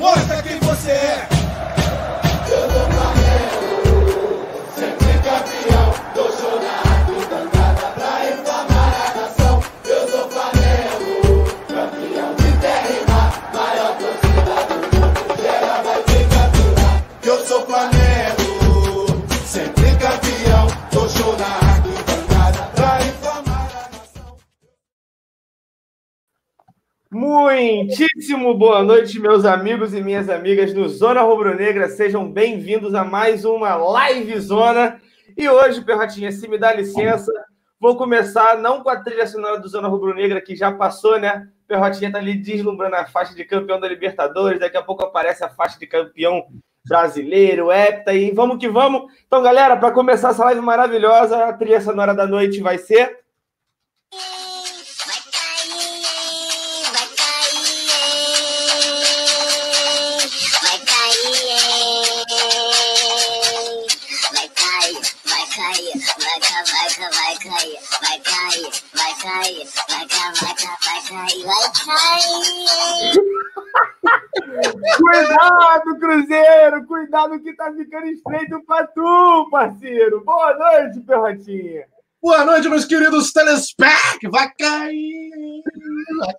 Mostra quem você é. Eu sou Flamengo, sempre campeão. Dou show na arquibancada pra inflamar a nação. Eu sou Flamengo, campeão de terra e mar. Maior torcida do mundo, geral vai ter campeão. Eu sou Flamengo, sempre campeão. Dou show na arquibancada pra inflamar a nação. Muitíssimo boa noite, meus amigos e minhas amigas do Zona Rubro-Negra. Sejam bem-vindos a mais uma Live Zona. E hoje, Perrotinha, se me dá licença, vou começar não com a trilha sonora do Zona Rubro-Negra, que já passou, né? Perrotinha tá ali deslumbrando a faixa de campeão da Libertadores. Daqui a pouco aparece a faixa de campeão brasileiro, hepta, e vamos que vamos. Então, galera, para começar essa live maravilhosa, a trilha sonora da noite vai ser... Cuidado, Cruzeiro! Cuidado que tá ficando estreito pra tu, parceiro! Boa noite, Perrotinha! Boa noite, meus queridos telespec! Vai cair! Vai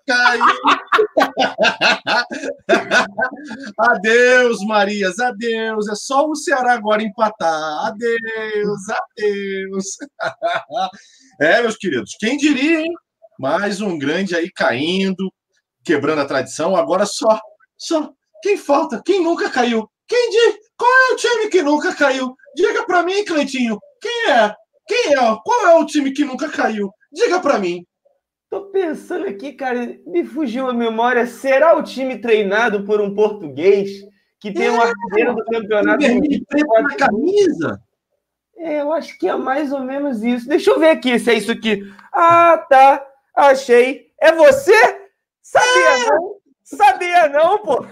cair! Adeus, Marias, adeus! É só o Ceará agora empatar! Adeus, adeus! Meus queridos, quem diria, hein? Mais um grande aí caindo, quebrando a tradição. Agora só quem falta? Quem nunca caiu? Quem diz? Qual é o time que nunca caiu? Diga pra mim, Cleitinho. Quem é? Qual é o time que nunca caiu? Diga pra mim. Tô pensando aqui, cara, me fugiu a memória. Será o time treinado por um português que tem um artilheiro do campeonato? Vermelho preto na camisa? Eu acho que é mais ou menos isso. Deixa eu ver aqui se é isso aqui. Ah, tá. Achei. É você? Sabia não? Sabia não, pô.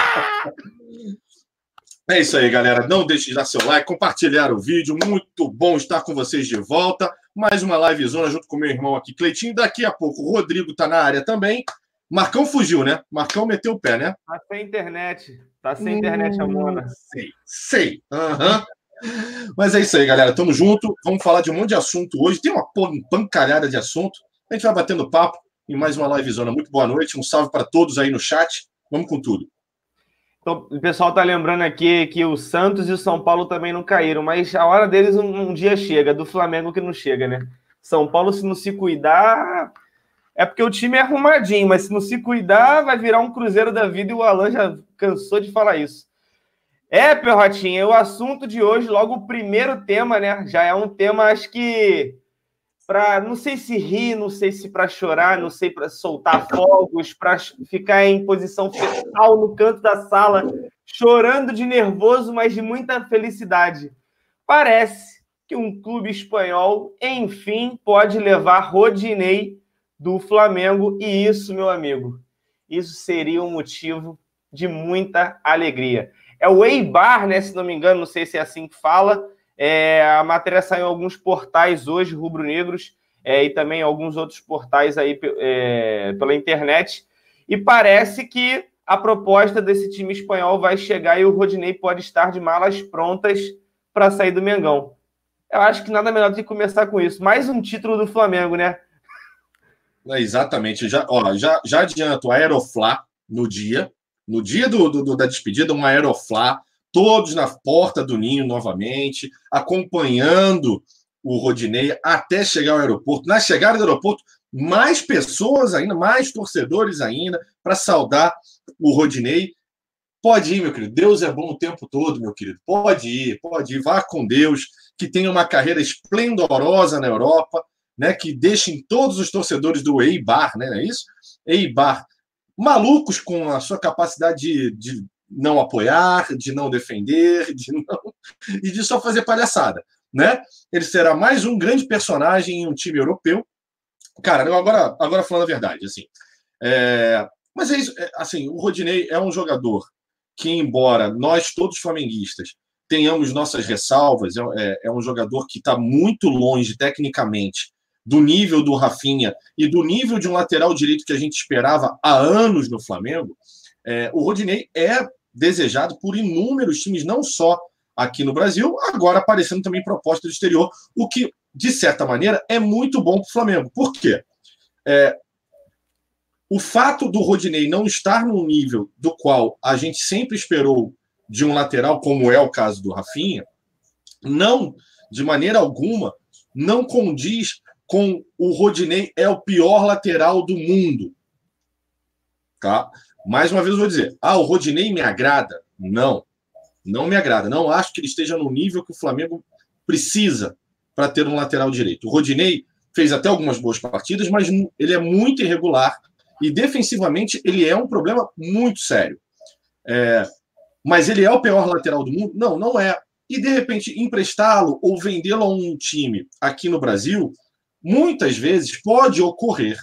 É isso aí, galera. Não deixe de dar seu like, compartilhar o vídeo. Muito bom estar com vocês de volta. Mais uma livezona junto com meu irmão aqui, Cleitinho. Daqui a pouco o Rodrigo tá na área também. Marcão fugiu, né? Marcão meteu o pé, né? Tá sem internet. Tá sem internet, a Mona. Sei. Mas é isso aí, galera. Tamo junto. Vamos falar de um monte de assunto hoje. Tem uma pancalhada de assunto. A gente vai batendo papo em mais uma livezona. Muito boa noite. Um salve para todos aí no chat. Vamos com tudo. Então, o pessoal tá lembrando aqui que o Santos e o São Paulo também não caíram, mas a hora deles um dia chega, do Flamengo que não chega, né? São Paulo, se não se cuidar, é porque o time é arrumadinho, mas se não se cuidar, vai virar um Cruzeiro da vida, e o Alan já cansou de falar isso. Perrotinha, o assunto de hoje, logo o primeiro tema, né? Já é um tema, acho que não sei se rir, não sei se para chorar, não sei para soltar fogos, para ficar em posição fetal no canto da sala, chorando de nervoso, mas de muita felicidade. Parece que um clube espanhol, enfim, pode levar Rodinei do Flamengo, e isso, meu amigo, isso seria um motivo de muita alegria. É o Eibar, né, se não me engano, não sei se é assim que fala. A matéria saiu em alguns portais hoje, rubro-negros, e também alguns outros portais aí pela internet, e parece que a proposta desse time espanhol vai chegar e o Rodinei pode estar de malas prontas para sair do Mengão. Eu acho que nada melhor do que começar com isso. Mais um título do Flamengo, né? Exatamente. Já adianto, a Aeroflá no dia da despedida, um Aeroflá, todos na porta do Ninho novamente, acompanhando o Rodinei até chegar ao aeroporto. Na chegada do aeroporto, mais pessoas ainda, mais torcedores ainda, para saudar o Rodinei. Pode ir, meu querido. Deus é bom o tempo todo, meu querido. Pode ir. Vá com Deus, que tenha uma carreira esplendorosa na Europa, né? Que deixem todos os torcedores do Eibar, né? Não é isso? Eibar malucos com a sua capacidade de não apoiar, de não defender, e de só fazer palhaçada, né? Ele será mais um grande personagem em um time europeu. Cara, agora falando a verdade, assim, mas é isso, assim, o Rodinei é um jogador que, embora nós todos flamenguistas tenhamos nossas ressalvas, é um jogador que está muito longe tecnicamente do nível do Rafinha e do nível de um lateral direito que a gente esperava há anos no Flamengo. O Rodinei é desejado por inúmeros times, não só aqui no Brasil, agora aparecendo também proposta do exterior, o que, de certa maneira, é muito bom para o Flamengo. Por quê? O fato do Rodinei não estar num nível do qual a gente sempre esperou de um lateral, como é o caso do Rafinha, não, de maneira alguma, não condiz com o Rodinei é o pior lateral do mundo. Tá? Mais uma vez eu vou dizer, o Rodinei me agrada? Não me agrada. Não acho que ele esteja no nível que o Flamengo precisa para ter um lateral direito. O Rodinei fez até algumas boas partidas, mas ele é muito irregular e defensivamente ele é um problema muito sério. Mas ele é o pior lateral do mundo? Não, não é. E, de repente, emprestá-lo ou vendê-lo a um time aqui no Brasil, muitas vezes pode ocorrer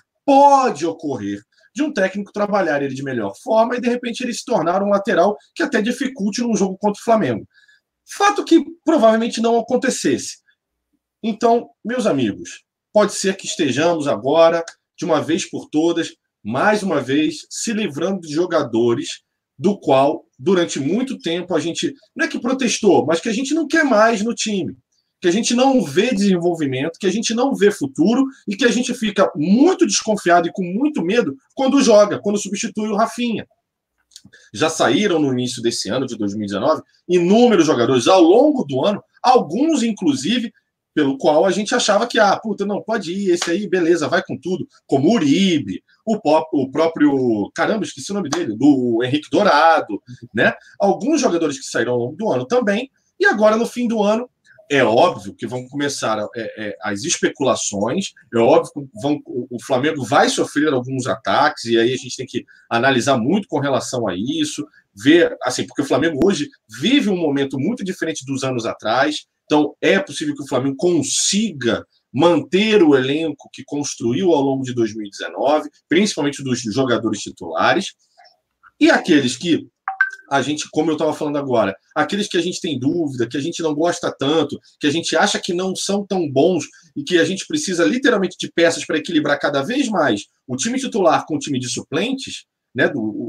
de um técnico trabalhar ele de melhor forma e, de repente, ele se tornar um lateral que até dificulte num jogo contra o Flamengo. Fato que provavelmente não acontecesse. Então, meus amigos, pode ser que estejamos agora, de uma vez por todas, mais uma vez, se livrando de jogadores do qual, durante muito tempo, a gente, não é que protestou, mas que a gente não quer mais no time, que a gente não vê desenvolvimento, que a gente não vê futuro e que a gente fica muito desconfiado e com muito medo quando joga, quando substitui o Rafinha. Já saíram no início desse ano, de 2019, inúmeros jogadores ao longo do ano, alguns, inclusive, pelo qual a gente achava que, não, pode ir, esse aí, beleza, vai com tudo, como o Uribe, o próprio, caramba, esqueci o nome dele, do Henrique Dourado, né? Alguns jogadores que saíram ao longo do ano também, e agora, no fim do ano, é óbvio que vão começar as especulações, é óbvio que o Flamengo vai sofrer alguns ataques, e aí a gente tem que analisar muito com relação a isso, ver, assim, porque o Flamengo hoje vive um momento muito diferente dos anos atrás, então é possível que o Flamengo consiga manter o elenco que construiu ao longo de 2019, principalmente dos jogadores titulares, e aqueles que a gente, como eu estava falando agora, aqueles que a gente tem dúvida, que a gente não gosta tanto, que a gente acha que não são tão bons e que a gente precisa literalmente de peças para equilibrar cada vez mais o time titular com o time de suplentes, né,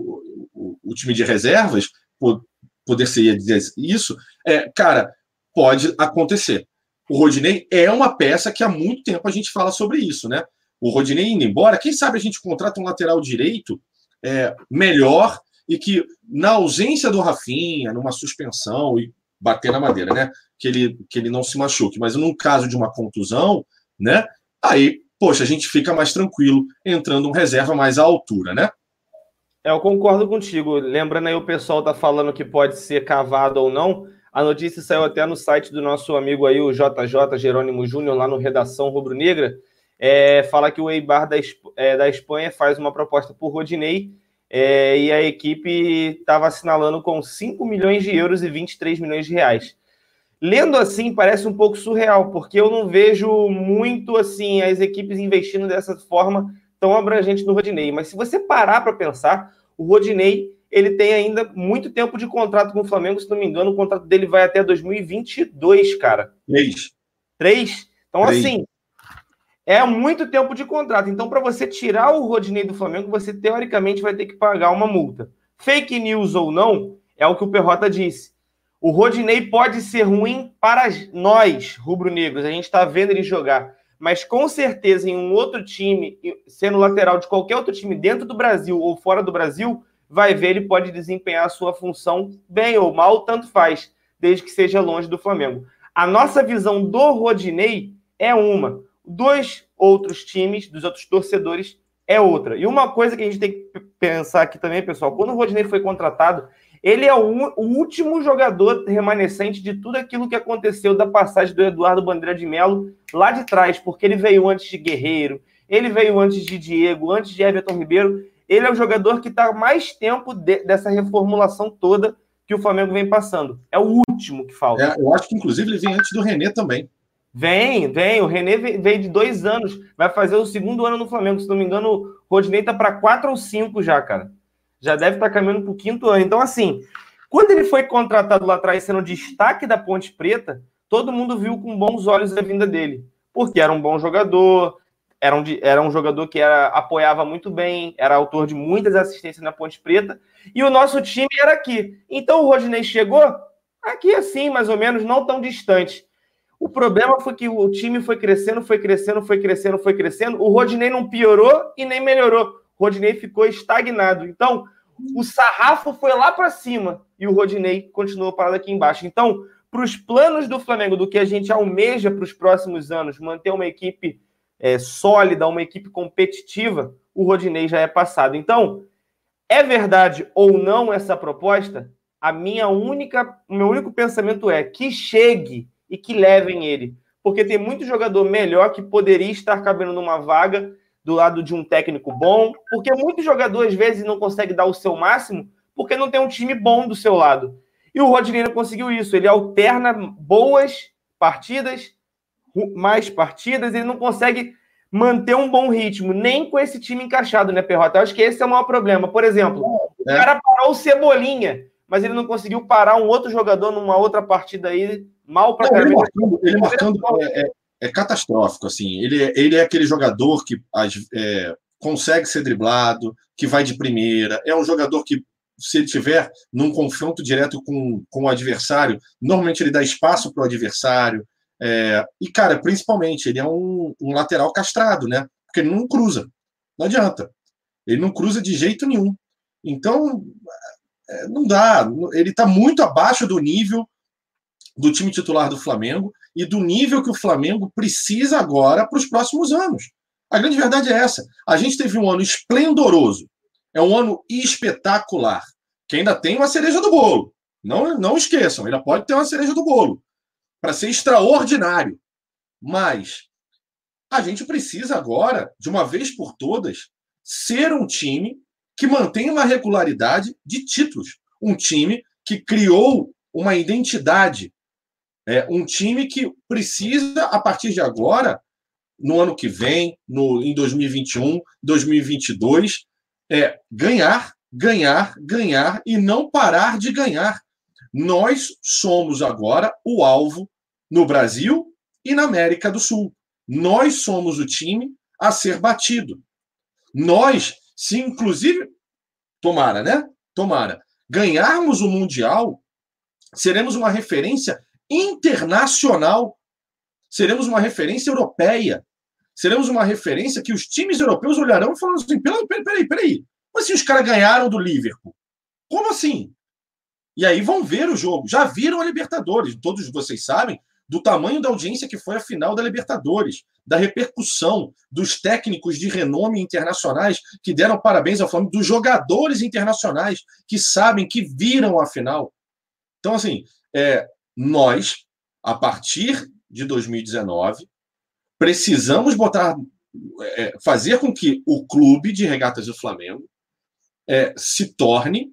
o time de reservas, poder-se dizer isso, cara, pode acontecer. O Rodinei é uma peça que há muito tempo a gente fala sobre isso, né? O Rodinei indo embora, quem sabe a gente contrata um lateral direito melhor e que, na ausência do Rafinha, numa suspensão, e bater na madeira, né? Que ele não se machuque, mas num caso de uma contusão, né? Aí, poxa, a gente fica mais tranquilo entrando um reserva mais à altura, né? Eu concordo contigo. Lembrando aí, o pessoal tá falando que pode ser cavado ou não. A notícia saiu até no site do nosso amigo aí, o JJ Jerônimo Júnior, lá no Redação Rubro-Negra. Fala que o Eibar da Espanha faz uma proposta por Rodinei, e a equipe estava assinalando com 5 milhões de euros e 23 milhões de reais. Lendo assim, parece um pouco surreal, porque eu não vejo muito assim as equipes investindo dessa forma tão abrangente no Rodinei. Mas se você parar para pensar, o Rodinei ele tem ainda muito tempo de contrato com o Flamengo, se não me engano, o contrato dele vai até 2022, cara. 3? Então, assim, é muito tempo de contrato. Então, para você tirar o Rodinei do Flamengo, você teoricamente vai ter que pagar uma multa. Fake news ou não, é o que o Perrota disse. O Rodinei pode ser ruim para nós, rubro-negros. A gente está vendo ele jogar. Mas, com certeza, em um outro time, sendo lateral de qualquer outro time dentro do Brasil ou fora do Brasil, vai ver, ele pode desempenhar a sua função bem ou mal, tanto faz, desde que seja longe do Flamengo. A nossa visão do Rodinei é uma. Dos outros times, dos outros torcedores, é outra. E uma coisa que a gente tem que pensar aqui também, pessoal, quando o Rodinei foi contratado, ele é o último jogador remanescente de tudo aquilo que aconteceu da passagem do Eduardo Bandeira de Melo lá de trás, porque ele veio antes de Guerreiro, ele veio antes de Diego, antes de Everton Ribeiro. Ele é o jogador que está mais tempo dessa reformulação toda que o Flamengo vem passando. É o último que falta. Eu acho que, inclusive, ele vem antes do René também. Vem. O René veio de 2 anos. Vai fazer o 2º ano no Flamengo. Se não me engano, o Rodinei está para 4 ou 5 já, cara. Já deve estar caminhando para o 5º ano. Então, assim, quando ele foi contratado lá atrás, sendo destaque da Ponte Preta, todo mundo viu com bons olhos a vinda dele. Porque era um bom jogador, era um jogador que apoiava muito bem, era autor de muitas assistências na Ponte Preta, e o nosso time era aqui. Então o Rodinei chegou aqui assim, mais ou menos, não tão distante. O problema foi que o time foi crescendo, foi crescendo, foi crescendo, foi crescendo. O Rodinei não piorou e nem melhorou. O Rodinei ficou estagnado. Então, o sarrafo foi lá para cima e o Rodinei continuou parado aqui embaixo. Então, para os planos do Flamengo, do que a gente almeja para os próximos anos, manter uma equipe sólida, uma equipe competitiva, o Rodinei já é passado. Então, é verdade ou não essa proposta? O meu único pensamento é que chegue e que levem ele. Porque tem muito jogador melhor que poderia estar cabendo numa vaga do lado de um técnico bom, porque muito jogador, às vezes, não consegue dar o seu máximo porque não tem um time bom do seu lado. E o Rodinei não conseguiu isso. Ele alterna boas partidas, mais partidas, ele não consegue manter um bom ritmo, nem com esse time encaixado, né, Perrota? Eu acho que esse é o maior problema. Por exemplo, o cara parou o Cebolinha, mas ele não conseguiu parar um outro jogador numa outra partida aí, mal pra caramba. Ele marcando é catastrófico, assim. Ele é aquele jogador que consegue ser driblado, que vai de primeira. É um jogador que, se ele tiver num confronto direto com o adversário, normalmente ele dá espaço para o adversário. E, cara, principalmente, ele é um lateral castrado, né? Porque ele não cruza. Não adianta. Ele não cruza de jeito nenhum. Então, não dá. Ele está muito abaixo do nível do time titular do Flamengo e do nível que o Flamengo precisa agora para os próximos anos. A grande verdade é essa. A gente teve um ano esplendoroso. É um ano espetacular. Que ainda tem uma cereja do bolo. Não esqueçam, ainda pode ter uma cereja do bolo. Para ser extraordinário. Mas a gente precisa agora, de uma vez por todas, ser um time que mantém uma regularidade de títulos. Um time que criou uma identidade. Um time que precisa, a partir de agora, no ano que vem, em 2021, 2022, ganhar, ganhar, ganhar e não parar de ganhar. Nós somos agora o alvo no Brasil e na América do Sul. Nós somos o time a ser batido. Nós, se inclusive, tomara, né? Tomara, ganharmos o Mundial, seremos uma referência internacional, seremos uma referência europeia, seremos uma referência que os times europeus olharão e falarão assim, peraí, como assim os caras ganharam do Liverpool? Como assim? E aí vão ver o jogo. Já viram a Libertadores, todos vocês sabem do tamanho da audiência que foi a final da Libertadores, da repercussão dos técnicos de renome internacionais que deram parabéns ao Flamengo, dos jogadores internacionais que sabem, que viram a final. Então, assim, nós, a partir de 2019, precisamos fazer com que o clube de regatas do Flamengo se torne,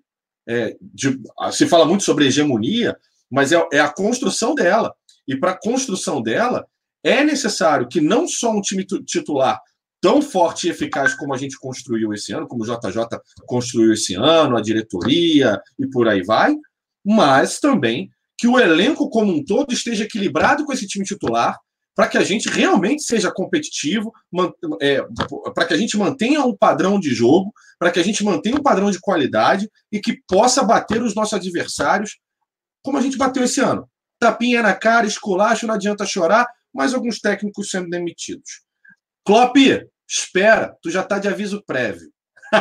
se fala muito sobre hegemonia, mas é a construção dela. E para a construção dela, é necessário que não só um time titular tão forte e eficaz como a gente construiu esse ano, como o JJ construiu esse ano, a diretoria e por aí vai, mas também que o elenco como um todo esteja equilibrado com esse time titular, para que a gente realmente seja competitivo, para que a gente mantenha um padrão de jogo, para que a gente mantenha um padrão de qualidade e que possa bater os nossos adversários como a gente bateu esse ano. Tapinha na cara, esculacho, não adianta chorar, mas alguns técnicos sendo demitidos. Klopp, espera, tu já está de aviso prévio.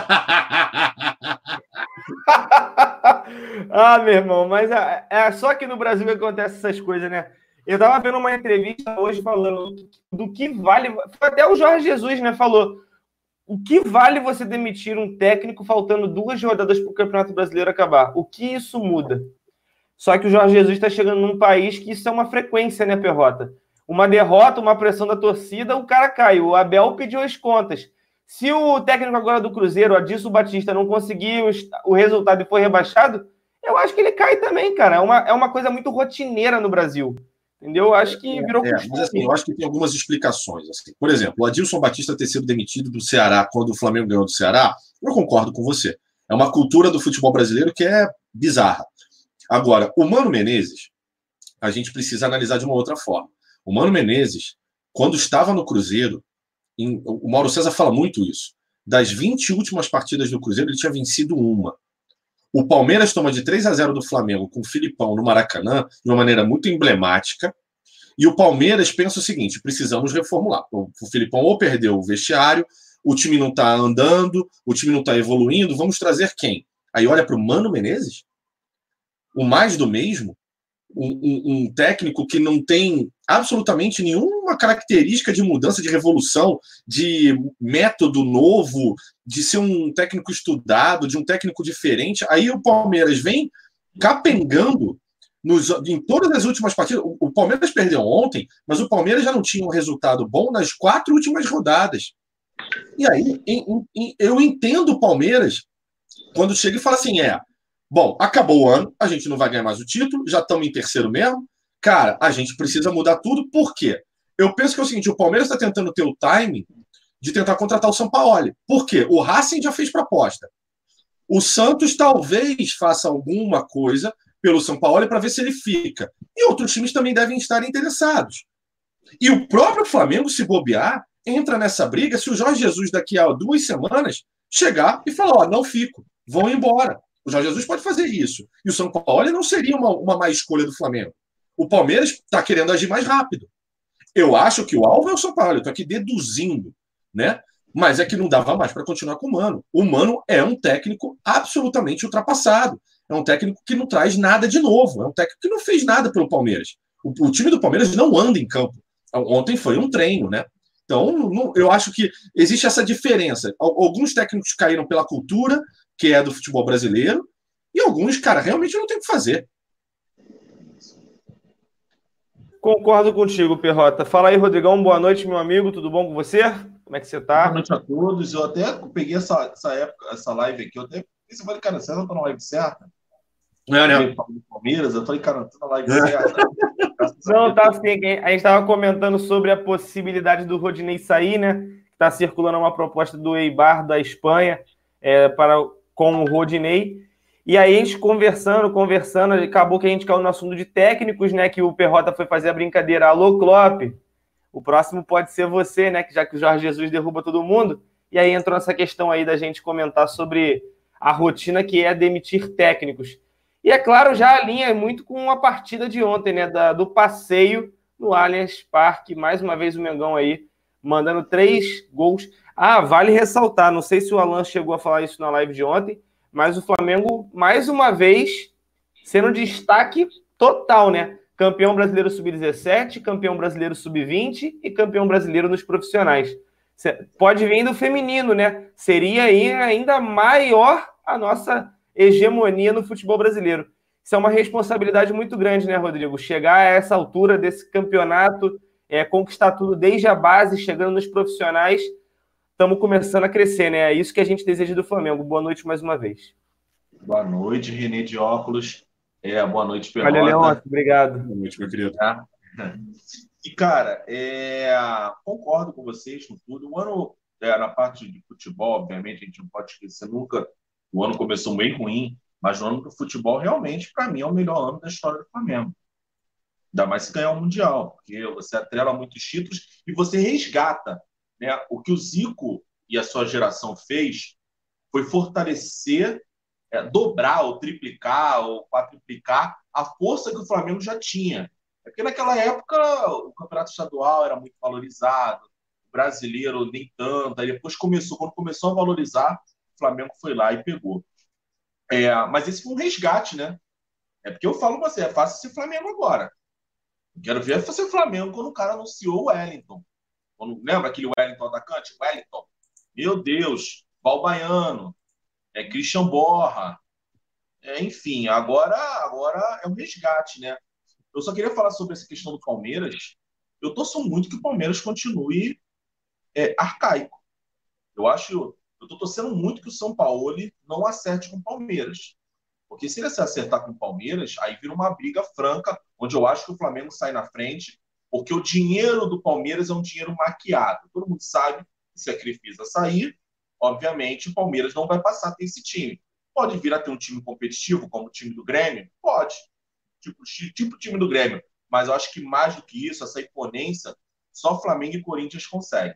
Meu irmão, mas é só que no Brasil que acontece essas coisas, né? Eu estava vendo uma entrevista hoje falando do que vale... Até o Jorge Jesus, né, falou o que vale você demitir um técnico faltando 2 rodadas para o Campeonato Brasileiro acabar? O que isso muda? Só que o Jorge Jesus está chegando num país que isso é uma frequência, né, Perrota? Uma derrota, uma pressão da torcida, o cara cai. O Abel pediu as contas. Se o técnico agora do Cruzeiro, Adilson Batista, não conseguiu o resultado e foi rebaixado, eu acho que ele cai também, cara. É uma coisa muito rotineira no Brasil. Entendeu? Eu acho que virou costume. Mas assim, eu acho que tem algumas explicações. Assim. Por exemplo, o Adilson Batista ter sido demitido do Ceará quando o Flamengo ganhou do Ceará, eu concordo com você. É uma cultura do futebol brasileiro que é bizarra. Agora, o Mano Menezes, a gente precisa analisar de uma outra forma. O Mano Menezes, quando estava no Cruzeiro, o Mauro César fala muito isso. Das 20 últimas partidas do Cruzeiro, ele tinha vencido uma. O Palmeiras toma de 3-0 do Flamengo com o Filipão no Maracanã, de uma maneira muito emblemática. E o Palmeiras pensa o seguinte: precisamos reformular. O Filipão ou perdeu o vestiário, o time não está andando, o time não está evoluindo, vamos trazer quem? Aí olha para o Mano Menezes, o mais do mesmo, um técnico que não tem absolutamente nenhuma característica de mudança, de revolução, de método novo, de ser um técnico estudado, de um técnico diferente. Aí o Palmeiras vem capengando em todas as últimas partidas. O Palmeiras perdeu ontem, mas o Palmeiras já não tinha um resultado bom nas 4 últimas rodadas. E aí eu entendo o Palmeiras quando chega e fala assim, bom, acabou o ano, a gente não vai ganhar mais o título, já estamos em terceiro mesmo. Cara, a gente precisa mudar tudo, por quê? Eu penso que é o seguinte, o Palmeiras está tentando ter o timing de tentar contratar o Sampaoli. Por quê? O Racing já fez proposta. O Santos talvez faça alguma coisa pelo Sampaoli para ver se ele fica. E outros times também devem estar interessados. E o próprio Flamengo, se bobear, entra nessa briga se o Jorge Jesus daqui a 2 semanas chegar e falar, não fico, vão embora. O Jorge Jesus pode fazer isso. E o São Paulo não seria uma má escolha do Flamengo. O Palmeiras está querendo agir mais rápido. Eu acho que o alvo é o São Paulo. Eu estou aqui deduzindo, né? Mas é que não dava mais para continuar com o Mano. O Mano é um técnico absolutamente ultrapassado. É um técnico que não traz nada de novo. É um técnico que não fez nada pelo Palmeiras. O time do Palmeiras não anda em campo. Ontem foi um treino, né? Então, eu acho que existe essa diferença. Alguns técnicos caíram pela cultura, que é do futebol brasileiro, e alguns, cara, realmente não tem o que fazer. Concordo contigo, Perrota. Fala aí, Rodrigão. Boa noite, meu amigo. Tudo bom com você? Como é que você tá? Boa noite a todos. Eu até peguei essa época, essa live aqui. Eu até pensei, falei, cara, você não tá na live certa? Né? Palmeiras, eu falei, cara, não tá na live certa. Não, tá assim. A gente estava comentando sobre a possibilidade do Rodinei sair, né? Está circulando uma proposta do Eibar da Espanha com o Rodinei. E aí a gente conversando, acabou que a gente caiu no assunto de técnicos, né? Que o Perrota foi fazer a brincadeira. Alô, Klopp, o próximo pode ser você, né? Já que o Jorge Jesus derruba todo mundo. E aí entrou essa questão aí da gente comentar sobre a rotina que é demitir técnicos. E é claro, já alinha muito com a partida de ontem, né? Do passeio no Allianz Parque. Mais uma vez o Mengão aí, mandando 3 gols. Vale ressaltar, não sei se o Alan chegou a falar isso na live de ontem, mas o Flamengo, mais uma vez, sendo destaque total, né? Campeão brasileiro sub-17, campeão brasileiro sub-20 e campeão brasileiro nos profissionais. Pode vir do feminino, né? Seria aí ainda maior a nossa hegemonia no futebol brasileiro. Isso é uma responsabilidade muito grande, né, Rodrigo? Chegar a essa altura desse campeonato, conquistar tudo desde a base, chegando nos profissionais, estamos começando a crescer, né? É isso que a gente deseja do Flamengo. Boa noite mais uma vez. Boa noite, Renê de óculos. Boa noite, Perrota. Valeu, Leão. Obrigado. Boa noite, meu querido. E, cara, concordo com vocês com tudo. O ano, na parte de futebol, obviamente, a gente não pode esquecer nunca. O ano começou bem ruim, mas o ano do futebol, realmente, para mim, é o melhor ano da história do Flamengo. Ainda mais se ganhar o Mundial, porque você atrela muitos títulos e você resgata, né? O que o Zico e a sua geração fez foi fortalecer, dobrar, ou triplicar, ou quadruplicar a força que o Flamengo já tinha. Porque naquela época o campeonato estadual era muito valorizado, o brasileiro nem tanto. Aí depois quando começou a valorizar, o Flamengo foi lá e pegou. Mas esse foi um resgate, né? Porque eu falo com você, é fácil ser Flamengo agora. Eu quero ver ser Flamengo quando o cara anunciou o Wellington. Lembra aquele Wellington atacante? Wellington. Meu Deus, Balbaiano, Christian Borja. Enfim, agora é um resgate, né? Eu só queria falar sobre essa questão do Palmeiras. Eu torço muito que o Palmeiras continue arcaico. Eu estou torcendo muito que o São Paulo não acerte com o Palmeiras. Porque se ele se acertar com o Palmeiras, aí vira uma briga franca, onde eu acho que o Flamengo sai na frente, porque o dinheiro do Palmeiras é um dinheiro maquiado. Todo mundo sabe que se a Crefisa sair, obviamente o Palmeiras não vai passar a ter esse time. Pode vir a ter um time competitivo, como o time do Grêmio? Pode. Tipo o time do Grêmio. Mas eu acho que mais do que isso, essa imponência, só Flamengo e Corinthians conseguem.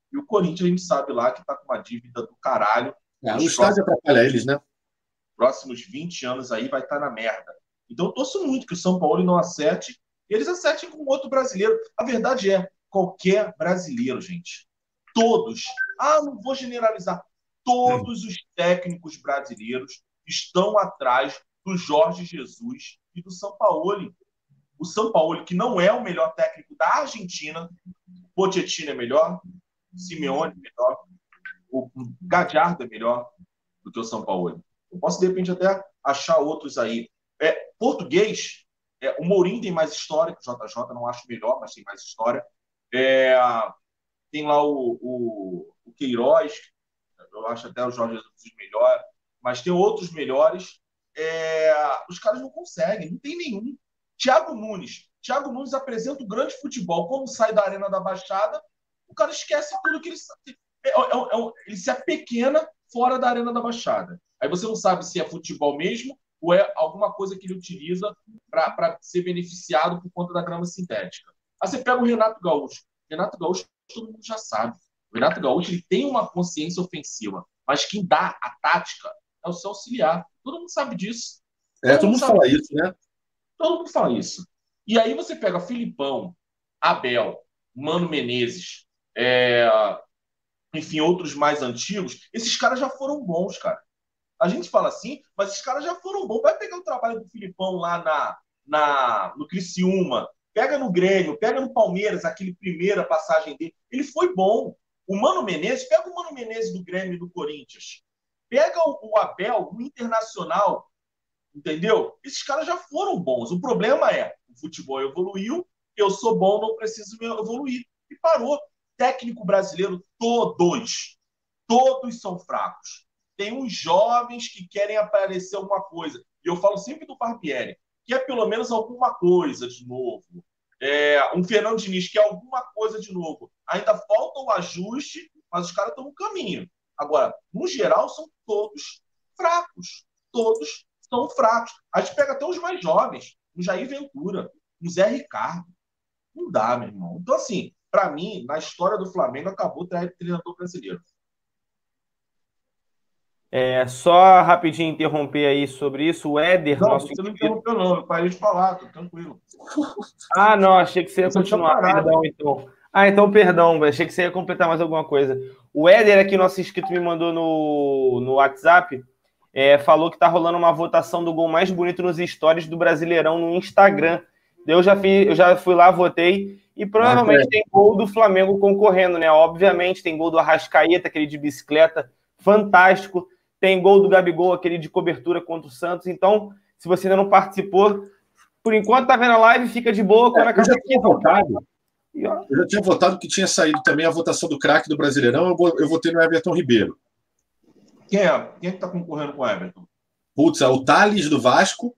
E o Corinthians, a gente sabe lá que está com uma dívida do caralho. O estádio atrapalha eles, né? Próximos 20 anos aí vai estar na merda. Então eu torço muito que o São Paulo não acerte e eles acertem com outro brasileiro. A verdade é, qualquer brasileiro, gente. Todos. Não vou generalizar. Todos os técnicos brasileiros estão atrás do Jorge Jesus e do Sampaoli. O Sampaoli, que não é o melhor técnico da Argentina, Pochettino é melhor, Simeone é melhor, o Gallardo é melhor do que o Sampaoli. Eu posso, de repente, até achar outros aí. Português, o Mourinho tem mais história, que o JJ não acho melhor, mas tem mais história. Tem lá o Queiroz, eu acho até o Jorge Jesus melhor, mas tem outros melhores. Os caras não conseguem, não tem nenhum. Thiago Nunes apresenta um grande futebol. Quando sai da Arena da Baixada, o cara esquece tudo que ele sabe. Ele se apequena fora da Arena da Baixada. Aí você não sabe se é futebol mesmo ou é alguma coisa que ele utiliza para ser beneficiado por conta da grama sintética. Aí você pega o Renato Gaúcho. Renato Gaúcho, todo mundo já sabe. O Renato Gaúcho ele tem uma consciência ofensiva, mas quem dá a tática é o seu auxiliar. Todo mundo sabe disso. Todo mundo fala isso, né? Todo mundo fala isso. E aí você pega Filipão, Abel, Mano Menezes, enfim, outros mais antigos. Esses caras já foram bons, cara. A gente fala assim, mas esses caras já foram bons. Vai pegar o trabalho do Filipão lá no Criciúma, pega no Grêmio, pega no Palmeiras, aquele primeira passagem dele. Ele foi bom. O Mano Menezes, pega o Mano Menezes do Grêmio e do Corinthians. Pega o Abel, o Internacional. Entendeu? Esses caras já foram bons. O problema é, o futebol evoluiu, eu sou bom, não preciso evoluir. E parou. Técnico brasileiro, todos são fracos. Tem uns jovens que querem aparecer alguma coisa. E eu falo sempre do Barbieri, que é pelo menos alguma coisa de novo. Um Fernando Diniz, que é alguma coisa de novo. Ainda falta o ajuste, mas os caras estão no caminho. Agora, no geral, são todos fracos. Todos são fracos. A gente pega até os mais jovens, um Jair Ventura, um Zé Ricardo. Não dá, meu irmão. Então, assim, para mim, na história do Flamengo, acabou o treinador brasileiro. Só rapidinho interromper aí sobre isso. O Éder, Não, nosso você não interrompeu, não. Eu parei de falar, tô tranquilo. não, achei que você ia Você continuar. tinha parado. Perdão, então. Então, perdão, achei que você ia completar mais alguma coisa. O Éder aqui, nosso inscrito, me mandou no WhatsApp, falou que tá rolando uma votação do gol mais bonito nos stories do Brasileirão no Instagram. Eu já fui lá, votei, e provavelmente tem gol do Flamengo concorrendo, né? Obviamente, tem gol do Arrascaeta, aquele de bicicleta, fantástico. Tem gol do Gabigol, aquele de cobertura contra o Santos. Então, se você ainda não participou, por enquanto tá vendo a live, fica de boa. Quando eu já tinha votado que tinha saído também a votação do craque do Brasileirão. Eu votei no Everton Ribeiro. Quem é que tá concorrendo com o Everton? Putz, o Thales do Vasco.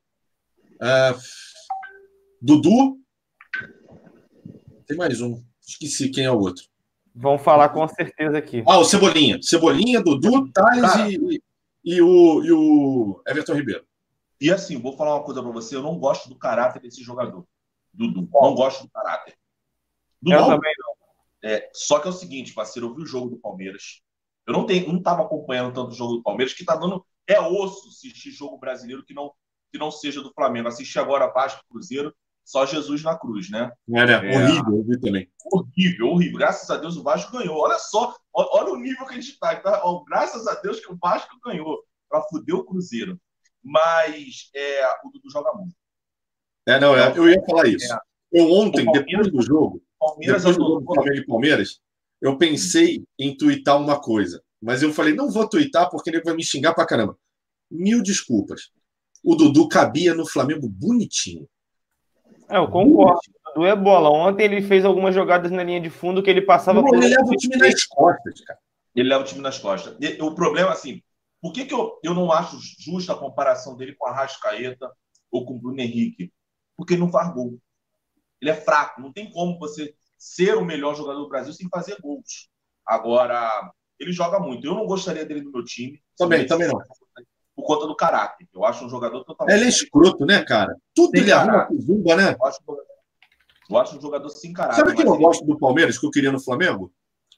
Dudu. Tem mais um. Esqueci quem é o outro. Vão falar com certeza aqui. O Cebolinha. Cebolinha, Dudu, Thales e o Everton Ribeiro. E assim, vou falar uma coisa para você. Eu não gosto do caráter desse jogador. Dudu. Não gosto do caráter. Dudu, eu também não. Só que é o seguinte, parceiro. Eu vi o jogo do Palmeiras. Eu não estava acompanhando tanto o jogo do Palmeiras, que tá dando... osso assistir jogo brasileiro que não seja do Flamengo. Assisti agora Vasco Cruzeiro, só Jesus na cruz, né? Horrível, eu vi também. Horrível. Graças a Deus o Vasco ganhou. Olha só, olha o nível que a gente tá. Graças a Deus que o Vasco ganhou, para fuder o Cruzeiro. Mas o Dudu joga muito. Eu ia falar isso. Eu ontem, depois do jogo do Flamengo e Palmeiras, eu pensei em tuitar uma coisa. Mas eu falei, não vou tuitar porque ele vai me xingar pra caramba. 1000 desculpas. O Dudu cabia no Flamengo bonitinho. Eu concordo. O Dudu é bola. Ontem ele fez algumas jogadas na linha de fundo que ele passava... Ele leva o time nas costas, cara. Ele leva o time nas costas. O problema, assim, por que eu não acho justa a comparação dele com a Arrascaeta ou com o Bruno Henrique? Porque ele não faz gol. Ele é fraco. Não tem como você ser o melhor jogador do Brasil sem fazer gols. Agora, ele joga muito. Eu não gostaria dele no meu time. Também não. Por conta do caráter. Eu acho um jogador totalmente... Ele é escroto, né, cara? Tudo ele arruma com zumba, né? Eu acho um jogador sem caráter. Sabe o que eu gosto do Palmeiras, que eu queria no Flamengo?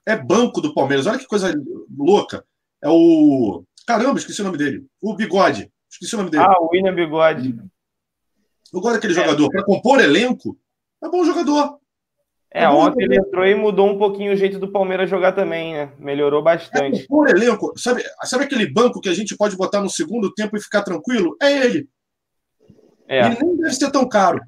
é banco do Palmeiras. Olha que coisa louca. É o... Caramba, esqueci o nome dele. O Bigode. Esqueci o nome dele. Ah, o William Bigode. Eu gosto daquele jogador. Para compor elenco, é bom jogador. Ontem ele entrou e mudou um pouquinho o jeito do Palmeiras jogar também, né? Melhorou bastante. Compor elenco. Sabe aquele banco que a gente pode botar no segundo tempo e ficar tranquilo? É ele. Ele nem deve ser tão caro.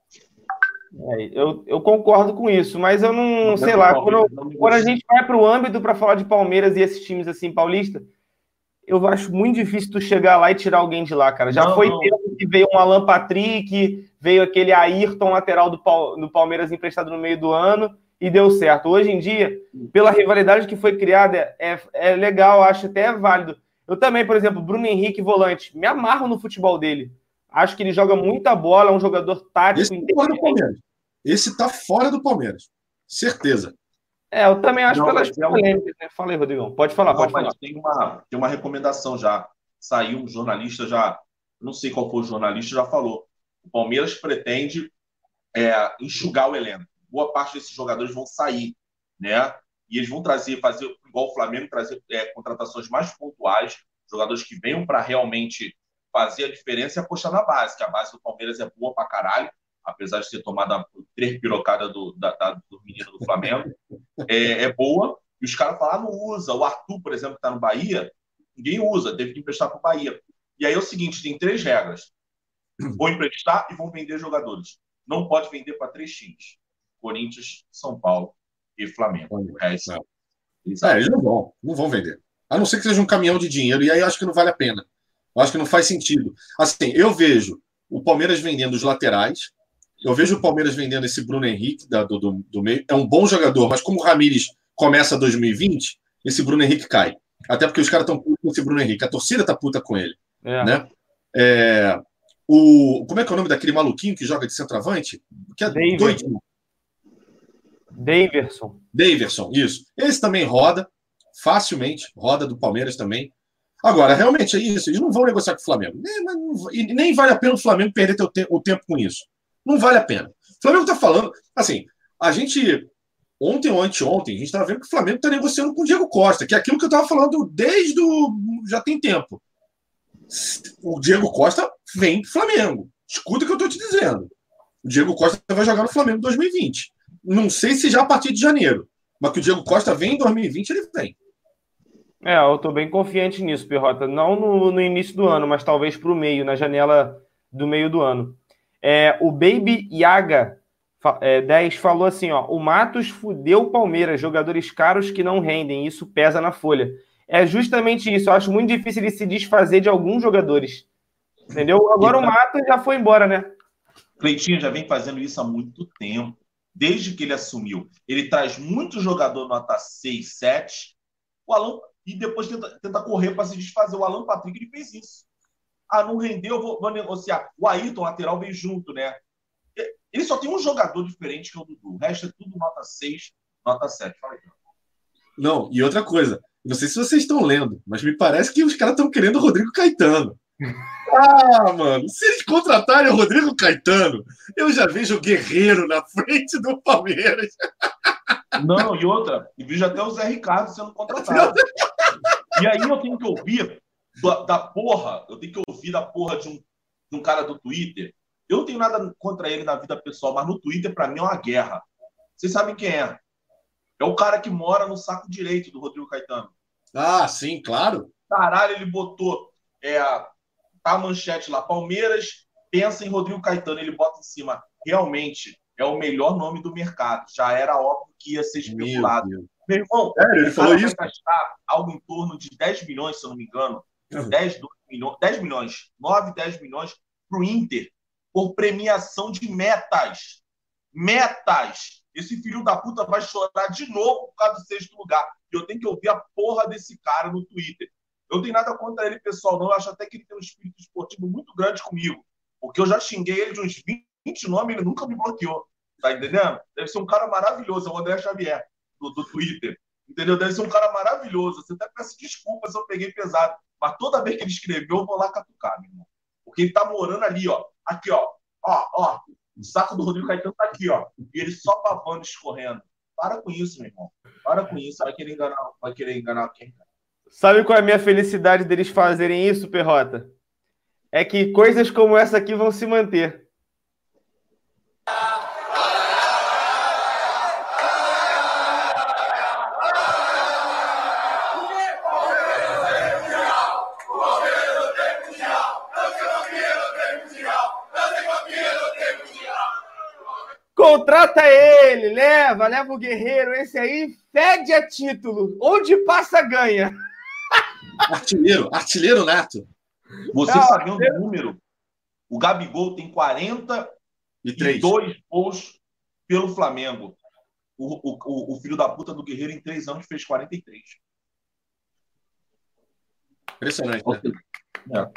Eu concordo com isso, mas eu não sei lá. Quando a gente vai para o âmbito para falar de Palmeiras e esses times assim, paulista, eu acho muito difícil tu chegar lá e tirar alguém de lá, cara. Já foi tempo que veio um Alan Patrick, veio aquele Ayrton, lateral do Palmeiras emprestado no meio do ano, e deu certo. Hoje em dia, pela rivalidade que foi criada, é legal, acho até válido. Eu também, por exemplo, Bruno Henrique, volante, me amarro no futebol dele. Acho que ele joga muita bola, é um jogador tático. Esse tá fora do Palmeiras. Certeza. Eu também acho pelas polêmicas, né? Fala aí, Rodrigão. Pode falar, pode falar. Tem uma recomendação já. Saiu um jornalista já, não sei qual foi o jornalista, já falou. O Palmeiras pretende enxugar o elenco. Boa parte desses jogadores vão sair, né? E eles vão fazer igual o Flamengo, trazer contratações mais pontuais, jogadores que venham para realmente fazer a diferença e apostar na base, que a base do Palmeiras é boa pra caralho, apesar de ter tomado 3 pirocadas do menino do Flamengo, é boa, e os caras falam, não usa. O Arthur, por exemplo, que está no Bahia, ninguém usa, teve que emprestar para o Bahia. E aí é o seguinte, tem 3 regras. Vão emprestar e vão vender jogadores. Não pode vender para 3 times. Corinthians, São Paulo e Flamengo. O resto, eles não vão vender. A não ser que seja um caminhão de dinheiro, e aí eu acho que não vale a pena. Eu acho que não faz sentido. Assim, eu vejo o Palmeiras vendendo os laterais, eu vejo o Palmeiras vendendo esse Bruno Henrique do meio. É um bom jogador, mas como o Ramires começa 2020, esse Bruno Henrique cai. Até porque os caras estão putos com esse Bruno Henrique. A torcida tá puta com ele. Né? Como é que é o nome daquele maluquinho que joga de centroavante? Que é doidinho. Daverson, isso. Esse também roda, facilmente. Roda do Palmeiras também. Agora, realmente é isso. Eles não vão negociar com o Flamengo. Nem vale a pena o Flamengo perder o tempo com isso. Não vale a pena. O Flamengo está falando... Assim, a gente... Ontem ou anteontem, a gente estava vendo que o Flamengo está negociando com o Diego Costa, que é aquilo que eu estava falando desde já tem tempo. O Diego Costa vem do Flamengo. Escuta o que eu estou te dizendo. O Diego Costa vai jogar no Flamengo em 2020. Não sei se já a partir de janeiro, mas que o Diego Costa vem em 2020, ele vem. Eu estou bem confiante nisso, Pirrota. Não no início do ano, mas talvez para o meio, na janela do meio do ano. O Baby Yaga 10 falou assim, o Matos fudeu o Palmeiras, jogadores caros que não rendem, isso pesa na folha. É justamente isso, eu acho muito difícil ele se desfazer de alguns jogadores, entendeu? Agora o Matos já foi embora, né? Cleitinho já vem fazendo isso há muito tempo, desde que ele assumiu. Ele traz muito jogador nota 6, 7, o Alan, e depois tenta correr para se desfazer. O Alan Patrick, ele fez isso. Não rendeu, vou negociar. O Ayrton, lateral, veio junto, né? Ele só tem um jogador diferente que é o Dudu. O resto é tudo nota 6, nota 7. Fala aí. Não, e outra coisa. Não sei se vocês estão lendo, mas me parece que os caras estão querendo o Rodrigo Caetano. Mano, se eles contratarem o Rodrigo Caetano, eu já vejo o Guerreiro na frente do Palmeiras. Não, e vejo até o Zé Ricardo sendo contratado. E aí eu tenho que ouvir da porra de um cara do Twitter. Eu não tenho nada contra ele na vida pessoal, mas no Twitter, pra mim, é uma guerra. Vocês sabem quem é? É o cara que mora no saco direito do Rodrigo Caetano. Sim, claro. Caralho, ele botou a manchete lá, Palmeiras pensa em Rodrigo Caetano, ele bota em cima, realmente é o melhor nome do mercado. Já era óbvio que ia ser especulado. Meu irmão, ele falou isso? Vai gastar algo em torno de 10 milhões, se eu não me engano. 10 milhões, 9, 10 milhões pro Inter, por premiação de metas. Metas! Esse filho da puta vai chorar de novo por causa do 6º lugar. E eu tenho que ouvir a porra desse cara no Twitter. Eu não tenho nada contra ele, pessoal, não. Eu acho até que ele tem um espírito esportivo muito grande comigo. Porque eu já xinguei ele de uns 20 nomes e ele nunca me bloqueou. Tá entendendo? Deve ser um cara maravilhoso. É o André Xavier, do Twitter. Entendeu? Deve ser um cara maravilhoso. Você até peço desculpas se eu peguei pesado. Mas toda vez que ele escreveu, eu vou lá catucar, meu irmão. Porque ele tá morando ali, ó. Aqui, ó. Ó. O saco do Rodrigo Caetano tá aqui, ó. E ele só babando, escorrendo. Para com isso, meu irmão. Para com isso. Vai querer enganar quem? Sabe qual é a minha felicidade deles fazerem isso, Perrota? É que coisas como essa aqui vão se manter. Contrata ele, leva o Guerreiro, esse aí fede a título. Onde passa, ganha. Artilheiro nato. Você sabendo o número, o Gabigol tem 42 gols pelo Flamengo. O filho da puta do Guerreiro, em 3 anos, fez 43. Impressionante, né?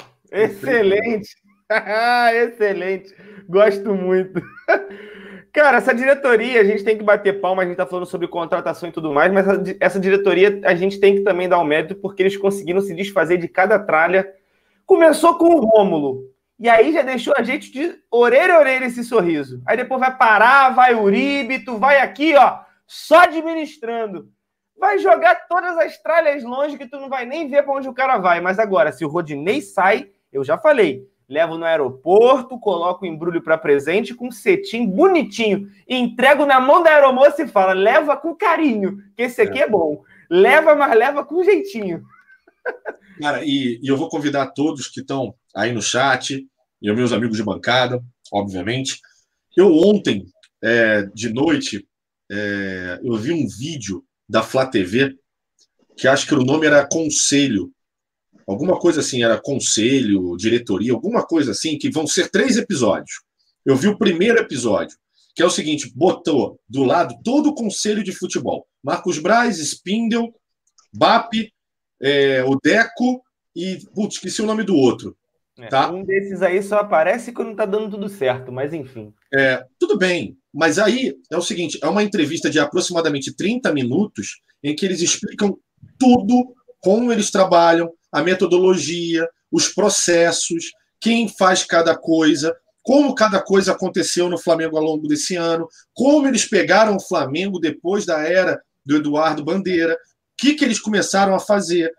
Excelente. Excelente. Gosto muito. Cara, essa diretoria, a gente tem que bater palma, a gente tá falando sobre contratação e tudo mais, mas essa diretoria a gente tem que também dar um mérito, porque eles conseguiram se desfazer de cada tralha. Começou com o Rômulo, e aí já deixou a gente de orelha a orelha esse sorriso. Aí depois vai parar, vai Uribe, tu vai aqui, ó, só administrando. Vai jogar todas as tralhas longe que tu não vai nem ver para onde o cara vai. Mas agora, se o Rodinei sai, eu já falei, levo no aeroporto, coloco o embrulho para presente com um cetim bonitinho, e entrego na mão da aeromoça e fala, leva com carinho, que esse aqui é bom. Leva, mas leva com jeitinho. Cara, e eu vou convidar todos que estão aí no chat, e os meus amigos de bancada, obviamente. Eu ontem, de noite, eu vi um vídeo da Flá TV, que acho que o nome era Conselho, alguma coisa assim, era Conselho, Diretoria, alguma coisa assim, que vão ser 3 episódios. Eu vi o primeiro episódio, que é o seguinte, botou do lado todo o Conselho de Futebol. Marcos Braz, Spindel, BAP, o Deco e, esqueci o nome do outro. Tá? Um desses aí só aparece quando tá dando tudo certo, mas enfim. Tudo bem, mas aí é o seguinte, é uma entrevista de aproximadamente 30 minutos em que eles explicam tudo, como eles trabalham, a metodologia, os processos, quem faz cada coisa, como cada coisa aconteceu no Flamengo ao longo desse ano, como eles pegaram o Flamengo depois da era do Eduardo Bandeira, o que eles começaram a fazer.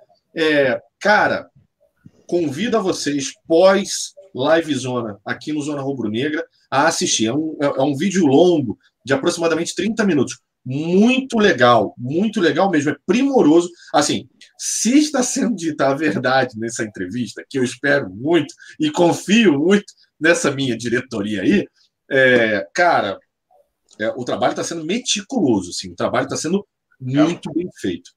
Cara, convido a vocês, pós-Live Zona, aqui no Zona Rubro Negra, a assistir. É um vídeo longo, de aproximadamente 30 minutos. Muito legal mesmo, é primoroso. Assim, se está sendo dita a verdade nessa entrevista, que eu espero muito e confio muito nessa minha diretoria aí, cara, o trabalho está sendo meticuloso, assim, o trabalho está sendo muito bem feito.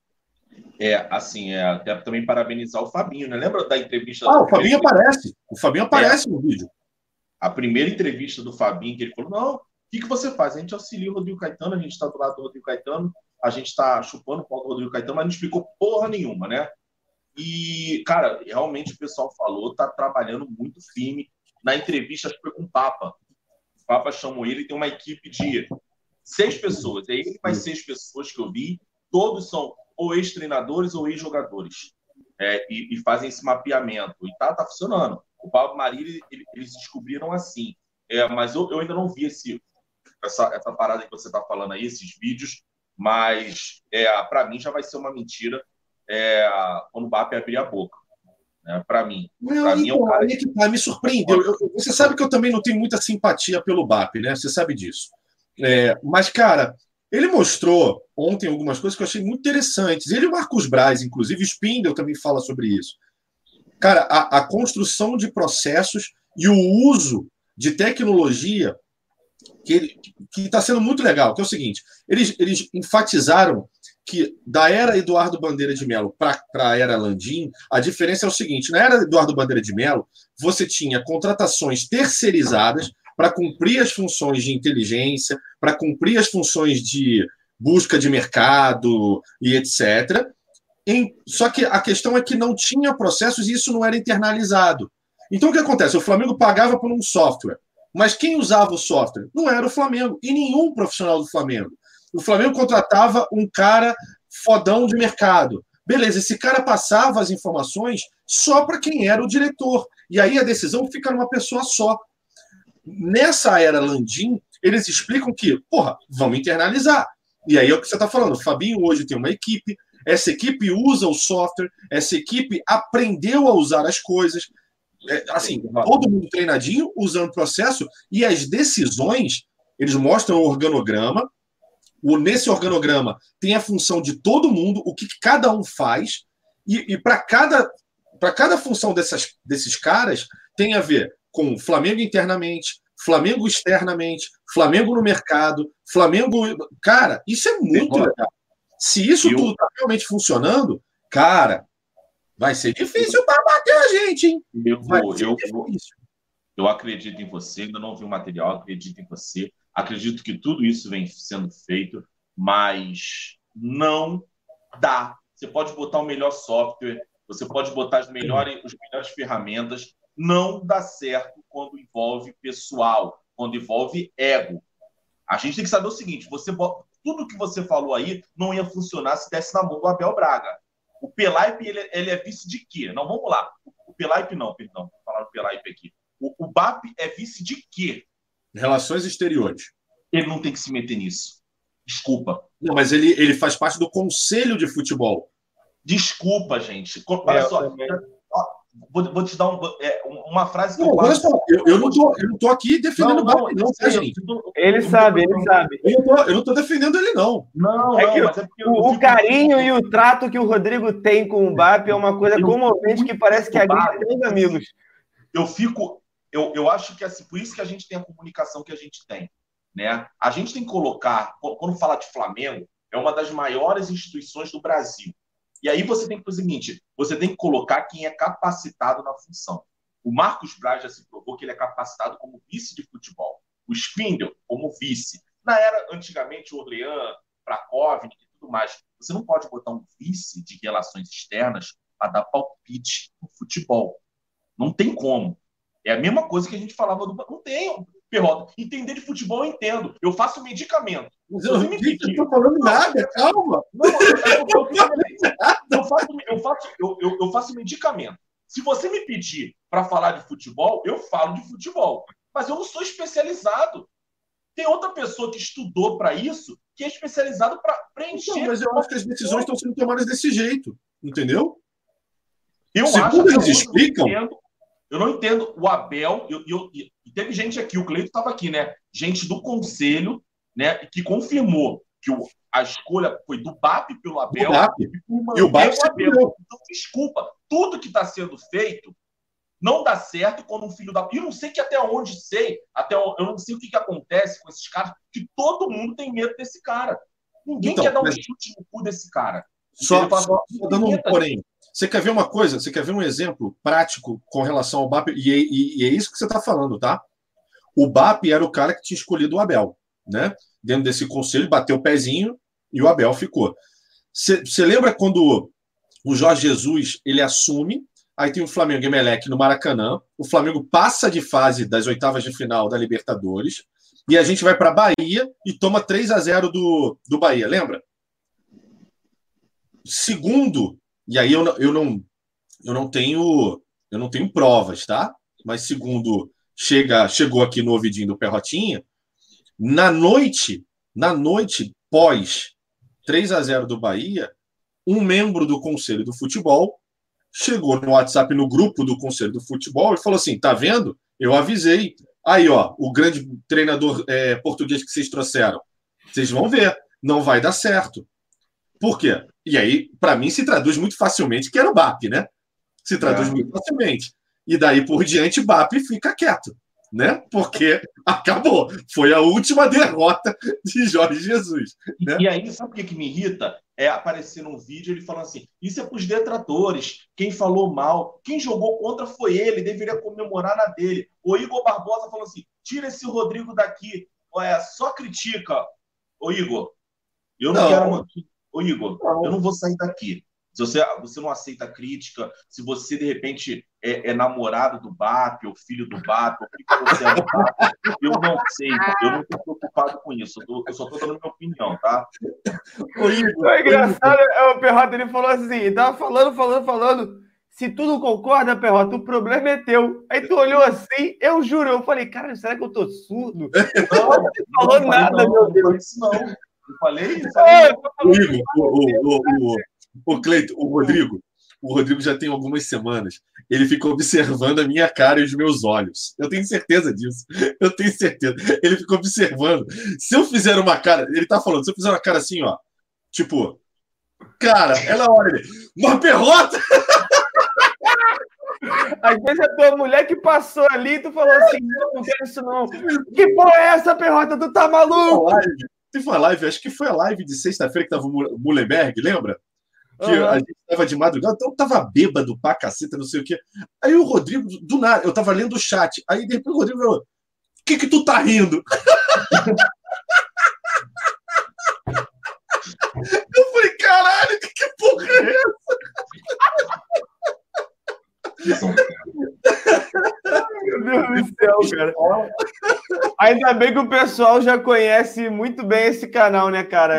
Até também parabenizar o Fabinho, né? Lembra da entrevista? O Fabinho aparece. O Fabinho aparece no vídeo. A primeira entrevista do Fabinho, que ele falou, não, o que você faz? A gente auxilia o Rodrigo Caetano, a gente está do lado do Rodrigo Caetano, a gente está chupando o pau do Rodrigo Caetano, mas não explicou porra nenhuma, né? E, cara, realmente o pessoal falou, tá trabalhando muito firme. Na entrevista, acho que foi com o Papa. O Papa chamou ele, tem uma equipe de 6 pessoas. É ele mais 6 pessoas que eu vi, todos são ou ex-treinadores ou ex-jogadores. E fazem esse mapeamento. E tá funcionando. O Pablo Maria, eles descobriram assim. Mas eu ainda não vi essa parada que você tá falando aí, esses vídeos, mas para mim já vai ser uma mentira quando o BAP abrir a boca. Para mim. Pra mim é um cara que me surpreendeu. Você sabe que eu também não tenho muita simpatia pelo BAP, né? Você sabe disso. Mas, cara, ele mostrou ontem algumas coisas que eu achei muito interessantes. Ele e o Marcos Braz, inclusive, o Spindel também fala sobre isso. Cara, a construção de processos e o uso de tecnologia que está sendo muito legal, que é o seguinte, eles enfatizaram que da era Eduardo Bandeira de Melo para a era Landim, a diferença é o seguinte, na era Eduardo Bandeira de Melo, você tinha contratações terceirizadas para cumprir as funções de inteligência, para cumprir as funções de busca de mercado e etc. Só que a questão é que não tinha processos e isso não era internalizado. Então, o que acontece? O Flamengo pagava por um software, mas quem usava o software? Não era o Flamengo e nenhum profissional do Flamengo. O Flamengo contratava um cara fodão de mercado. Beleza, esse cara passava as informações só para quem era o diretor. E aí a decisão fica numa pessoa só. Nessa era Landim, eles explicam que, vamos internalizar. E aí é o que você está falando. O Fabinho hoje tem uma equipe, essa equipe usa o software, essa equipe aprendeu a usar as coisas. Assim, todo mundo treinadinho, usando o processo, e as decisões, eles mostram o organograma. Nesse organograma tem a função de todo mundo, o que cada um faz, e para cada função desses caras tem a ver com Flamengo internamente, Flamengo externamente, Flamengo no mercado, Flamengo... Cara, isso é muito legal. Se isso tudo está realmente funcionando, cara, vai ser difícil para bater a gente, hein? Eu acredito em você, ainda não vi o material, acredito em você, acredito que tudo isso vem sendo feito, mas não dá. Você pode botar o melhor software, você pode botar as melhores ferramentas, não dá certo quando envolve pessoal, quando envolve ego. A gente tem que saber o seguinte, tudo que você falou aí não ia funcionar se desse na mão do Abel Braga. O Pelaipe, ele é vice de quê? Não, vamos lá. O Pelaipe não, perdão. Vou falar do Pelaipe aqui. O BAP é vice de quê? Relações exteriores. Ele não tem que se meter nisso. Desculpa. Não, mas ele faz parte do Conselho de Futebol. Desculpa, gente. Olha só. Vou te dar uma frase que eu não tô aqui defendendo o BAP, não, tá, gente? Ele sabe. Eu não tô defendendo ele, não. Mas é porque o carinho e o trato que o Rodrigo tem com o BAP é uma coisa comovente que parece que agrega até os amigos. Eu acho que assim, por isso que a gente tem a comunicação que a gente tem, né? A gente tem que colocar, quando fala de Flamengo, é uma das maiores instituições do Brasil. E aí você tem que fazer o seguinte, você tem que colocar quem é capacitado na função. O Marcos Braz já se provou que ele é capacitado como vice de futebol. O Spindel como vice. Na era, antigamente, o Orlean, Prakovnik e tudo mais. Você não pode botar um vice de relações externas para dar palpite no futebol. Não tem como. É a mesma coisa que a gente falava do... Não tem, Perrota. Entender de futebol eu entendo. Eu faço medicamento. Eu não estou falando nada, calma. Eu faço medicamento. Se você me pedir para falar de futebol, eu falo de futebol. Mas eu não sou especializado. Tem outra pessoa que estudou para isso, que é especializado para preencher... Não, mas eu acho que as decisões estão sendo tomadas desse jeito. Entendeu? Eu acho que eles explicam... Eu não entendo o Abel... E teve gente aqui, o Cleito estava aqui, né? Gente do Conselho, né? Que confirmou que a escolha foi do BAP pelo Abel. E o BAP se Abel. Então, desculpa, tudo que está sendo feito não dá certo quando um filho da... E eu não sei até onde eu não sei o que acontece com esses caras, que todo mundo tem medo desse cara. Ninguém quer dar um chute no cu desse cara. Só dando um porém. Você quer ver uma coisa? Você quer ver um exemplo prático com relação ao BAP? E é isso que você está falando, tá? O BAP era o cara que tinha escolhido o Abel, né? Dentro desse conselho, bateu o pezinho e o Abel ficou. Você lembra quando o Jorge Jesus ele assume, aí tem o Flamengo e Emelec no Maracanã, o Flamengo passa de fase das oitavas de final da Libertadores, e a gente vai para a Bahia e toma 3-0 do Bahia, lembra? Segundo, e aí eu não tenho provas, tá? Mas segundo chegou aqui no ouvidinho do Perrotinha, na noite pós 3-0 do Bahia, um membro do Conselho do Futebol chegou no WhatsApp, no grupo do Conselho do Futebol, e falou assim, tá vendo? Eu avisei. Aí, ó, o grande treinador português que vocês trouxeram. Vocês vão ver, não vai dar certo. Por quê? E aí, para mim, se traduz muito facilmente que era o BAP, né? Se traduz muito facilmente. E daí por diante, o BAP fica quieto, né? Porque acabou. Foi a última derrota de Jorge Jesus. Né? E aí, sabe o que me irrita? É aparecer num vídeo ele falando assim, isso é para os detratores, quem falou mal, quem jogou contra foi ele, deveria comemorar na dele. O Igor Barbosa falou assim, tira esse Rodrigo daqui, só critica. Ô Igor, eu não quero... Ô Igor, eu não vou sair daqui. Se você não aceita crítica, se você, de repente, é namorado do BAP, ou filho do BAP, ou o que você é do BAP, eu não sei, eu não estou preocupado com isso, eu só estou dando minha opinião, tá? O engraçado o Perrota, ele falou assim, ele tava falando, se tu não concorda, Perrota, o problema é teu. Aí tu olhou assim, eu juro, eu falei, cara, será que eu tô surdo? Não tô falando nada, meu Deus. Não. Eu falei isso. O Igor, o Cleiton, o Rodrigo já tem algumas semanas. Ele fica observando a minha cara e os meus olhos. Eu tenho certeza disso. Eu tenho certeza. Ele fica observando. Se eu fizer uma cara, ele tá falando, se eu fizer uma cara assim, ó, tipo, cara, ela olha, uma perrota! Às vezes a tua mulher que passou ali, tu falou assim, não quero isso não. Que porra é essa, perrota? Tu tá maluco? Teve uma live, acho que foi a live de sexta-feira que tava o Mullenberg, lembra? Que a gente tava de madrugada, então tava bêbado pra caceta, não sei o quê. Aí o Rodrigo, do nada, eu tava lendo o chat, aí depois o Rodrigo falou, o que tu tá rindo? Eu falei, caralho, que porra é essa? Meu Deus do céu, cara. Ainda bem que o pessoal já conhece muito bem esse canal, né, cara?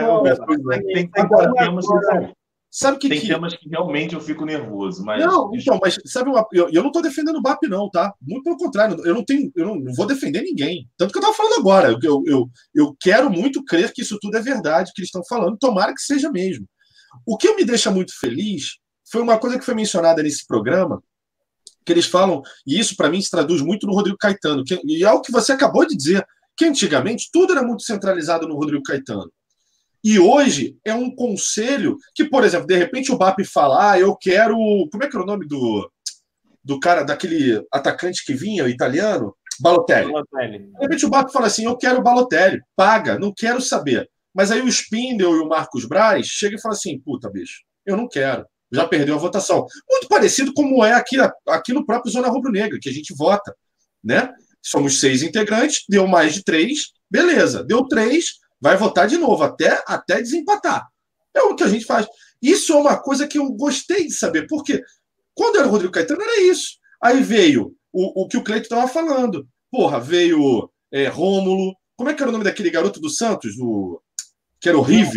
Tem temas que realmente eu fico nervoso, mas... Não, então, mas sabe, eu não tô defendendo o BAP, não, tá? Muito pelo contrário, eu não vou defender ninguém. Tanto que eu tava falando agora, eu quero muito crer que isso tudo é verdade, que eles estão falando, tomara que seja mesmo. O que me deixa muito feliz foi uma coisa que foi mencionada nesse programa, que eles falam, e isso para mim se traduz muito no Rodrigo Caetano, e é o que você acabou de dizer, que antigamente tudo era muito centralizado no Rodrigo Caetano. E hoje é um conselho que, por exemplo, de repente o BAP fala, eu quero... Como é que era o nome do cara, daquele atacante que vinha, o italiano? Balotelli. De repente o BAP fala assim, eu quero o Balotelli, paga, não quero saber. Mas aí o Spindel e o Marcos Braz chegam e falam assim, puta, bicho, eu não quero. Já perdeu a votação. Muito parecido como é aqui no próprio Zona Rubro-Negra, que a gente vota, né? Somos 6 integrantes, deu mais de 3, beleza. Deu 3... vai votar de novo, até desempatar. É o que a gente faz. Isso é uma coisa que eu gostei de saber, porque quando era o Rodrigo Caetano, era isso. Aí veio o que o Cleiton estava falando. Porra, veio Rômulo. Como é que era o nome daquele garoto do Santos? Que era horrível?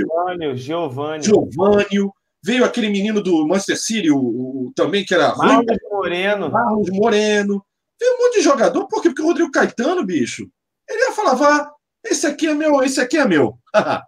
Giovânio. Veio aquele menino do Manchester City, também, que era ruim. Marlos Moreno. Veio um monte de jogador. Por quê? Porque o Rodrigo Caetano, bicho, ele ia falar, esse aqui é meu, esse aqui é meu.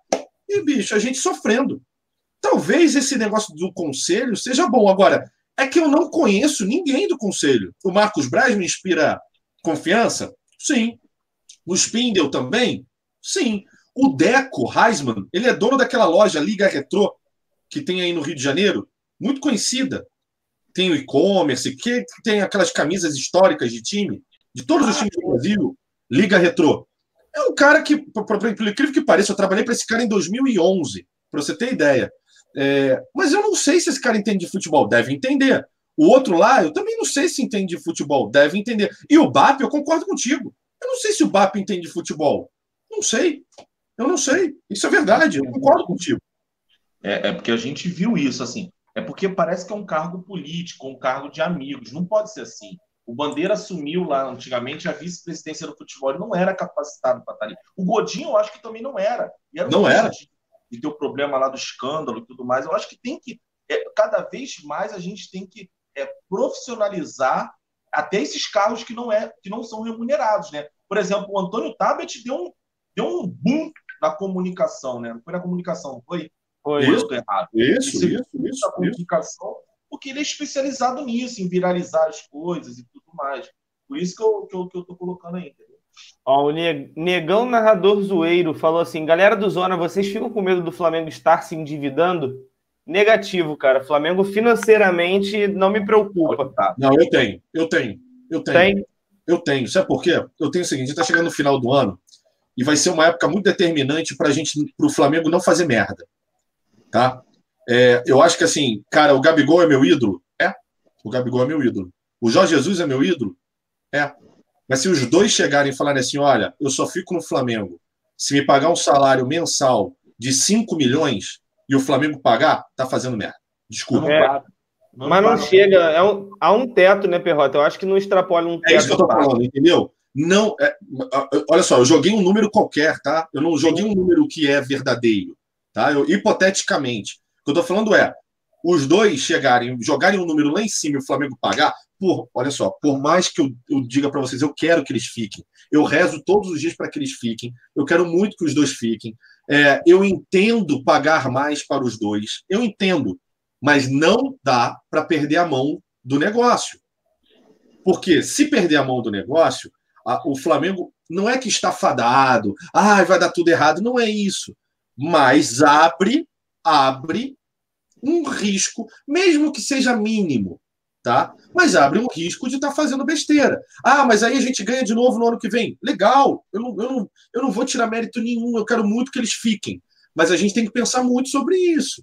E, bicho, a gente sofrendo. Talvez esse negócio do conselho seja bom. Agora, é que eu não conheço ninguém do conselho. O Marcos Braz me inspira confiança? Sim. O Spindel também? Sim. O Deco Heisman, ele é dono daquela loja Liga Retrô, que tem aí no Rio de Janeiro, muito conhecida. Tem o e-commerce, que tem aquelas camisas históricas de time, de todos os times do Brasil, Liga Retrô. É um cara que, por incrível que pareça, eu trabalhei para esse cara em 2011, para você ter ideia. Mas eu não sei se esse cara entende de futebol. Deve entender. O outro lá, eu também não sei se entende de futebol. Deve entender. E o BAP, eu concordo contigo. Eu não sei se o BAP entende de futebol. Não sei. Eu não sei. Isso é verdade. Eu concordo contigo. Porque a gente viu isso, assim. É porque parece que é um cargo político, um cargo de amigos. Não pode ser assim. O Bandeira assumiu lá antigamente a vice-presidência do futebol. Ele não era capacitado para estar ali. O Godinho, eu acho que também não era. E era não era. De ter o problema lá do escândalo e tudo mais. Eu acho que tem que... cada vez mais a gente tem que profissionalizar até esses cargos que não são remunerados, né? Por exemplo, o Antônio Tabet deu um boom na comunicação, né? Não foi na comunicação, não foi? Foi. Eu estou errado. Isso. Na comunicação, porque ele é especializado nisso, em viralizar as coisas e tudo mais. Por isso que eu estou colocando aí, entendeu? Ó, o Negão Narrador Zoeiro falou assim, galera do Zona, vocês ficam com medo do Flamengo estar se endividando? Negativo, cara. Flamengo financeiramente não me preocupa. Não, eu tenho. Tem? Eu tenho. Sabe por quê? Eu tenho o seguinte, a gente está chegando no final do ano e vai ser uma época muito determinante para o Flamengo não fazer merda. Tá? Eu acho que assim, cara, o Gabigol é meu ídolo? O Gabigol é meu ídolo. O Jorge Jesus é meu ídolo? Mas se os dois chegarem e falarem assim, olha, eu só fico no Flamengo se me pagar um salário mensal de 5 milhões e o Flamengo pagar, tá fazendo merda. Desculpa. Mas não chega, há um teto, né, Perrota? Eu acho que não extrapola um teto. É isso que eu tô falando, entendeu? Não, olha só, eu joguei um número qualquer, tá? Eu não joguei um número que é verdadeiro, tá? Hipoteticamente. O que eu tô falando os dois jogarem um número lá em cima e o Flamengo pagar, olha só, por mais que eu diga para vocês, eu quero que eles fiquem. Eu rezo todos os dias para que eles fiquem. Eu quero muito que os dois fiquem. Eu entendo pagar mais para os dois, eu entendo, mas não dá para perder a mão do negócio. Porque se perder a mão do negócio, o Flamengo não é que está fadado, vai dar tudo errado, não é isso. Mas abre um risco, mesmo que seja mínimo, tá? Mas abre um risco de estar fazendo besteira. Mas aí a gente ganha de novo no ano que vem. Legal, eu não vou tirar mérito nenhum, eu quero muito que eles fiquem. Mas a gente tem que pensar muito sobre isso.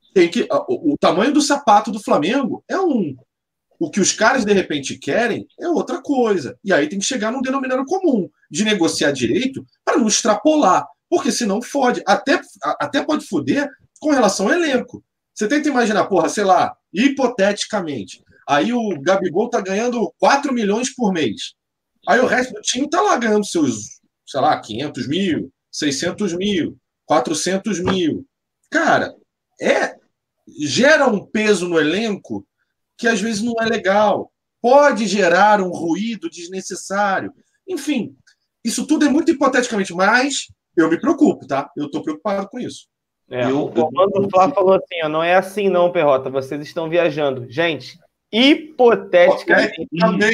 O tamanho do sapato do Flamengo é um. O que os caras, de repente, querem é outra coisa. E aí tem que chegar num denominador comum de negociar direito para não extrapolar. Porque senão fode. Até pode foder com relação ao elenco. Você tenta imaginar, sei lá, hipoteticamente. Aí o Gabigol tá ganhando 4 milhões por mês. Aí o resto do time tá lá ganhando seus, sei lá, 500 mil, 600 mil, 400 mil. Cara, gera um peso no elenco que às vezes não é legal. Pode gerar um ruído desnecessário. Enfim, isso tudo é muito hipoteticamente, mas eu me preocupo, tá? Eu estou preocupado com isso. O comando Flá falou assim, não é assim não, Perrota, vocês estão viajando. Gente, hipoteticamente.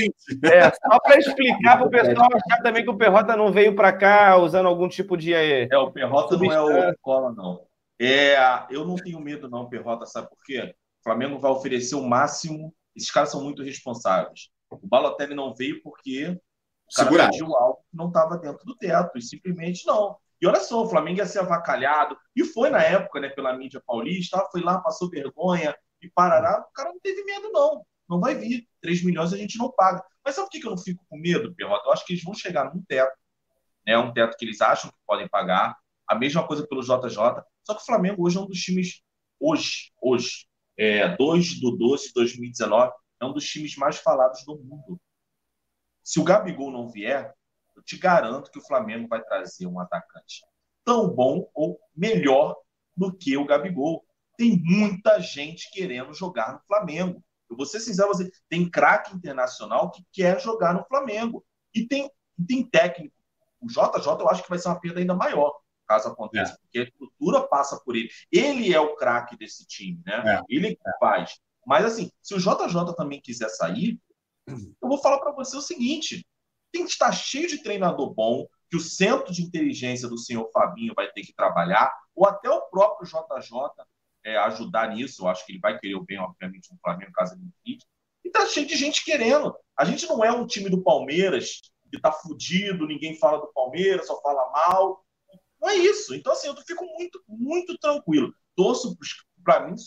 Só para explicar para o pessoal achar também que o Perrota não veio para cá usando algum tipo de... o Perrota não é o cola, não. Eu não tenho medo não, Perrota, sabe por quê? O Flamengo vai oferecer o máximo. Esses caras são muito responsáveis. O Balotelli não veio porque o cara pediu algo que não estava dentro do teto. E simplesmente não. E olha só, o Flamengo ia ser avacalhado. E foi na época, né, pela mídia paulista. Foi lá, passou vergonha e parará. O cara não teve medo, não. Não vai vir. 3 milhões a gente não paga. Mas sabe por que eu não fico com medo, Perrota? Eu acho que eles vão chegar num teto. Né, um teto que eles acham que podem pagar. A mesma coisa pelo JJ. Só que o Flamengo hoje é um dos times... Hoje 2/12 de 2019, é um dos times mais falados do mundo. Se o Gabigol não vier, eu te garanto que o Flamengo vai trazer um atacante tão bom ou melhor do que o Gabigol. Tem muita gente querendo jogar no Flamengo. Eu vou ser sincero, tem craque internacional que quer jogar no Flamengo. E tem técnico. O JJ eu acho que vai ser uma perda ainda maior, caso aconteça, porque a estrutura passa por ele. Ele é o craque desse time, né? Ele que faz. Mas, assim, se o JJ também quiser sair, eu vou falar para você o seguinte, tem que estar cheio de treinador bom, que o centro de inteligência do senhor Fabinho vai ter que trabalhar, ou até o próprio JJ ajudar nisso. Eu acho que ele vai querer o bem, obviamente, no Flamengo, caso ele fique. E tá cheio de gente querendo. A gente não é um time do Palmeiras que tá fudido, ninguém fala do Palmeiras, só fala mal. Não é isso. Então, assim, eu fico muito, muito tranquilo. Torço para mim,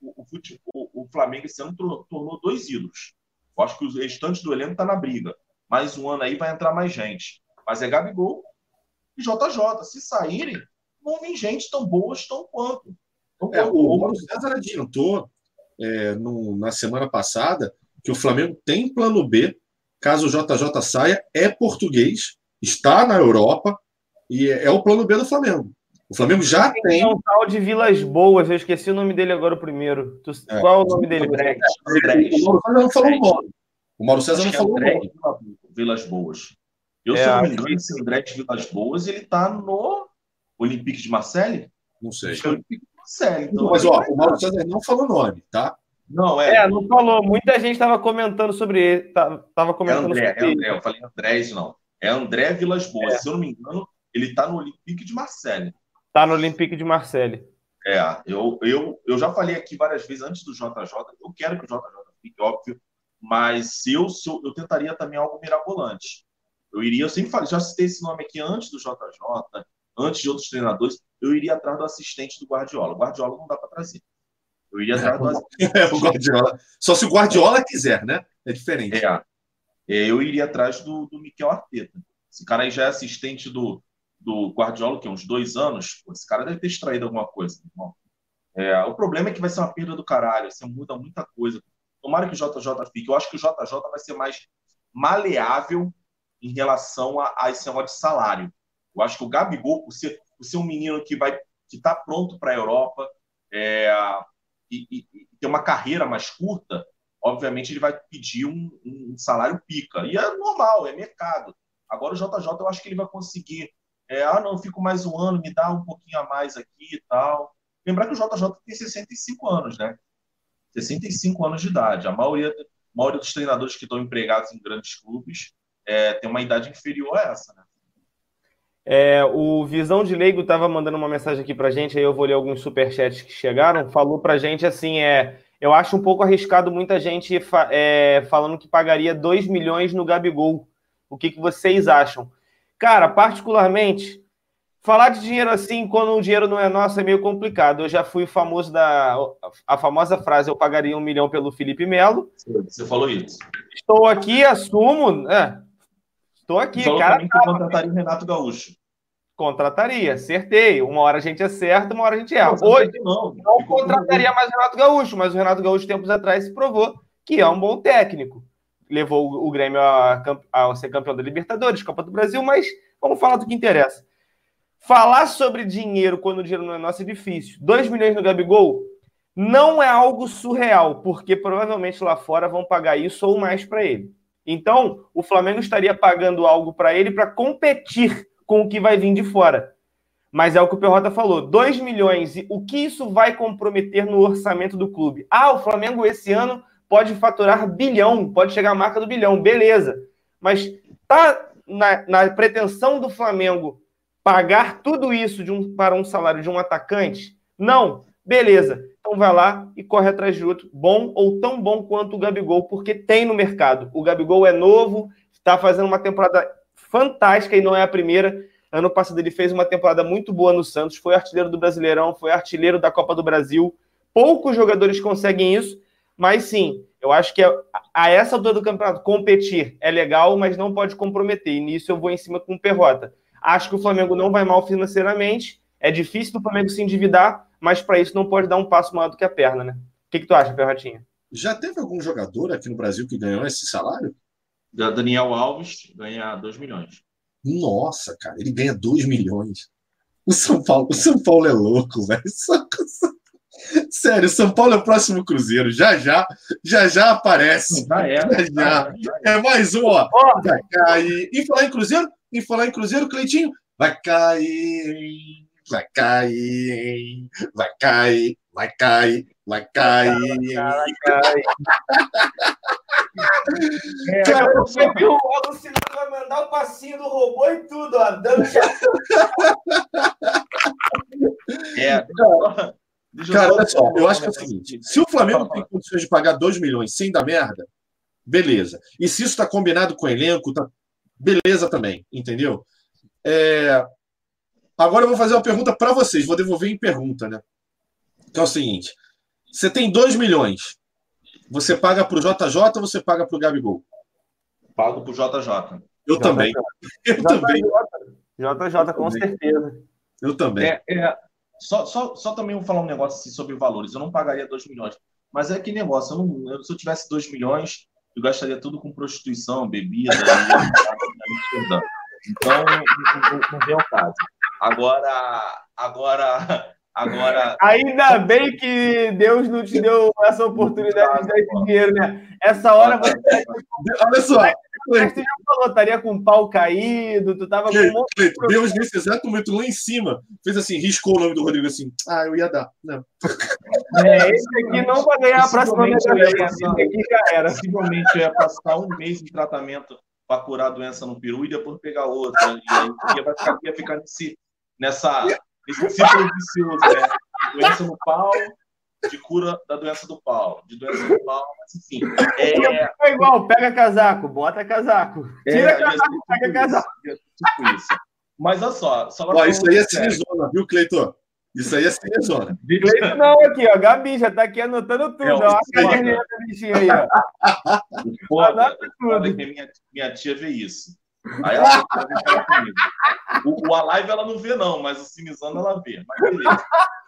o Flamengo esse ano tornou 2 ídolos. Eu acho que os restantes do elenco tá na briga. Mais um ano aí vai entrar mais gente. Mas é Gabigol e JJ. Se saírem, vão vir gente tão boas, tão quanto. O Mauro César adiantou na semana passada que o Flamengo tem plano B, caso o JJ saia, é português, está na Europa, e é o plano B do Flamengo. O Flamengo já tem. Um tal de Vilas Boas, eu esqueci o nome dele agora o primeiro. Qual é o nome dele? O Mauro César não falou o nome. O Mauro César não falou o nome. Vilas Boas. Se eu não me engano, esse André de Vilas Boas, ele está no Olympique de Marseille? Não sei. Acho que é o Olympique de Marseille. Então, mas o Mauro César não falou o nome, tá? Não, não falou. Muita gente estava comentando sobre ele. Tava comentando André, sobre ele. Eu falei Andrés, não. É André Vilas Boas. Se eu não me engano, ele está no Olympique de Marseille. Está no Olympique de Marseille. Eu já falei aqui várias vezes antes do JJ. Eu quero que o JJ fique, óbvio. Mas eu tentaria também algo mirabolante. Eu sempre falei, já citei esse nome aqui antes do JJ, antes de outros treinadores, eu iria atrás do assistente do Guardiola. O Guardiola não dá para trazer. Eu iria atrás do assistente. O Guardiola. Só se o Guardiola quiser, né? É diferente. Eu iria atrás do Mikel Arteta. Esse cara aí já é assistente do Guardiola, que é uns 2 anos. Pô, esse cara deve ter extraído alguma coisa. Irmão. O problema é que vai ser uma perda do caralho. Você muda muita coisa. Tomara que o JJ fique. Eu acho que o JJ vai ser mais maleável em relação a esse negócio de salário. Eu acho que o Gabigol, por ser um menino que está pronto para a Europa e ter uma carreira mais curta, obviamente ele vai pedir um salário pica. E é normal, é mercado. Agora o JJ eu acho que ele vai conseguir Não, eu fico mais um ano, me dá um pouquinho a mais aqui e tal. Lembrar que o JJ tem 65 anos, né? 65 anos de idade. A maioria dos treinadores que estão empregados em grandes clubes tem uma idade inferior a essa, né? O Visão de Leigo estava mandando uma mensagem aqui pra gente, aí eu vou ler alguns superchats que chegaram. Falou pra gente assim: eu acho um pouco arriscado muita gente falando que pagaria 2 milhões no Gabigol. O que vocês acham? Cara, particularmente, falar de dinheiro assim, quando o dinheiro não é nosso, é meio complicado. Eu já fui o famoso a famosa frase: eu pagaria 1 milhão pelo Felipe Melo. Você falou isso. Estou aqui, assumo. Estou aqui, Falou cara. também que contrataria o Renato Gaúcho. Contrataria, acertei. Uma hora a gente acerta, uma hora a gente erra. Não, Hoje, não contrataria mais o Renato Gaúcho, mas o Renato Gaúcho, tempos atrás, se provou que é um bom técnico. Levou o Grêmio a ser campeão da Libertadores, Copa do Brasil, mas vamos falar do que interessa. Falar sobre dinheiro quando o dinheiro não é nosso é difícil. 2 milhões no Gabigol não é algo surreal, porque provavelmente lá fora vão pagar isso ou mais para ele. Então, o Flamengo estaria pagando algo para ele para competir com o que vai vir de fora. Mas é o que o Perrota falou, 2 milhões, e o que isso vai comprometer no orçamento do clube? O Flamengo esse ano pode faturar bilhão, pode chegar à marca do bilhão, beleza. Mas tá na pretensão do Flamengo pagar tudo isso para um salário de um atacante? Não, beleza. Então vai lá e corre atrás de outro, bom ou tão bom quanto o Gabigol, porque tem no mercado. O Gabigol é novo, está fazendo uma temporada fantástica e não é a primeira. Ano passado ele fez uma temporada muito boa no Santos, foi artilheiro do Brasileirão, foi artilheiro da Copa do Brasil. Poucos jogadores conseguem isso, mas sim, eu acho que a essa altura do campeonato competir é legal, mas não pode comprometer. E nisso eu vou em cima com o Perrota. Acho que o Flamengo não vai mal financeiramente, é difícil do Flamengo se endividar, mas para isso não pode dar um passo maior do que a perna, né? O que tu acha, Perrotinha? Já teve algum jogador aqui no Brasil que ganhou esse salário? Daniel Alves ganha 2 milhões. Nossa, cara, ele ganha 2 milhões. O São Paulo é louco, velho. Sério, o São Paulo é o próximo Cruzeiro. Já aparece. Já. É mais um, ó. Vai cair. E falar em Cruzeiro, Cleitinho, vai cair. Vai cair. Vai cair. Vai cair. Vai cair. Cara, você viu o Luciano vai mandar o passinho do robô e tudo, ó. Dando Cara, olha só, eu acho que é o seguinte: se o Flamengo tem condições de pagar 2 milhões sem dar merda, beleza. E se isso está combinado com o elenco, tá beleza também, entendeu? Agora eu vou fazer uma pergunta para vocês, vou devolver em pergunta, né? Que é o seguinte: você tem 2 milhões, você paga para o JJ ou você paga para o Gabigol? Pago pro JJ. Eu também. Eu também. JJ, com certeza. Eu também. Só também vou falar um negócio assim sobre valores. Eu não pagaria 2 milhões. Mas é que negócio, se eu tivesse 2 milhões, eu gastaria tudo com prostituição, bebida, então não vem ao caso. Agora. Ainda bem que Deus não te deu essa oportunidade de dar esse dinheiro, né? Essa hora você. Olha só. Você já falou, estaria com o pau caído, tu tava com um monte de Deus, nesse exato momento, lá em cima, fez assim, riscou o nome do Rodrigo assim. Eu ia dar. Não. Esse aqui não vai ganhar a próxima vez. Esse aqui já era. Possivelmente eu ia passar um mês de tratamento para curar a doença no peru e depois pegar outra. E aí ia ficar nesse ciclo vicioso, né? Doença no pau, de cura da doença do pau, de doença do pau, mas enfim. É igual, pega casaco, bota casaco. Tira casaco, pega casaco. Tipo isso. Mas olha só. Isso aí é cinezona, viu, Cleiton? Isso aí é cinezona. Cleiton não, aqui, ó. Gabi já tá aqui anotando tudo. Ó, a caderneta do bichinho aí, ó. Foda que minha tia vê isso. Aí ela fala comigo. A live ela não vê, não, mas o cinezona ela vê. Mas beleza.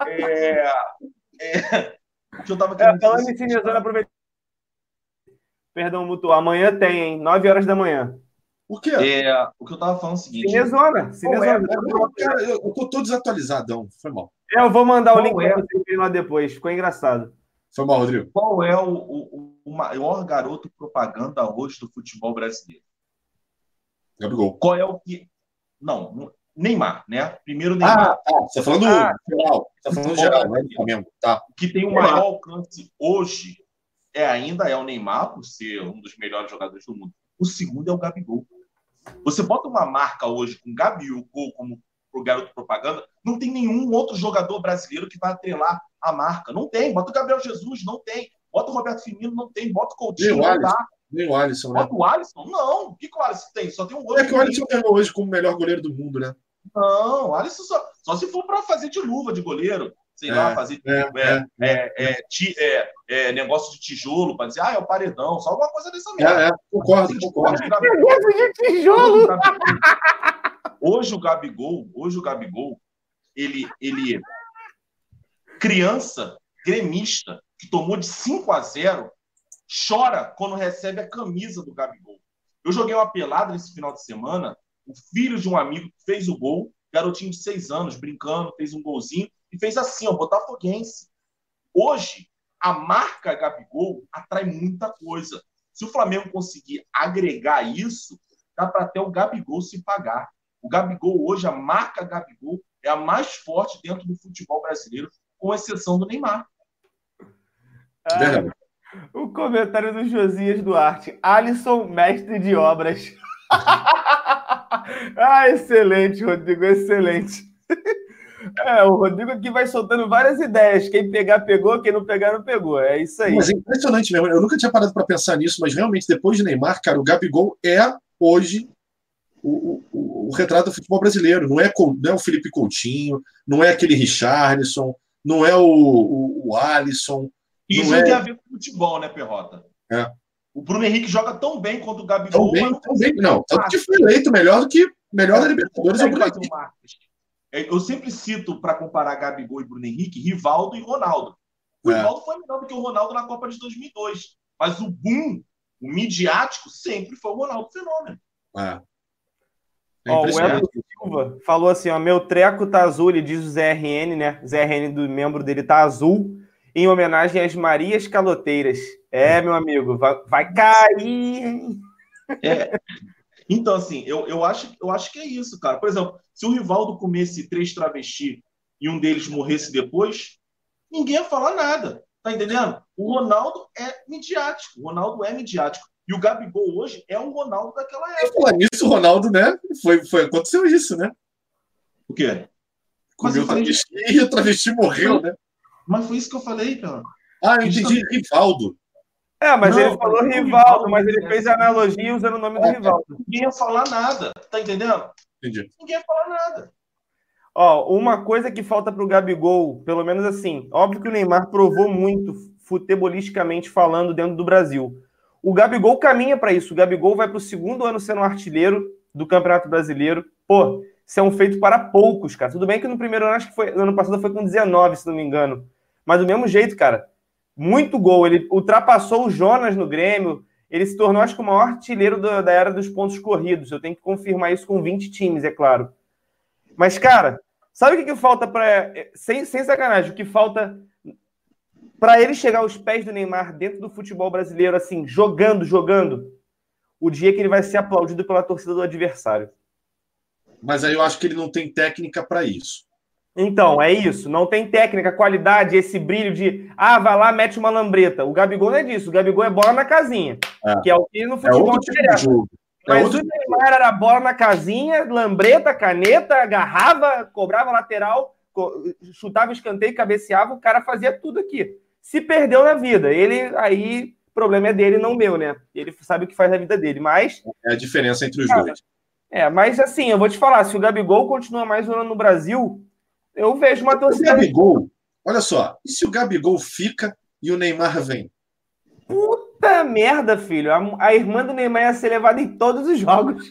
O que eu tava querendo falando em cinezona, aproveita. Perdão, Mutu. Amanhã tem, hein? 9 horas da manhã. O quê? O que eu tava falando é o seguinte. Cinezona. Eu tô todo desatualizadão. Foi mal. Eu vou mandar o link para você lá depois. Ficou engraçado. Foi mal, Rodrigo. Qual é o maior garoto propaganda hoje do futebol brasileiro? Gabigol. Qual é o que... Não, Neymar, né? Primeiro Neymar. Você tá falando geral. Você tá falando geral, né? Flamengo. Tá. O que tem o maior alcance hoje ainda é o Neymar, por ser um dos melhores jogadores do mundo. O segundo é o Gabigol. Você bota uma marca hoje com Gabigol como pro garoto propaganda, não tem nenhum outro jogador brasileiro que vai atrelar a marca. Não tem. Bota o Gabriel Jesus, não tem. Bota o Roberto Firmino, não tem. Bota o Coutinho, não dá. Nem o Alisson, né? Bota o Alisson? Não. O que o Alisson tem? Só tem um outro. É que o Alisson ganhou hoje como o melhor goleiro do mundo, né? Não, o Alisson só se for para fazer de luva de goleiro. Sei lá, fazer negócio de tijolo, para dizer, é o paredão, só alguma coisa dessa merda. Concordo. Negócio de tijolo! Hoje o Gabigol, ele criança, gremista, que tomou de 5-0, chora quando recebe a camisa do Gabigol. Eu joguei uma pelada nesse final de semana, o filho de um amigo fez o gol, garotinho de 6 anos, brincando, fez um golzinho, e fez assim, botafoguense. Hoje, a marca Gabigol atrai muita coisa. Se o Flamengo conseguir agregar isso, dá para até o Gabigol se pagar. O Gabigol hoje, a marca Gabigol, é a mais forte dentro do futebol brasileiro, com exceção do Neymar. O comentário do Josias Duarte. Alisson, mestre de obras. Excelente, Rodrigo, excelente. O Rodrigo aqui vai soltando várias ideias. Quem pegar, pegou. Quem não pegar, não pegou. É isso aí. Mas é impressionante mesmo. Eu nunca tinha parado para pensar nisso, mas realmente, depois de Neymar, cara, o Gabigol é hoje o retrato do futebol brasileiro. Não é o Felipe Coutinho, não é aquele Richarlison, não é o Alisson. Isso não tem a ver com futebol, né, Perrota? O Bruno Henrique joga tão bem quanto o Gabigol. Tão bem. Não, tanto que foi eleito melhor da Libertadores. Eu sempre cito, para comparar Gabigol e Bruno Henrique, Rivaldo e Ronaldo. O Rivaldo foi melhor do que o Ronaldo na Copa de 2002. Mas o boom, o midiático, sempre foi o Ronaldo Fenômeno. O Elton Silva falou assim, meu treco tá azul, ele diz o ZRN, né? O ZRN do membro dele tá azul, em homenagem às Marias Caloteiras. Meu amigo, vai cair! Então, assim, eu acho que é isso, cara. Por exemplo, se o Rivaldo comesse 3 travestis e um deles morresse depois, ninguém ia falar nada. Tá entendendo? O Ronaldo é midiático. E o Gabigol hoje é o Ronaldo daquela época. Falar nisso, o Ronaldo, né? Aconteceu isso, né? O quê? Comeu travesti e o travesti morreu, né? Mas foi isso que eu falei, cara. Eu entendi. Rivaldo. Ele falou Rivaldo, mas ele fez a analogia usando o nome do Rivaldo. Ninguém ia falar nada, tá entendendo? Entendi. Ninguém ia falar nada. Uma coisa que falta pro Gabigol, pelo menos assim, óbvio que o Neymar provou muito, futebolisticamente falando, dentro do Brasil. O Gabigol caminha para isso. O Gabigol vai pro 2º ano sendo artilheiro do Campeonato Brasileiro. Isso é um feito para poucos, cara. Tudo bem que no primeiro ano, acho que foi, no ano passado foi com 19, se não me engano. Mas do mesmo jeito, cara, muito gol. Ele ultrapassou o Jonas no Grêmio. Ele se tornou, acho que, o maior artilheiro da era dos pontos corridos. Eu tenho que confirmar isso com 20 times, é claro. Mas, cara, sabe o que falta para... Sem sacanagem, o que falta para ele chegar aos pés do Neymar dentro do futebol brasileiro, assim, jogando, o dia que ele vai ser aplaudido pela torcida do adversário. Mas aí eu acho que ele não tem técnica para isso. Então, é isso. Não tem técnica, qualidade, esse brilho de... vai lá, mete uma lambreta. O Gabigol não é disso. O Gabigol é bola na casinha. Que é o que no futebol interessa. Mas o Neymar era bola na casinha, lambreta, caneta, agarrava, cobrava lateral, chutava escanteio, cabeceava, o cara fazia tudo aqui. Se perdeu na vida. Aí, o problema é dele, não meu, né? Ele sabe o que faz na vida dele, mas... É a diferença entre os dois. Mas assim, eu vou te falar, se o Gabigol continua mais um ano no Brasil, eu vejo uma torcida... O Gabigol, olha só, e se o Gabigol fica e o Neymar vem? Puta merda, filho. A irmã do Neymar ia ser levada em todos os jogos.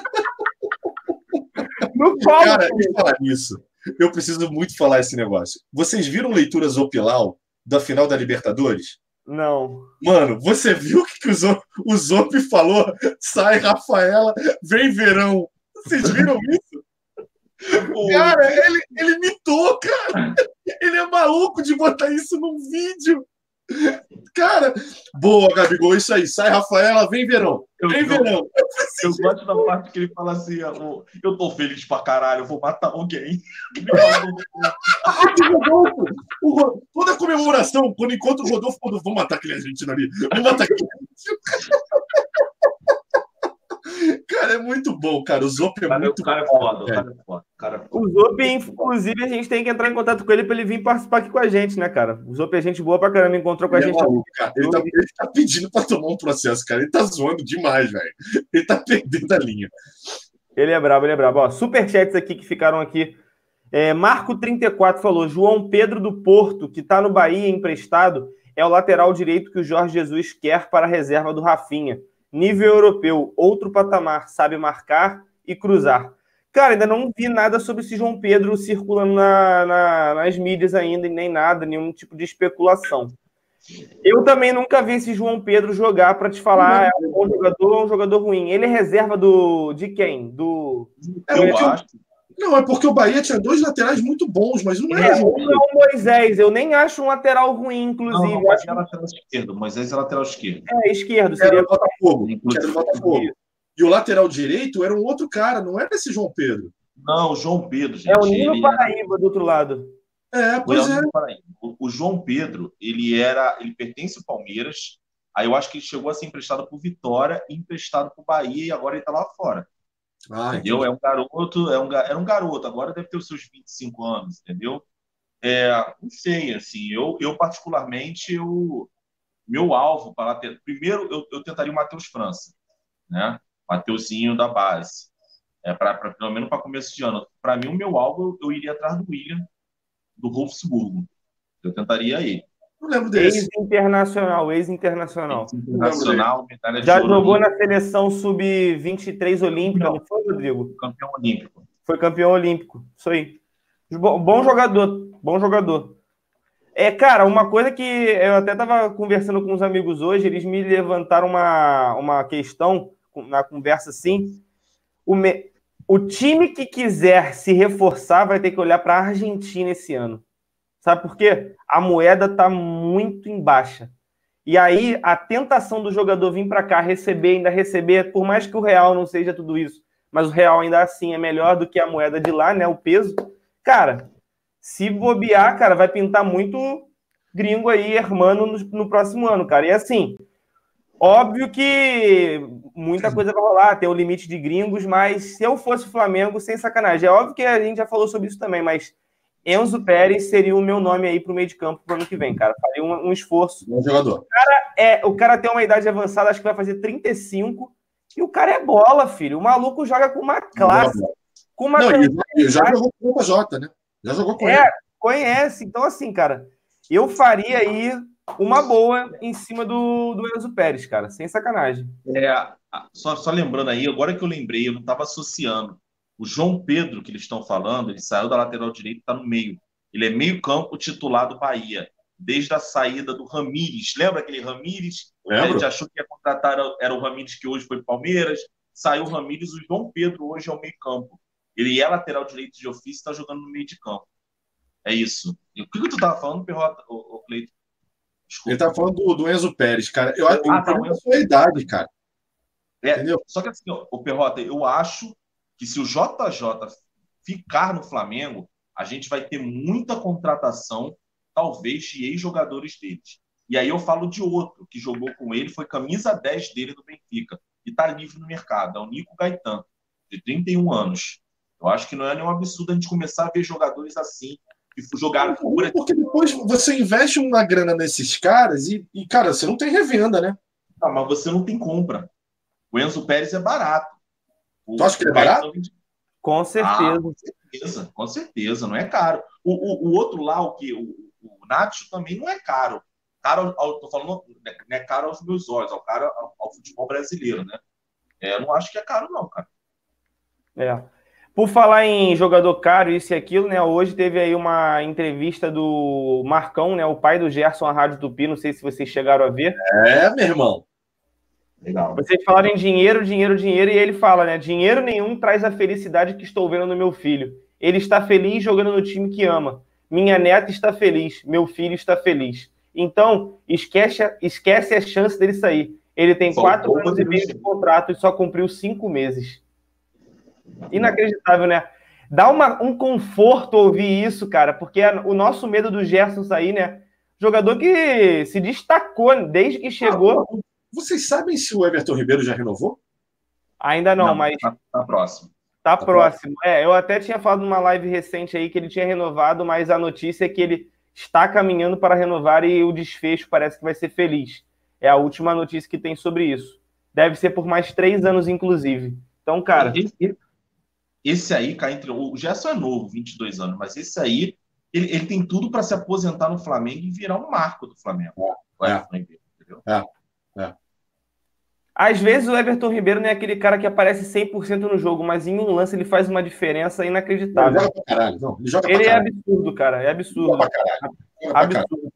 No colo. Cara, e falar nisso, eu preciso muito falar esse negócio. Vocês viram Leitura Zopilau da final da Libertadores? Não. Mano, você viu o que o Zop falou? Sai, Rafaela, vem verão. Vocês viram isso? Cara, ele mitou, cara. Ele é maluco de botar isso num vídeo. Cara, boa, Gabigol, isso aí. Sai, Rafaela, vem verão. Vem verão. Eu gosto da parte que ele fala assim: eu tô feliz pra caralho, eu vou matar alguém. Ele fala, Toda a comemoração, quando encontra o Rodolfo, vou matar aquele argentino ali. Vou matar aquele argentino. Cara, é muito bom, cara. O Zop é muito o cara é foda, o cara é foda. O Zop, inclusive, a gente tem que entrar em contato com ele para ele vir participar aqui com a gente, né, cara? O Zop é gente boa pra caramba, encontrou com a gente. Maluco, cara. Ele tá pedindo pra tomar um processo, cara. Ele tá zoando demais, velho. Ele tá perdendo a linha. Ele é brabo, ele é brabo. Ó, superchats aqui que ficaram aqui. Marco34 falou: João Pedro do Porto, que tá no Bahia emprestado, é o lateral direito que o Jorge Jesus quer para a reserva do Rafinha. Nível europeu, outro patamar, sabe marcar e cruzar. Cara, ainda não vi nada sobre esse João Pedro circulando nas mídias ainda, e nem nada, nenhum tipo de especulação. Eu também nunca vi esse João Pedro jogar para te falar, é um bom jogador ou um jogador ruim. Ele é reserva de quem? Eu acho. Não, é porque o Bahia tinha dois laterais muito bons, mas não era João Pedro. O Moisés, eu nem acho um lateral ruim, inclusive. Não, mas é lateral esquerdo. Moisés é lateral esquerdo. Esquerdo. Seria o Botafogo. Era o Botafogo. E o lateral direito era um outro cara, não era esse João Pedro. Não, o João Pedro, gente. É o Nino Paraíba do outro lado. Pois é. O João Pedro, ele pertence ao Palmeiras. Aí eu acho que ele chegou a ser emprestado por Vitória e emprestado por Bahia e agora ele tá lá fora. Entendeu? É um garoto, era um garoto, agora deve ter os seus 25 anos, entendeu? Não sei, assim, eu particularmente, meu alvo para lateral. Primeiro, eu tentaria o Matheus França, né? Mateuzinho da base. Pelo menos para começo de ano. Para mim, o meu alvo, eu iria atrás do William, do Wolfsburgo. Eu tentaria ele. Não lembro desse. Ex-internacional. Medalha de Já ouro jogou olímpico. na seleção sub-23 olímpica, não foi, Rodrigo? Campeão olímpico. Foi campeão olímpico, isso aí. Bom jogador. Cara, uma coisa que eu até estava conversando com uns amigos hoje, eles me levantaram uma questão na conversa assim. O time que quiser se reforçar vai ter que olhar para a Argentina esse ano. Sabe por quê? A moeda está muito em baixa. E aí, a tentação do jogador vir para cá ainda receber, por mais que o real não seja tudo isso, mas o real ainda assim é melhor do que a moeda de lá, né? O peso. Cara, se bobear, cara, vai pintar muito gringo aí, hermano, no próximo ano, cara. E assim, óbvio que muita coisa vai rolar, tem o limite de gringos, mas se eu fosse o Flamengo, sem sacanagem, é óbvio que a gente já falou sobre isso também, mas Enzo Pérez seria o meu nome aí pro meio de campo pro ano que vem, cara. Faria um esforço. Bom jogador. O cara tem uma idade avançada, acho que vai fazer 35, e o cara é bola, filho. O maluco joga com uma classe. Com uma já jogou com o Jota, né? Já jogou com ele. Conhece. Então, assim, cara, eu faria aí uma boa em cima do Enzo Pérez, cara. Sem sacanagem. Só lembrando aí, agora que eu lembrei, eu não estava associando. O João Pedro, que eles estão falando, ele saiu da lateral direita e está no meio. Ele é meio campo titular do Bahia, desde a saída do Ramírez. Lembra aquele Ramírez? Lembro. A gente achou que ia contratar, era o Ramírez que hoje foi para o Palmeiras. Saiu o Ramírez, o João Pedro hoje é o meio campo. Ele é lateral direito de ofício e está jogando no meio de campo. É isso. E o que tu estava falando, Perrota, Cleiton? Ele estava falando do Enzo Pérez, cara. Eu acho que é a idade, cara. Entendeu? Só que assim, o Perrota, eu acho que se o JJ ficar no Flamengo, a gente vai ter muita contratação, talvez, de ex-jogadores deles. E aí eu falo de outro, que jogou com ele, foi camisa 10 dele do Benfica, e está livre no mercado, é o Nico Gaetan, de 31 anos. Eu acho que não é nenhum absurdo a gente começar a ver jogadores assim, que jogaram fora. Porque depois você investe uma grana nesses caras e, cara, você não tem revenda, né? Mas você não tem compra. O Enzo Pérez é barato. Tu acha que ele é barato? Com certeza. Com certeza, não é caro. O outro lá, o Nacho também não é caro. Tô falando, não é caro aos meus olhos, é caro ao futebol brasileiro, né? Eu não acho que é caro, não, cara. Por falar em jogador caro, isso e aquilo, né? Hoje teve aí uma entrevista do Marcão, né? O pai do Gerson, à Rádio Tupi, não sei se vocês chegaram a ver. Meu irmão. Legal. Vocês falaram em dinheiro, e ele fala, né? Dinheiro nenhum traz a felicidade que estou vendo no meu filho. Ele está feliz jogando no time que ama. Minha neta está feliz, meu filho está feliz. Então, esquece a chance dele sair. Ele tem 4 anos e meio de contrato e só cumpriu 5 meses. Inacreditável, né? Dá um conforto ouvir isso, cara, porque o nosso medo do Gerson sair, né? Jogador que se destacou desde que chegou. Vocês sabem se o Everton Ribeiro já renovou? Ainda não, mas... Tá próximo. Tá próximo. Eu até tinha falado numa live recente aí que ele tinha renovado, mas a notícia é que ele está caminhando para renovar e o desfecho parece que vai ser feliz. É a última notícia que tem sobre isso. Deve ser por mais 3 anos, inclusive. Então, cara... Esse aí, cá entre... O Gerson é novo, 22 anos, mas esse aí, ele tem tudo para se aposentar no Flamengo e virar um marco do Flamengo. Entendeu? Às vezes o Everton Ribeiro não é aquele cara que aparece 100% no jogo, mas em um lance ele faz uma diferença inacreditável. Ele joga pra caralho. Não, ele joga pra Ele caralho. é absurdo, cara. É absurdo. Joga pra caralho. Absurdo.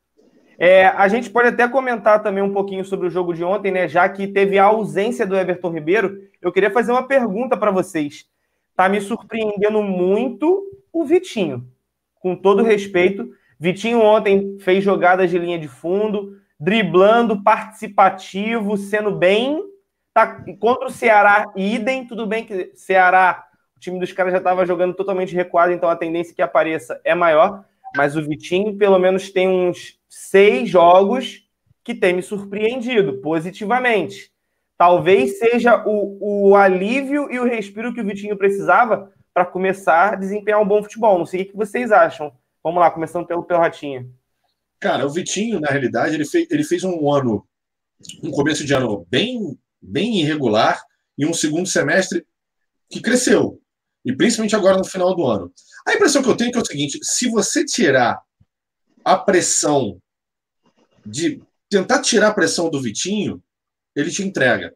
A gente pode até comentar também um pouquinho sobre o jogo de ontem, né? Já que teve a ausência do Everton Ribeiro, eu queria fazer uma pergunta para vocês. Tá me surpreendendo muito o Vitinho. Com todo respeito, Vitinho ontem fez jogadas de linha de fundo, driblando, participativo, sendo bem... Tá, contra o Ceará, idem, tudo bem que Ceará, o time dos caras já estava jogando totalmente recuado, então a tendência que apareça é maior, mas o Vitinho pelo menos tem uns 6 jogos que tem me surpreendido positivamente. Talvez seja o alívio e o respiro que o Vitinho precisava para começar a desempenhar um bom futebol. Não sei o que vocês acham. Vamos lá, começando pelo Ratinha. Cara, o Vitinho, na realidade, ele fez um começo de ano bem irregular e um segundo semestre que cresceu. E principalmente agora no final do ano. A impressão que eu tenho é o seguinte: se você tirar a pressão tentar tirar a pressão do Vitinho, ele te entrega.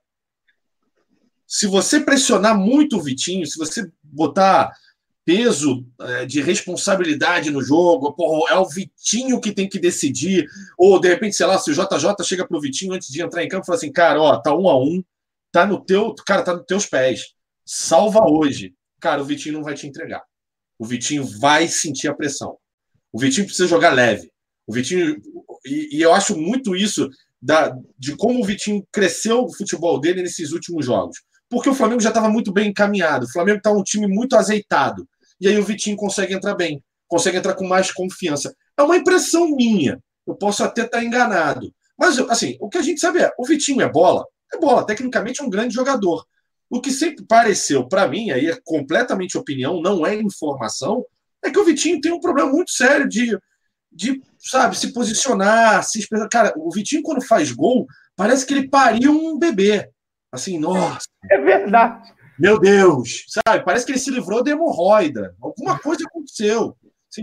Se você pressionar muito o Vitinho, se você botar peso de responsabilidade no jogo, é o Vitinho que tem que decidir, ou de repente, sei lá, se o JJ chega pro Vitinho antes de entrar em campo e fala assim, cara, ó, tá 1-1, tá nos teus pés, salva hoje. Cara, o Vitinho não vai te entregar. O Vitinho vai sentir a pressão. O Vitinho precisa jogar leve. O Vitinho, e eu acho muito isso de como o Vitinho cresceu o futebol dele nesses últimos jogos. Porque o Flamengo já estava muito bem encaminhado. O Flamengo está um time muito azeitado. E aí o Vitinho consegue entrar bem. Consegue entrar com mais confiança. É uma impressão minha. Eu posso até estar enganado. Mas, assim, o que a gente sabe o Vitinho é bola. É bola. Tecnicamente é um grande jogador. O que sempre pareceu, para mim, aí é completamente opinião, não é informação, é que o Vitinho tem um problema muito sério de sabe, se posicionar, se expressar. Cara, o Vitinho, quando faz gol, parece que ele pariu um bebê. Assim, nossa. É verdade. Meu Deus, sabe? Parece que ele se livrou de hemorroida. Alguma coisa aconteceu. Assim,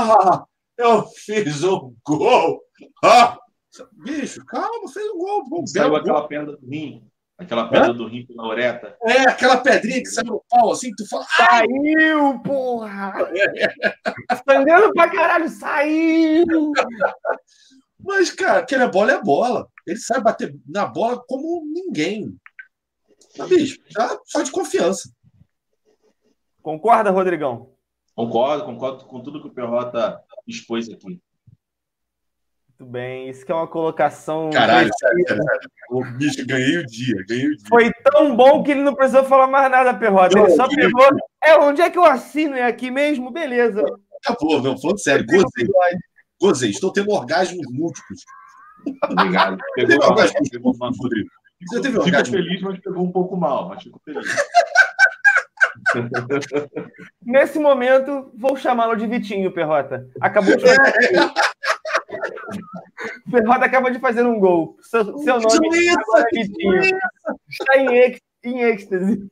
eu fiz um gol. Bicho, calma, fez um gol. Saiu aquela pedra do rim. Aquela pedra do rim pela uretra. Aquela pedrinha que saiu no pau, assim, que tu fala... Saiu, porra! Estendendo pra caralho, saiu! Mas, cara, aquela bola é bola. Ele sabe bater na bola como ninguém. Mas, bicho, só de confiança. Concorda, Rodrigão? Concordo com tudo que o Perrota expôs aqui. Muito bem, isso que é uma colocação... Caralho, sério. O bicho, ganhei o dia. Foi tão bom que ele não precisou falar mais nada, Perrota. Ele só pegou... onde é que eu assino? É aqui mesmo? Beleza. Acabou, não, falando sério. Gozei. Estou tendo orgasmos múltiplos. Obrigado. Pegou Rodrigo. Você teve orgasmo? Fico feliz, mas pegou um pouco mal. Mas fico feliz. Nesse momento, vou chamá-lo de Vitinho, Perrota. Acabou de O Perrota acaba de fazer um gol. Seu nome agora é Vitinho. Está em êxtase.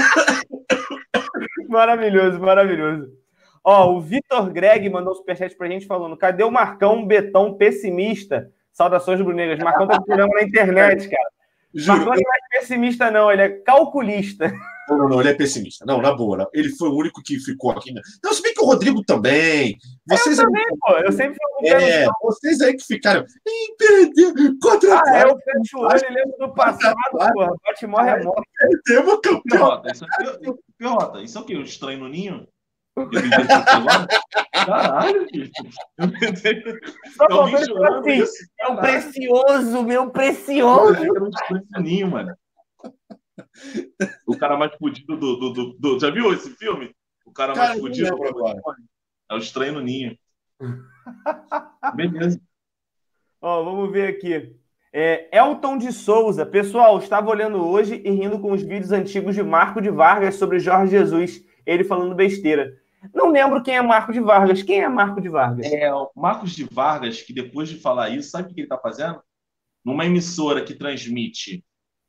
Maravilhoso. Ó, o Vitor Greg mandou um superchat pra gente falando: cadê o Marcão Betão pessimista? Saudações rubro-negras. Marcão tá com programa na internet, cara. Juro. Marcão não é pessimista, não. Ele é calculista. Não, ele é pessimista. Não, na boa. Não. Ele foi o único que ficou aqui. Não, se bem que o Rodrigo também. Vocês também, pô. Eu sempre fico vocês aí que ficaram. Perdeu. Eu fecho o olho e lembro do passado, porra. Bate morre é morte. Perdemos o campeão. Perrota, isso é o quê? O estranho no ninho? Eu me identifiquei agora? Caralho, bicho. Eu Só alguém faltou chorando assim, isso. meu precioso, meu precioso. Era um estranho, mano. O cara mais fudido do. Já viu esse filme? O cara mais Cara, eu não fudido lembro agora. é o Estranho no Ninho. Beleza. Ó, vamos ver aqui. Elton de Souza. Pessoal, estava olhando hoje e rindo com os vídeos antigos de Marco de Vargas sobre Jorge Jesus. Ele falando besteira. Não lembro quem é Marco de Vargas. Quem é Marco de Vargas? O Marcos de Vargas, que depois de falar isso, sabe o que ele está fazendo? Numa emissora que transmite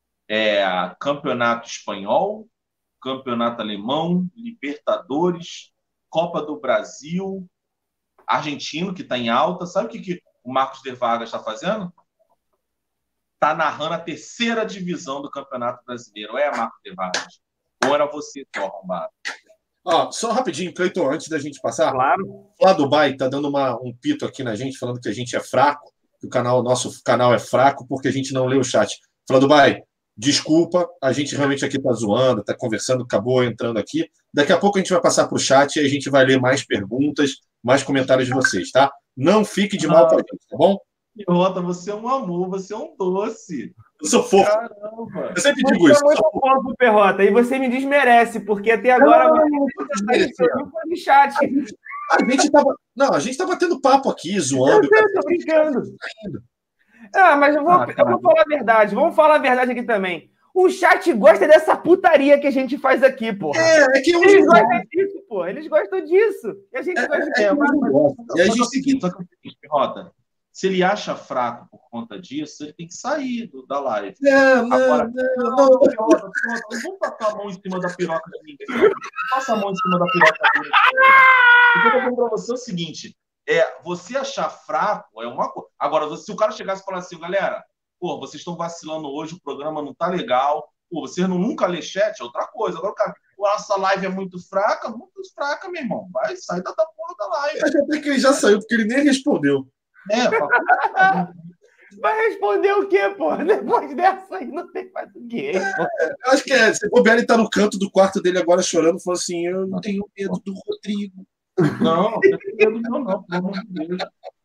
campeonato espanhol, campeonato alemão, Libertadores, Copa do Brasil, argentino, que está em alta. Sabe o que o Marcos de Vargas está fazendo? Está narrando a terceira divisão do Campeonato Brasileiro. Marcos de Vargas? Ou era você, seu arrombado? Só rapidinho, Cleiton, antes da gente passar. Claro. Lá Dubai tá dando um pito aqui na gente, falando que a gente é fraco, que nosso canal é fraco porque a gente não lê o chat. Flá Dubai, desculpa, a gente realmente aqui tá zoando, tá conversando, acabou entrando aqui. Daqui a pouco a gente vai passar para o chat e a gente vai ler mais perguntas, mais comentários de vocês, tá? Não fique de mal com a gente, tá bom? Rota, você é um amor, você é um doce. Eu sou fofo. Caramba. Eu sempre Você digo isso. é muito fofo, Perrota, e você me desmerece, porque até agora no chat. A gente tá batendo papo aqui, zoando. Eu tô brincando. Mas eu vou falar a verdade. Vamos falar a verdade aqui também. O chat gosta dessa putaria que a gente faz aqui, porra. Eles gostam disso, pô. Eles gostam disso. E a gente gosta disso. E a gente só que Rota, se ele acha fraco por conta disso, ele tem que sair da live. Agora, não vamos passar a mão em cima da piroca de ninguém. Não passa a mão em cima da piroca de ninguém. O que eu tô falando pra você é o seguinte: você achar fraco é uma coisa. Agora, se o cara chegasse e falasse assim, galera, vocês estão vacilando hoje, o programa não tá legal, vocês nunca lê chat, é outra coisa. Agora, cara, essa live é muito fraca, meu irmão. Vai sair da porra da live. Acho até que ele já saiu, porque ele nem respondeu. Vai responder o quê, pô? Depois dessa aí não tem mais o quê. Acho que se o Belly tá no canto do quarto dele agora chorando, falou assim: eu não tenho medo do Rodrigo. Não tenho medo não, pelo amor de Deus.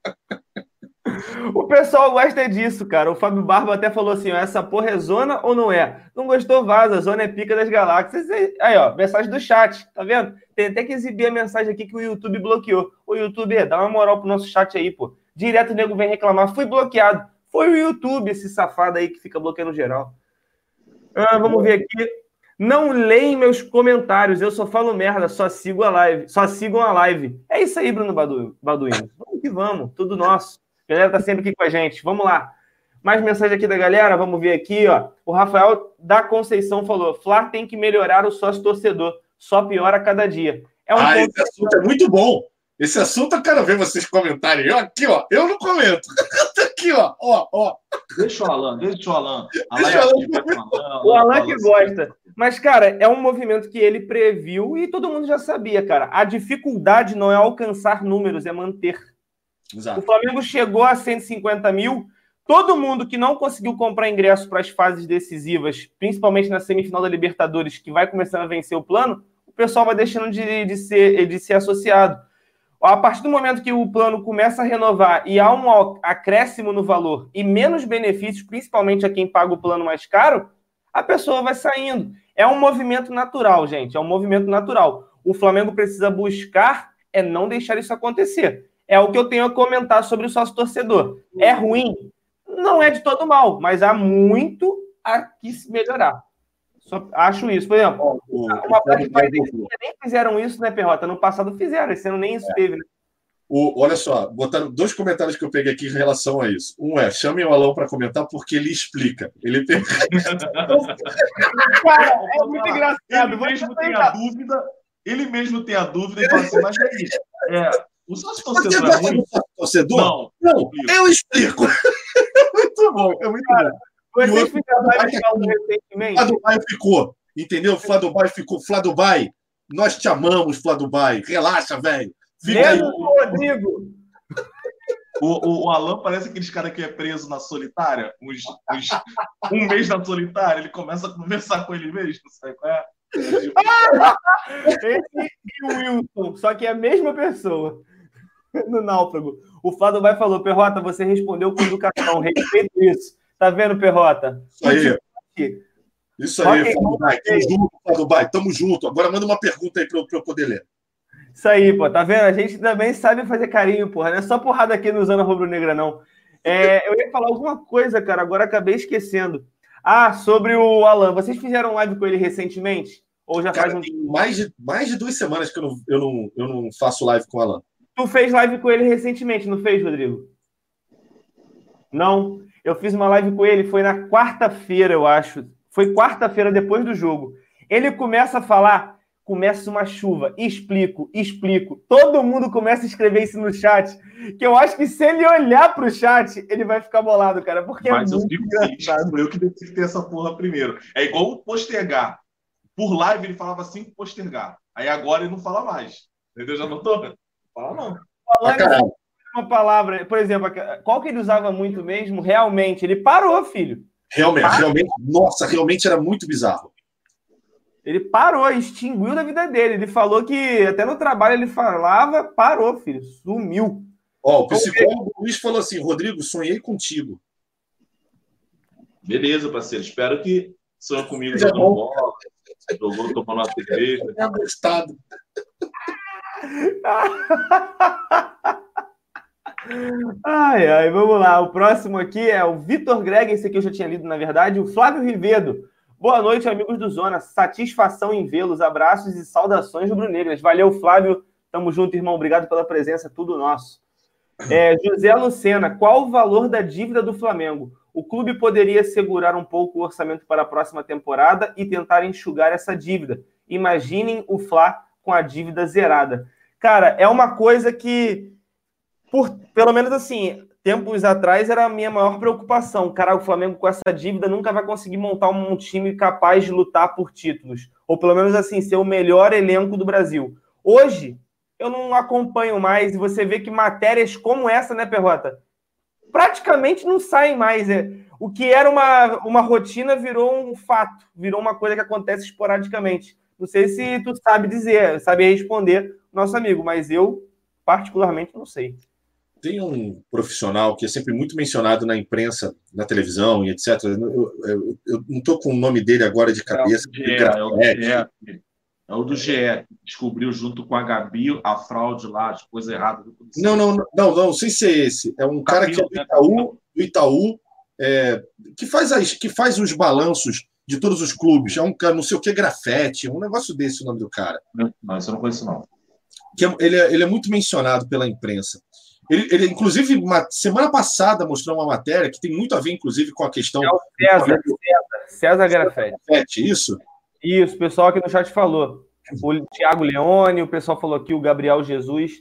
O pessoal gosta disso, cara. O Fábio Barba até falou assim: essa porra é zona ou não é? Não gostou, vaza. Zona é pica das galáxias. Aí, ó, mensagem do chat, tá vendo? Tem até que exibir a mensagem aqui que o YouTube bloqueou. O YouTube, dá uma moral pro nosso chat aí, pô. Direto o nego vem reclamar. Fui bloqueado. Foi o YouTube, esse safado aí que fica bloqueando geral. Vamos ver aqui. Não leem meus comentários. Eu só falo merda. Só sigam a live. É isso aí, Bruno Baduino. Vamos que vamos. Tudo nosso. A galera tá sempre aqui com a gente. Vamos lá. Mais mensagem aqui da galera. Vamos ver aqui, ó. O Rafael da Conceição falou: Flá tem que melhorar o sócio torcedor. Só piora a cada dia. Esse assunto é muito bom. Esse assunto eu quero ver vocês comentarem. Aqui, ó. Eu não comento. Aqui, ó. Deixa o Alan. O Alan que gosta. Mas, cara, é um movimento que ele previu e todo mundo já sabia, cara. A dificuldade não é alcançar números, é manter. Exato. O Flamengo chegou a 150 mil. Todo mundo que não conseguiu comprar ingresso para as fases decisivas, principalmente na semifinal da Libertadores, que vai começando a vencer o plano, o pessoal vai deixando de ser associado. A partir do momento que o plano começa a renovar e há um acréscimo no valor e menos benefícios, principalmente a quem paga o plano mais caro, a pessoa vai saindo. É um movimento natural, gente. É um movimento natural. O Flamengo precisa buscar não deixar isso acontecer. É o que eu tenho a comentar sobre o sócio-torcedor. É ruim? Não é de todo mal, mas há muito a que se melhorar. Só acho isso. Por exemplo, uma Black Friday nem fizeram isso, né, Perrota? No passado fizeram, esse ano nem isso teve, né? Olha só, botaram 2 comentários que eu peguei aqui em relação a isso. Um chamem o Alão para comentar porque ele explica. Ele tem... Cara, é muito engraçado. Ele mesmo tem a dúvida e fala assim, mas o sócio torcedor é ruim? Torcedor? Não, eu explico. Muito bom, é muito bom. Vocês ficaram recentemente? Flá Dubai ficou, entendeu? Flá Dubai ficou. Flá Dubai, nós te amamos, Flá Dubai. Relaxa, velho. Fica aí. Rodrigo. O Alan parece aqueles caras que é preso na solitária, um mês na solitária, ele começa a conversar com ele mesmo, sabe qual é? Esse o Wilson, só que é a mesma pessoa. No Náufrago. O Flávio vai falou, Perrota, você respondeu com educação. Respeito isso. Tá vendo, Perrota? Isso aí. Isso aí, Flávio Bai. Tamo junto, Flávio Bai. Tamo junto. Agora manda uma pergunta aí para eu poder ler. Isso aí, pô. Tá vendo? A gente também sabe fazer carinho, porra. Não é só porrada aqui no Zona Rubro-Negra, não. Eu ia falar alguma coisa, cara. Agora acabei esquecendo. Sobre o Alan. Vocês fizeram live com ele recentemente? Ou já Cara, faz um... tem mais de 2 semanas que eu não faço live com o Alan. Tu fez live com ele recentemente, não fez, Rodrigo? Não. Eu fiz uma live com ele, foi na quarta-feira, eu acho. Foi quarta-feira, depois do jogo. Ele começa a falar, começa uma chuva. Explico. Todo mundo começa a escrever isso no chat, que eu acho que se ele olhar pro chat, ele vai ficar bolado, cara, porque Mas é eu muito fico engraçado. eu que decidi ter essa porra primeiro. É igual o postergar. Por live ele falava assim postergar. Aí agora ele não fala mais. Entendeu? Já notou? Não fala não. Falando uma palavra, por exemplo, qual que ele usava muito mesmo? Realmente, ele parou, filho. Realmente, nossa, realmente era muito bizarro. Ele parou, extinguiu da vida dele. Ele falou que até no trabalho ele falava, parou, filho, sumiu. O psicólogo Luiz falou assim, Rodrigo, sonhei contigo. Beleza, parceiro. Espero que sonhe comigo jogando bola, jogou tomando uma cerveja. É gostado. Ai, vamos lá. O próximo aqui é o Vitor Greg, esse aqui eu já tinha lido, na verdade. O Flávio Rivedo. Boa noite, amigos do Zona. Satisfação em vê-los. Abraços e saudações rubro-negras. Valeu, Flávio. Tamo junto, irmão. Obrigado pela presença. Tudo nosso. José Lucena. Qual o valor da dívida do Flamengo? O clube poderia segurar um pouco o orçamento para a próxima temporada e tentar enxugar essa dívida. Imaginem o Fla com a dívida zerada. Cara, é uma coisa que, pelo menos assim, tempos atrás era a minha maior preocupação. Cara, o Flamengo com essa dívida nunca vai conseguir montar um time capaz de lutar por títulos. Ou pelo menos assim, ser o melhor elenco do Brasil. Hoje, eu não acompanho mais e você vê que matérias como essa, né, Perrota? Praticamente não saem mais. O que era uma rotina virou um fato, virou uma coisa que acontece esporadicamente. Não sei se tu sabe dizer, sabe responder, nosso amigo, mas eu, particularmente, não sei. Tem um profissional que é sempre muito mencionado na imprensa, na televisão e etc. Eu não estou com o nome dele agora de cabeça. É o do GE, que descobriu junto com a Gabi a fraude lá, as coisas erradas. Não sei se é esse. É um cara que é do Itaú, que faz os balanços de todos os clubes. É um cara, não sei o que, grafete, um negócio desse o nome do cara. Não, isso eu não conheço, não. Ele é muito mencionado pela imprensa. Ele, inclusive, semana passada mostrou uma matéria que tem muito a ver, inclusive, com a questão... É o César Grafete. Isso? Isso, o pessoal aqui no chat falou. O Thiago Leone, o pessoal falou aqui, o Gabriel Jesus,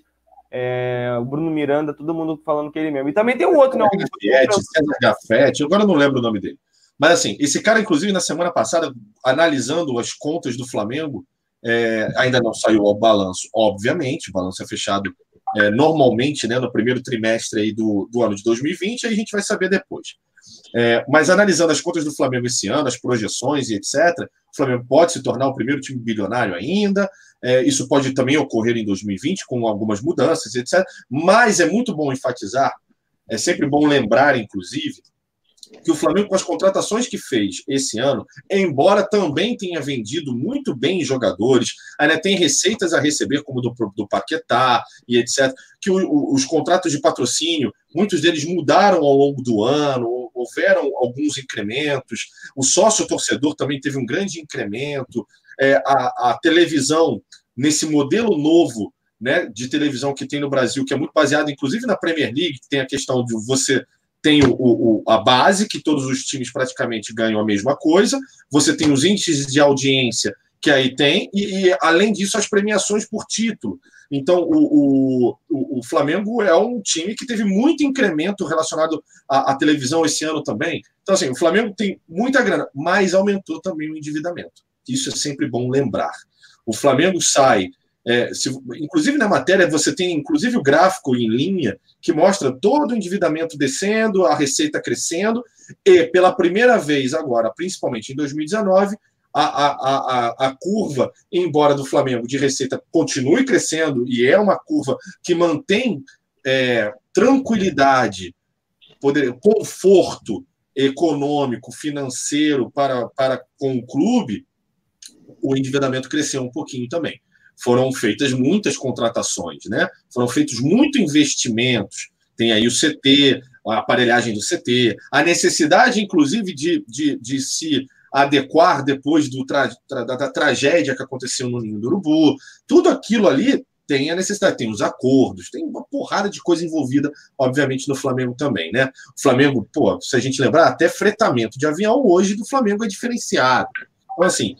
o Bruno Miranda, todo mundo falando que ele mesmo. E também tem um outro, né? César Grafete, agora eu não lembro o nome dele. Mas, assim, esse cara, inclusive, na semana passada, analisando as contas do Flamengo, ainda não saiu o balanço, obviamente, o balanço é fechado normalmente, né, no primeiro trimestre aí do ano de 2020, aí a gente vai saber depois. Mas analisando as contas do Flamengo esse ano, as projeções e etc., o Flamengo pode se tornar o primeiro time bilionário ainda, isso pode também ocorrer em 2020 com algumas mudanças, etc., mas é muito bom enfatizar, é sempre bom lembrar, inclusive, que o Flamengo, com as contratações que fez esse ano, embora também tenha vendido muito bem jogadores, ainda tem receitas a receber, como do Paquetá e etc., que os contratos de patrocínio, muitos deles mudaram ao longo do ano, houveram alguns incrementos, o sócio-torcedor também teve um grande incremento, a televisão, nesse modelo novo, né, de televisão que tem no Brasil, que é muito baseado, inclusive, na Premier League, que tem a questão de você... Tem a base, que todos os times praticamente ganham a mesma coisa. Você tem os índices de audiência, que aí tem, e além disso, as premiações por título. Então, o Flamengo é um time que teve muito incremento relacionado à televisão esse ano também. Então, assim, o Flamengo tem muita grana, mas aumentou também o endividamento. Isso é sempre bom lembrar. O Flamengo sai... inclusive na matéria você tem inclusive o gráfico em linha que mostra todo o endividamento descendo, a receita crescendo e pela primeira vez agora, principalmente em 2019, a curva, embora do Flamengo, de receita continue crescendo, e é uma curva que mantém tranquilidade, conforto econômico, financeiro para com o clube, o endividamento cresceu um pouquinho também. Foram feitas muitas contratações, né? Foram feitos muitos investimentos. Tem aí o CT, a aparelhagem do CT, a necessidade, inclusive, de se adequar depois da tragédia que aconteceu no Ninho do Urubu. Tudo aquilo ali tem a necessidade, tem os acordos, tem uma porrada de coisa envolvida, obviamente, no Flamengo também, né? O Flamengo, se a gente lembrar, até fretamento de avião hoje do Flamengo é diferenciado. Então, assim,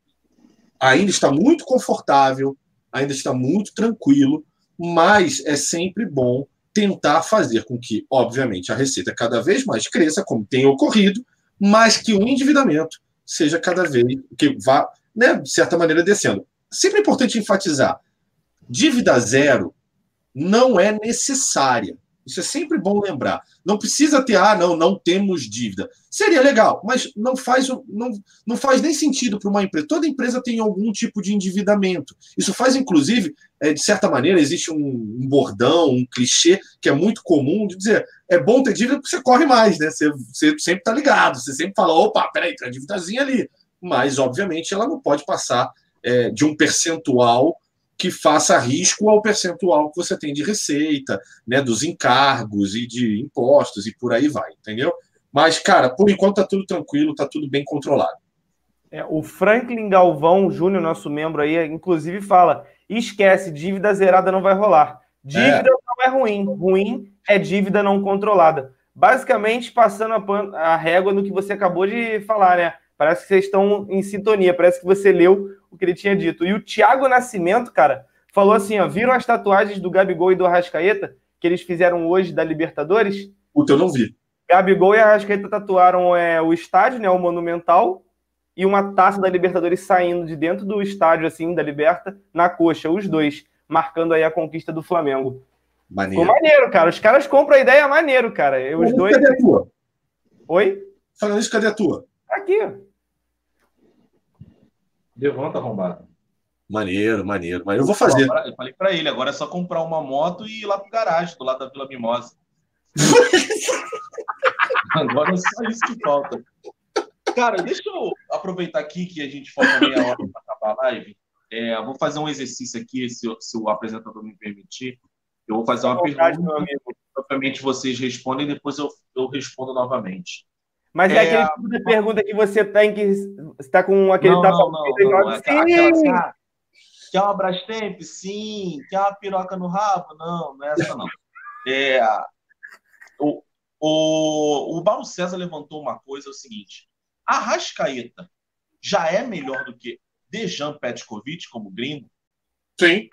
ainda está muito confortável, ainda está muito tranquilo, mas é sempre bom tentar fazer com que, obviamente, a receita cada vez mais cresça, como tem ocorrido, mas que o endividamento seja cada vez, que vá, né, de certa maneira, descendo. Sempre é importante enfatizar, dívida zero não é necessária. Isso é sempre bom lembrar. Não precisa ter, não temos dívida. Seria legal, mas não faz nem sentido para uma empresa. Toda empresa tem algum tipo de endividamento. Isso faz, inclusive, de certa maneira, existe um bordão, um clichê que é muito comum de dizer, é bom ter dívida porque você corre mais, né? Você sempre está ligado, você sempre fala, opa, peraí, tem uma dívidazinha ali. Mas, obviamente, ela não pode passar de um percentual que faça risco ao percentual que você tem de receita, né, dos encargos e de impostos e por aí vai, entendeu? Mas, cara, por enquanto tá tudo tranquilo, tá tudo bem controlado. O Franklin Galvão Júnior, nosso membro aí, inclusive fala, esquece, dívida zerada não vai rolar. Dívida não é ruim, ruim é dívida não controlada. Basicamente, passando a régua no que você acabou de falar, né? Parece que vocês estão em sintonia, parece que você leu o que ele tinha dito. E o Thiago Nascimento, cara, falou assim, viram as tatuagens do Gabigol e do Arrascaeta, que eles fizeram hoje da Libertadores? Puta, eu não vi. Gabigol e Arrascaeta tatuaram o estádio, né, o Monumental, e uma taça da Libertadores saindo de dentro do estádio, assim, da Liberta, na coxa, os dois, marcando aí a conquista do Flamengo. Maneiro. Ficou maneiro, cara. Os caras compram a ideia maneiro, cara. Os dois... Cadê a tua? Oi? Falando isso, cadê a tua? Aqui. Levanta, arrombado. Maneiro. Eu vou fazer. Eu falei pra ele, agora é só comprar uma moto e ir lá pro garagem, do lado da Vila Mimosa. Agora é só isso que falta. Cara, deixa eu aproveitar aqui que a gente falta meia hora para acabar a live. Eu vou fazer um exercício aqui, se o apresentador me permitir. Eu vou fazer uma pergunta. Obviamente vocês respondem e depois eu respondo novamente. Mas é aquele tipo de pergunta que você tem que está com aquele tapa. Não. Sim. Quer uma Brastemp? Sim. Quer uma piroca no rabo? Não é essa não. O Paulo César levantou uma coisa, é o seguinte. A Arrascaeta já é melhor do que Dejan Petkovic como gringo? Sim.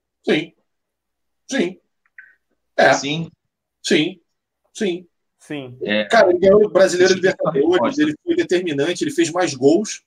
Sim. Cara, ele ganhou o Brasileiro Libertadores, ele foi determinante, ele fez mais gols.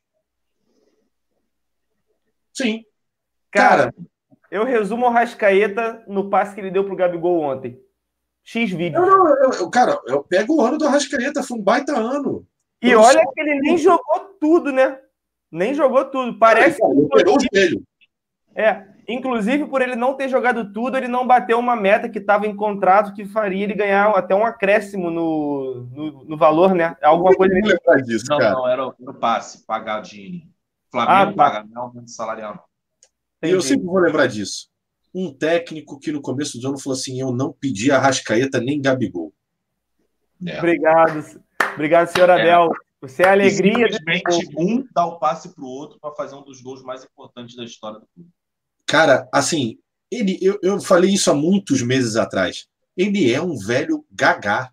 Sim. Cara, eu resumo o Arrascaeta no passe que ele deu pro Gabigol ontem. X vídeos. Cara, eu pego o ano do Arrascaeta, foi um baita ano. E olha que ele nem jogou tudo, né? Nem jogou tudo. Parece que operou o joelho. Inclusive, por ele não ter jogado tudo, ele não bateu uma meta que estava em contrato que faria ele ganhar até um acréscimo no valor, né? Alguma coisa. Não lembrar disso, cara. Não, era o passe, pagar dinheiro. Flamengo paga aumento salarial. E eu sempre vou lembrar disso. Um técnico que no começo do ano falou assim: eu não pedi Arrascaeta nem Gabigol. Obrigado, senhor Abel. Você é a alegria. Simplesmente um dá o passe para o outro para fazer um dos gols mais importantes da história do clube. Cara, assim, eu falei isso há muitos meses atrás. Ele é um velho gagá.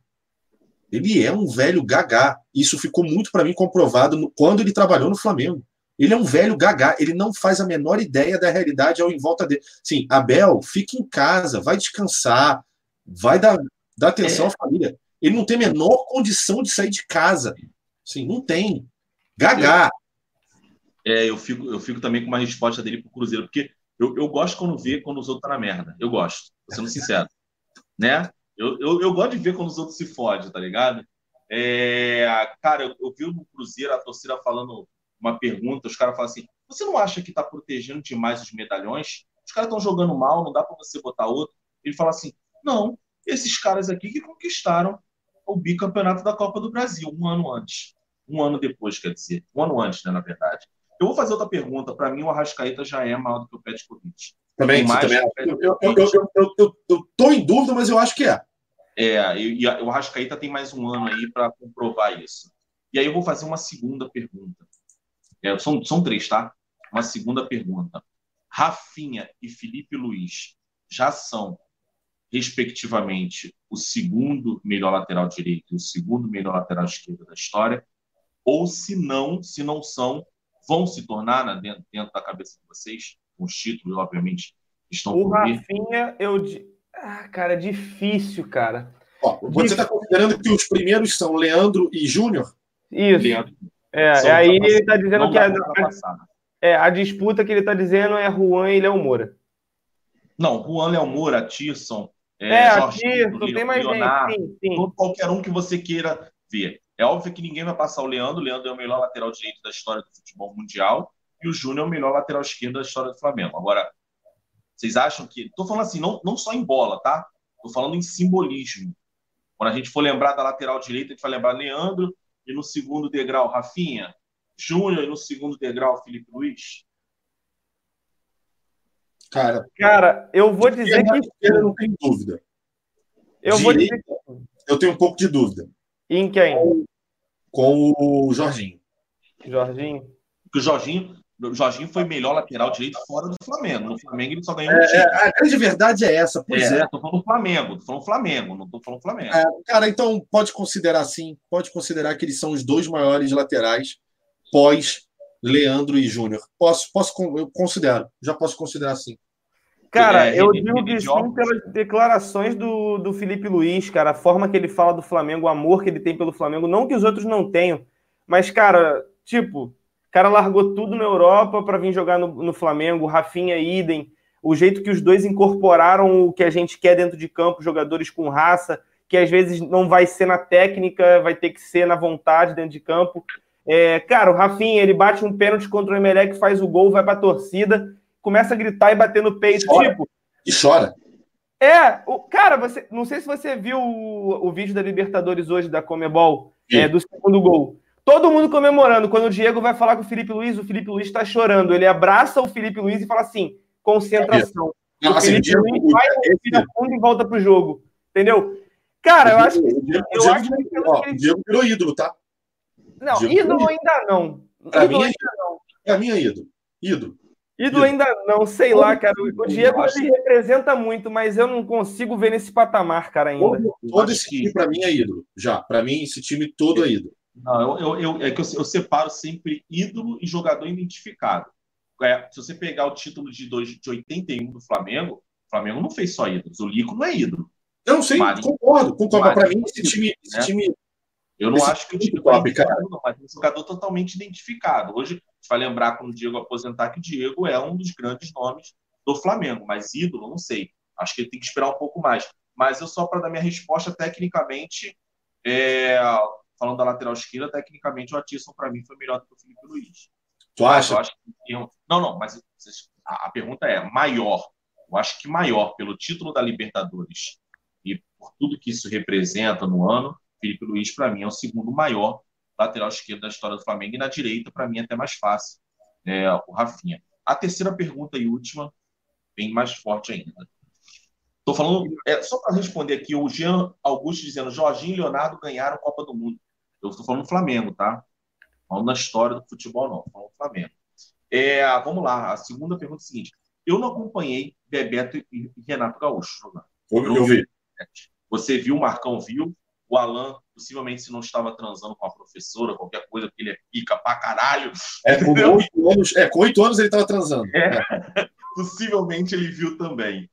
Isso ficou muito para mim comprovado quando ele trabalhou no Flamengo. Ele é um velho gagá. Ele não faz a menor ideia da realidade ao em volta dele. Sim, Abel, fica em casa, vai descansar, vai dar atenção à família. Ele não tem a menor condição de sair de casa. Sim, não tem. Gagá. Eu fico também com uma resposta dele pro Cruzeiro, porque eu gosto quando os outros tá na merda. Eu gosto, sendo sincero. Né? Eu gosto de ver quando os outros se fodem, tá ligado? Cara, eu vi no Cruzeiro a torcida falando uma pergunta, os caras falam assim, você não acha que está protegendo demais os medalhões? Os caras estão jogando mal, não dá para você botar outro. Ele fala assim, não, esses caras aqui que conquistaram o bicampeonato da Copa do Brasil, um ano antes. Um ano depois, quer dizer. Um ano antes, né, na verdade. Eu vou fazer outra pergunta. Para mim, o Arrascaeta já é maior do que o Petkovic. Também, Tem mais também. que o Petkovic. Eu tô em dúvida, mas eu acho que é. E o Arrascaeta tem mais um ano aí para comprovar isso. E aí eu vou fazer uma segunda pergunta. São três, tá? Uma segunda pergunta. Rafinha e Felipe Luiz já são, respectivamente, o segundo melhor lateral direito e o segundo melhor lateral esquerdo da história? Ou se não são, vão se tornar, né, dentro da cabeça de vocês, com os títulos, obviamente, estão O por vir? Rafinha, cara, é difícil, cara. Ó, você está considerando que os primeiros são Leandro e Júnior? Isso. Leandro, Aí ele está dizendo não que dá pra ultrapassar, né? a disputa que ele está dizendo é Juan e Léo Moura. Não, Juan, Léo Moura, Tisson, Tisson, tem mais Leonardo, gente, sim. qualquer um que você queira ver. É óbvio que ninguém vai passar o Leandro. O Leandro é o melhor lateral direito da história do futebol mundial e o Júnior é o melhor lateral esquerdo da história do Flamengo. Agora, vocês acham que... Estou falando assim, não só em bola, tá? Estou falando em simbolismo. Quando a gente for lembrar da lateral direita, a gente vai lembrar Leandro e no segundo degrau, Rafinha. Júnior e no segundo degrau, Felipe Luiz. Cara, eu vou dizer que... Eu não tenho dúvida. Vou dizer que... Eu tenho um pouco de dúvida. E em quem? Com o Jorginho. Porque o Jorginho foi melhor lateral direito fora do Flamengo. No Flamengo ele só ganhou um título. A grande verdade é essa. Tô falando Flamengo, não tô falando Flamengo. Cara, então pode considerar sim. Pode considerar que eles são os dois maiores laterais pós Leandro e Júnior. Eu considero. Já posso considerar sim. Cara, eu digo que sim pelas declarações do Felipe Luiz, cara, a forma que ele fala do Flamengo, o amor que ele tem pelo Flamengo, não que os outros não tenham, mas, cara, o cara largou tudo na Europa para vir jogar no Flamengo, o Rafinha idem, o jeito que os dois incorporaram o que a gente quer dentro de campo, jogadores com raça, que às vezes não vai ser na técnica, vai ter que ser na vontade dentro de campo. Cara, o Rafinha, ele bate um pênalti contra o Emelec, faz o gol, vai pra torcida, começa a gritar e bater no peito, E chora. Cara, não sei se você viu o vídeo da Libertadores hoje, da Conmebol, do segundo gol. Todo mundo comemorando. Quando o Diego vai falar com o Felipe Luiz tá chorando. Ele abraça o Felipe Luiz e fala assim, concentração. O Felipe Luiz vai no fundo e volta pro jogo. Entendeu? Cara, eu acho que... O Diego virou ídolo, tá? Não, ídolo ainda não. Pra mim é ídolo. Ídolo ainda não, sei lá, cara. O Diego ele representa muito, mas eu não consigo ver nesse patamar, cara, ainda. Todo esse time, pra mim, é ídolo. Já. Pra mim, esse time todo é ídolo. Não, eu separo sempre ídolo e jogador identificado. Se você pegar o título de 81 do Flamengo, o Flamengo não fez só ídolos. O Lico não é ídolo. Não, sim, concordo. Mas pra mim, esse time... Eu não acho que o time top, cara. Mas um jogador totalmente identificado. Hoje, a gente vai lembrar quando o Diego aposentar que o Diego é um dos grandes nomes do Flamengo, mas ídolo, não sei. Acho que ele tem que esperar um pouco mais. Mas eu só para dar minha resposta, tecnicamente, falando da lateral esquerda, tecnicamente o Atisson para mim foi melhor do que o Felipe Luiz. Tu acha? Eu acho que... Não, mas a pergunta é maior. Eu acho que maior pelo título da Libertadores e por tudo que isso representa no ano. Felipe Luiz, para mim, é o segundo maior lateral esquerdo da história do Flamengo. E na direita, para mim, é até mais fácil, o Rafinha. A terceira pergunta e última, bem mais forte ainda. Estou falando, só para responder aqui, o Jean Augusto dizendo, Jorginho e Leonardo ganharam a Copa do Mundo. Eu estou falando do Flamengo, tá? Falando da história do futebol, não. Falando do Flamengo. Vamos lá, a segunda pergunta é a seguinte. Eu não acompanhei Bebeto e Renato Gaúcho jogando. Eu vi. Você viu, o Marcão viu. O Alan, possivelmente, se não estava transando com a professora, qualquer coisa, porque ele é pica pra caralho. Com 8 anos ele estava transando. Possivelmente ele viu também.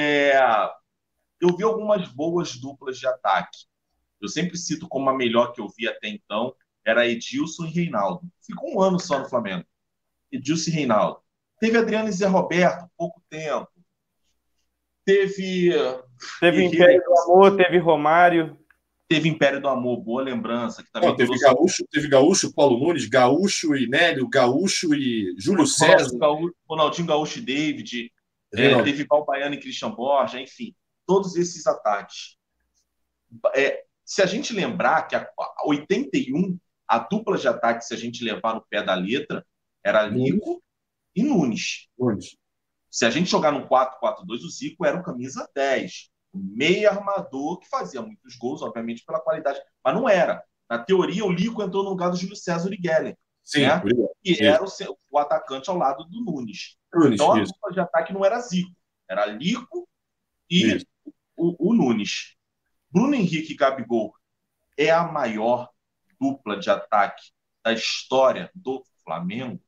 Eu vi algumas boas duplas de ataque. Eu sempre cito como a melhor que eu vi até então, era Edilson e Reinaldo. Ficou um ano só no Flamengo. Edilson e Reinaldo. Teve Adriano e Zé Roberto, pouco tempo. Teve Império do Amor, teve Romário. Teve Império do Amor, boa lembrança, que também Não, teve durou Gaúcho, Paulo Nunes, Gaúcho e Nélio, Gaúcho e Júlio César, Ronaldinho Gaúcho e David, Reinaldo. teve Val Baiano e Christian Borja, enfim, todos esses ataques. Se a gente lembrar que a 81, a dupla de ataque, se a gente levar no pé da letra, era Lico e Nunes. Nunes. Se a gente jogar no 4-4-2, o Zico era o camisa 10, o meio armador que fazia muitos gols, obviamente pela qualidade, mas não era. Na teoria, o Lico entrou no lugar do Júlio César Uriguelen, Sim, né? obrigado. Que era o atacante ao lado do Nunes. Nunes, Então a isso. dupla de ataque não era Zico, era Lico e o Nunes. Bruno Henrique e Gabigol é a maior dupla de ataque da história do Flamengo?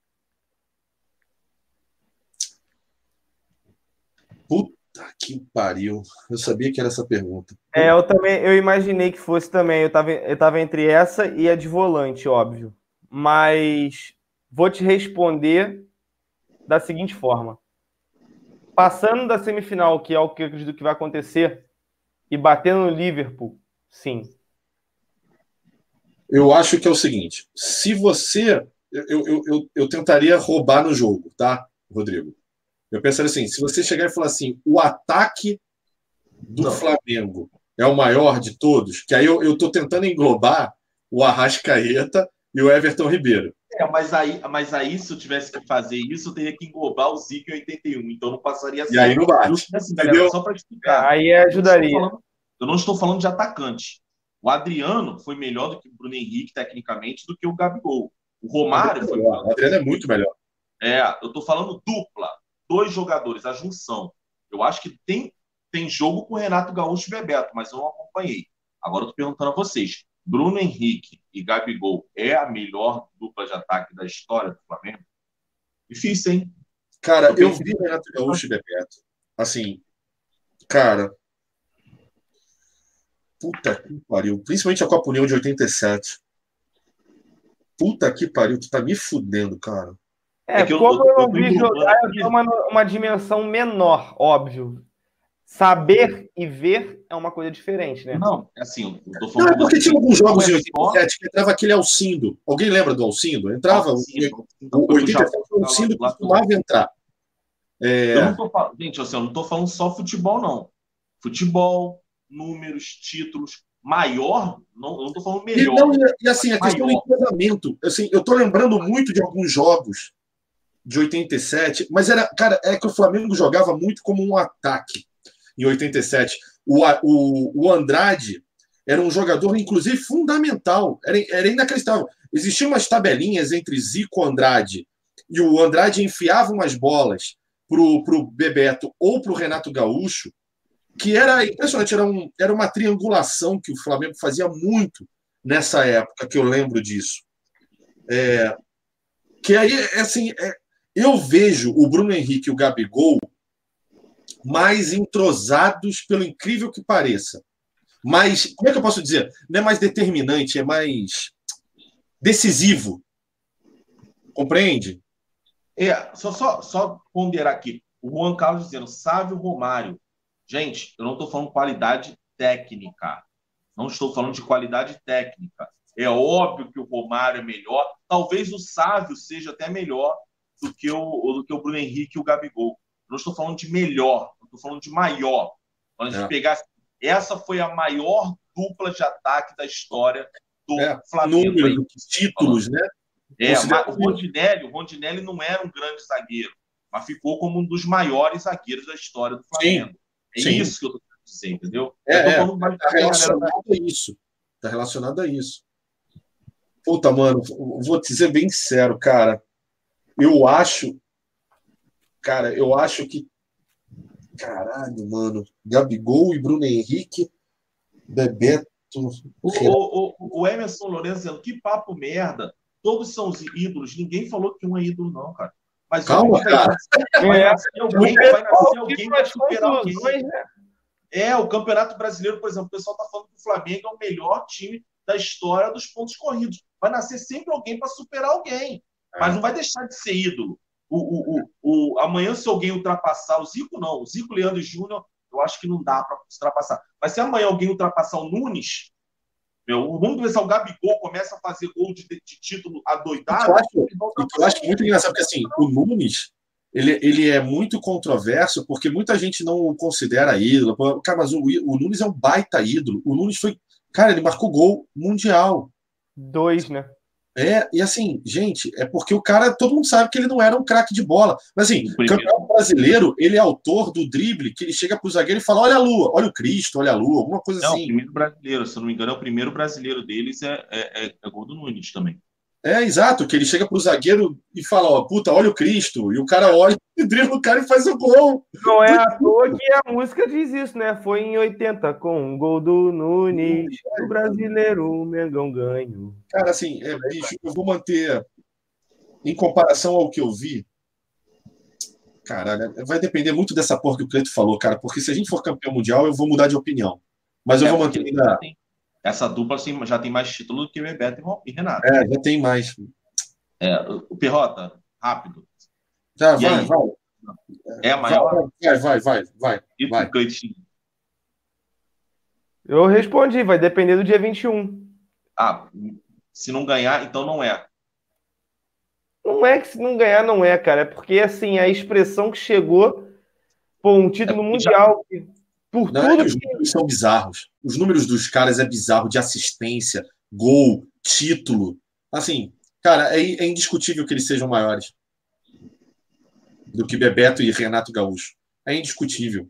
Puta que pariu. Eu sabia que era essa pergunta. Eu imaginei que fosse também. Eu tava entre essa e a de volante, óbvio. Mas vou te responder da seguinte forma. Passando da semifinal, que é o que eu acredito que vai acontecer, e batendo no Liverpool, sim. Eu acho que é o seguinte: se você. Eu tentaria roubar no jogo, tá, Rodrigo? Eu pensaria assim: se você chegar e falar assim, o ataque do Flamengo é o maior de todos, que aí eu tô tentando englobar o Arrascaeta e o Everton Ribeiro. Mas aí, se eu tivesse que fazer isso, eu teria que englobar o Zico em 81. Então não passaria assim. E aí não bate. Assim, galera, só para explicar. Aí ajudaria. Eu não estou falando de atacante. O Adriano foi melhor do que o Bruno Henrique, tecnicamente, do que o Gabigol. O Romário foi melhor. O Adriano é muito melhor. Eu estou falando dupla. 2 jogadores, a junção. Eu acho que tem jogo com o Renato Gaúcho e Bebeto, mas eu não acompanhei. Agora eu estou perguntando a vocês. Bruno Henrique e Gabigol é a melhor dupla de ataque da história do Flamengo? Difícil, hein? Cara, eu vi Renato Gaúcho e Bebeto. Assim, cara... Puta que pariu. Principalmente a Copa União de 87. Puta que pariu. Tu tá me fudendo, cara. Como eu não vi jogar, eu tenho uma dimensão menor, óbvio. Saber e ver é uma coisa diferente, né? Não, assim, eu tô falando... Não, é porque tinha alguns jogos em 87 que entrava aquele Alcindo. Alguém lembra do Alcindo? Entrava... O 87 o Alcindo costumava entrar. Eu não tô falando... Gente, assim, eu não tô falando só futebol, não. Futebol, números, títulos... Maior, não, eu não tô falando melhor. E assim, a questão do enquadramento. Assim, eu tô lembrando muito de alguns jogos de 87, mas cara, é que o Flamengo jogava muito como um ataque em 87. O Andrade era um jogador, inclusive, fundamental. Era inacreditável. Existiam umas tabelinhas entre Zico e Andrade, e o Andrade enfiava umas bolas pro Bebeto ou pro Renato Gaúcho, que era impressionante. Era uma triangulação que o Flamengo fazia muito nessa época, que eu lembro disso. Que aí, assim... Eu vejo o Bruno Henrique e o Gabigol mais entrosados, pelo incrível que pareça. Mas, como é que eu posso dizer? Não é mais determinante, é mais decisivo. Compreende? Só ponderar aqui. O Juan Carlos dizendo, Sávio Romário. Gente, eu não estou falando qualidade técnica. Não estou falando de qualidade técnica. É óbvio que o Romário é melhor. Talvez o Sávio seja até melhor do que o Bruno Henrique e o Gabigol. Não estou falando de melhor, estou falando de maior. Quando a gente pegar... Essa foi a maior dupla de ataque da história do Flamengo. Número, títulos, né? O Rondinelli não era um grande zagueiro, mas ficou como um dos maiores zagueiros da história do Flamengo. Sim. Isso que eu estou querendo dizer, entendeu? Está relacionado a isso. Está relacionado a isso. Puta, mano, vou te dizer bem sincero, cara. Eu acho que... Caralho, mano. Gabigol e Bruno Henrique, Bebeto... O Emerson Lourenço dizendo, que papo merda. Todos são os ídolos. Ninguém falou que um é ídolo, não, cara. Mas calma, cara. Vai nascer alguém para superar alguém. O Campeonato Brasileiro, por exemplo, o pessoal está falando que o Flamengo é o melhor time da história dos pontos corridos. Vai nascer sempre alguém para superar alguém. Mas não vai deixar de ser ídolo. Amanhã, se alguém ultrapassar o Zico, não. O Zico, Leandro e Júnior, eu acho que não dá para ultrapassar. Mas se amanhã alguém ultrapassar o Nunes, Vamos começar, o Gabigol começa a fazer gol de título adoidado. Eu acho muito engraçado, porque assim, o Nunes, ele é muito controverso, porque muita gente não o considera ídolo. Cara, mas o Nunes é um baita ídolo. O Nunes foi... Cara, ele marcou gol mundial. 2, né? E assim, gente, é porque o cara, todo mundo sabe que ele não era um craque de bola. Mas assim, o campeão brasileiro, ele é autor do drible, que ele chega pro zagueiro e fala: olha a lua, olha o Cristo, olha a lua, alguma coisa Não, assim. o primeiro brasileiro, se eu não me engano, é o primeiro brasileiro deles, é gol do Nunes também. Exato, que ele chega pro zagueiro e fala: ó, puta, olha o Cristo. E o cara olha e dribla o cara e faz o gol. Não é à toa que a música diz isso, né? Foi em 80, com um gol do Nunes, o brasileiro, o Mengão ganho. Cara, assim, bicho, eu vou manter, em comparação ao que eu vi, caralho, vai depender muito dessa porra que o Cleito falou, cara, porque se a gente for campeão mundial, eu vou mudar de opinião. Mas eu vou manter ainda... Essa dupla assim, já tem mais título do que o Bebeto e Renato. Já tem mais. O Perrota, rápido. Tá, vai. É a maior? Vai. E o Cleitinho? Eu respondi, vai depender do dia 21. Se não ganhar, então não é. Não é que se não ganhar, não é, cara. É porque, assim, a expressão que chegou, um título mundial... Por tudo os números são bizarros. Os números dos caras é bizarro, de assistência, gol, título. Assim, cara, é indiscutível que eles sejam maiores do que Bebeto e Renato Gaúcho. É indiscutível.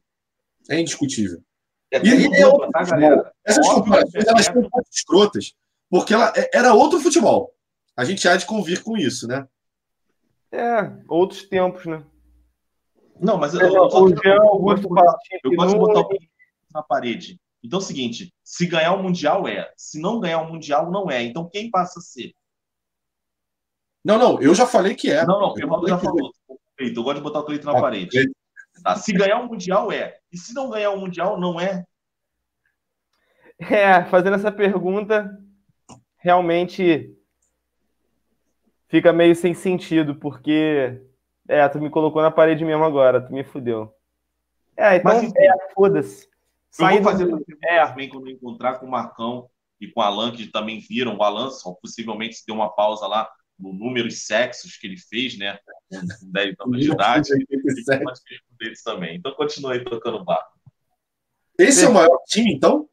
Essas comparações, elas são um pouco escrotas, porque era outro futebol. A gente há de convir com isso, né? Outros tempos, né? Não, mas eu gosto de botar o na parede. Então é o seguinte, se ganhar o Mundial se não ganhar o Mundial não é. Então quem passa a ser? Não, eu já falei que é. Não, o Perrota já falou. Eu gosto de botar o Cleito na parede. Se ganhar o Mundial e se não ganhar o Mundial não é? Fazendo essa pergunta, realmente fica meio sem sentido, porque tu me colocou na parede mesmo agora, tu me fudeu. Então, foda-se. Eu vou fazer também quando eu encontrar com o Marcão e com o Alan, que também viram. O Alan possivelmente se deu uma pausa lá no número de sexos que ele fez, né? Com 10 anos de idade. E deles também. Então continue aí tocando barco. Esse é o maior time, então?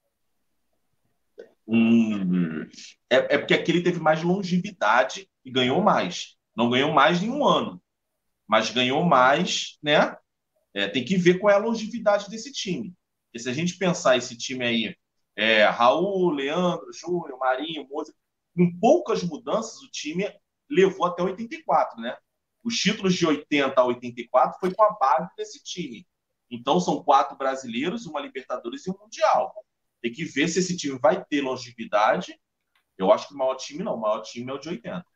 Porque aquele teve mais longevidade e ganhou mais. Não ganhou mais em um ano, mas ganhou mais, né? Tem que ver qual é a longevidade desse time. Porque se a gente pensar esse time aí, Raul, Leandro, Júnior, Marinho, Mozart, com poucas mudanças, o time levou até 84, né? Os títulos de 80 a 84 foi com a base desse time. Então, são 4 brasileiros, uma Libertadores e um Mundial. Tem que ver se esse time vai ter longevidade. Eu acho que o maior time não. O maior time é o de 80.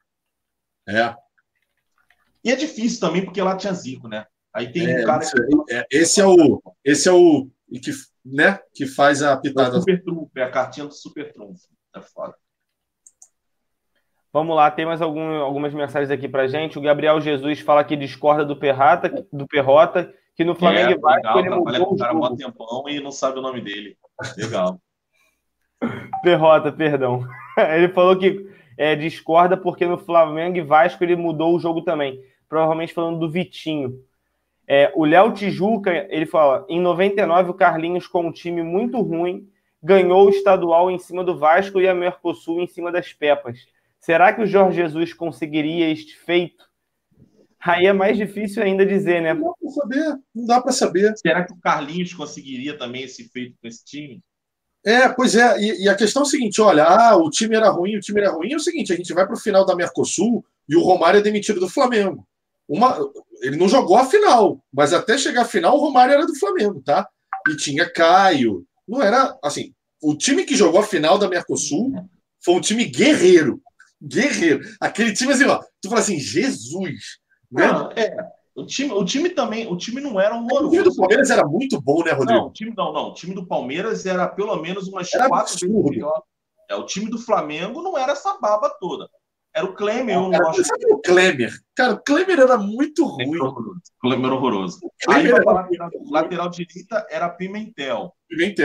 E é difícil também, porque lá tinha Zico, né? Aí tem um cara... Esse é o que, né, que faz a pitada. O Super Trunfo, a cartinha do Super Trunfo. É foda. Vamos lá, tem mais algumas mensagens aqui pra gente. O Gabriel Jesus fala que discorda do Perrota, que no Flamengo e Vasco ele mudou o cara jogo. há um tempão e não sabe o nome dele. Legal. Perrota, perdão. Ele falou que discorda porque no Flamengo e Vasco ele mudou o jogo também. Provavelmente falando do Vitinho. O Léo Tijuca, ele fala, em 99 o Carlinhos com um time muito ruim ganhou o estadual em cima do Vasco e a Mercosul em cima das Pepas. Será que o Jorge Jesus conseguiria este feito? Aí é mais difícil ainda dizer, né? Não dá para saber. Será que o Carlinhos conseguiria também esse feito com esse time? Pois é. E a questão é o seguinte, olha, o time era ruim. É o seguinte, a gente vai para o final da Mercosul e o Romário é demitido do Flamengo. Ele não jogou a final, mas até chegar à final o Romário era do Flamengo, tá? E tinha Caio. Não era, assim, o time que jogou a final da Mercosul foi um time guerreiro. Aquele time assim, ó, tu fala assim, Jesus, né? O time também, o time não era horroroso. O time do Palmeiras era muito bom, né, Rodrigo? O time do Palmeiras era pelo menos umas era 4 absurdo. vezes melhor. O time do Flamengo não era essa baba toda. Era o Klemer. Sabe o Klemer? Cara, o Klemer era muito ruim. O Klemer era horroroso. Aí, lateral direita era Pimentel.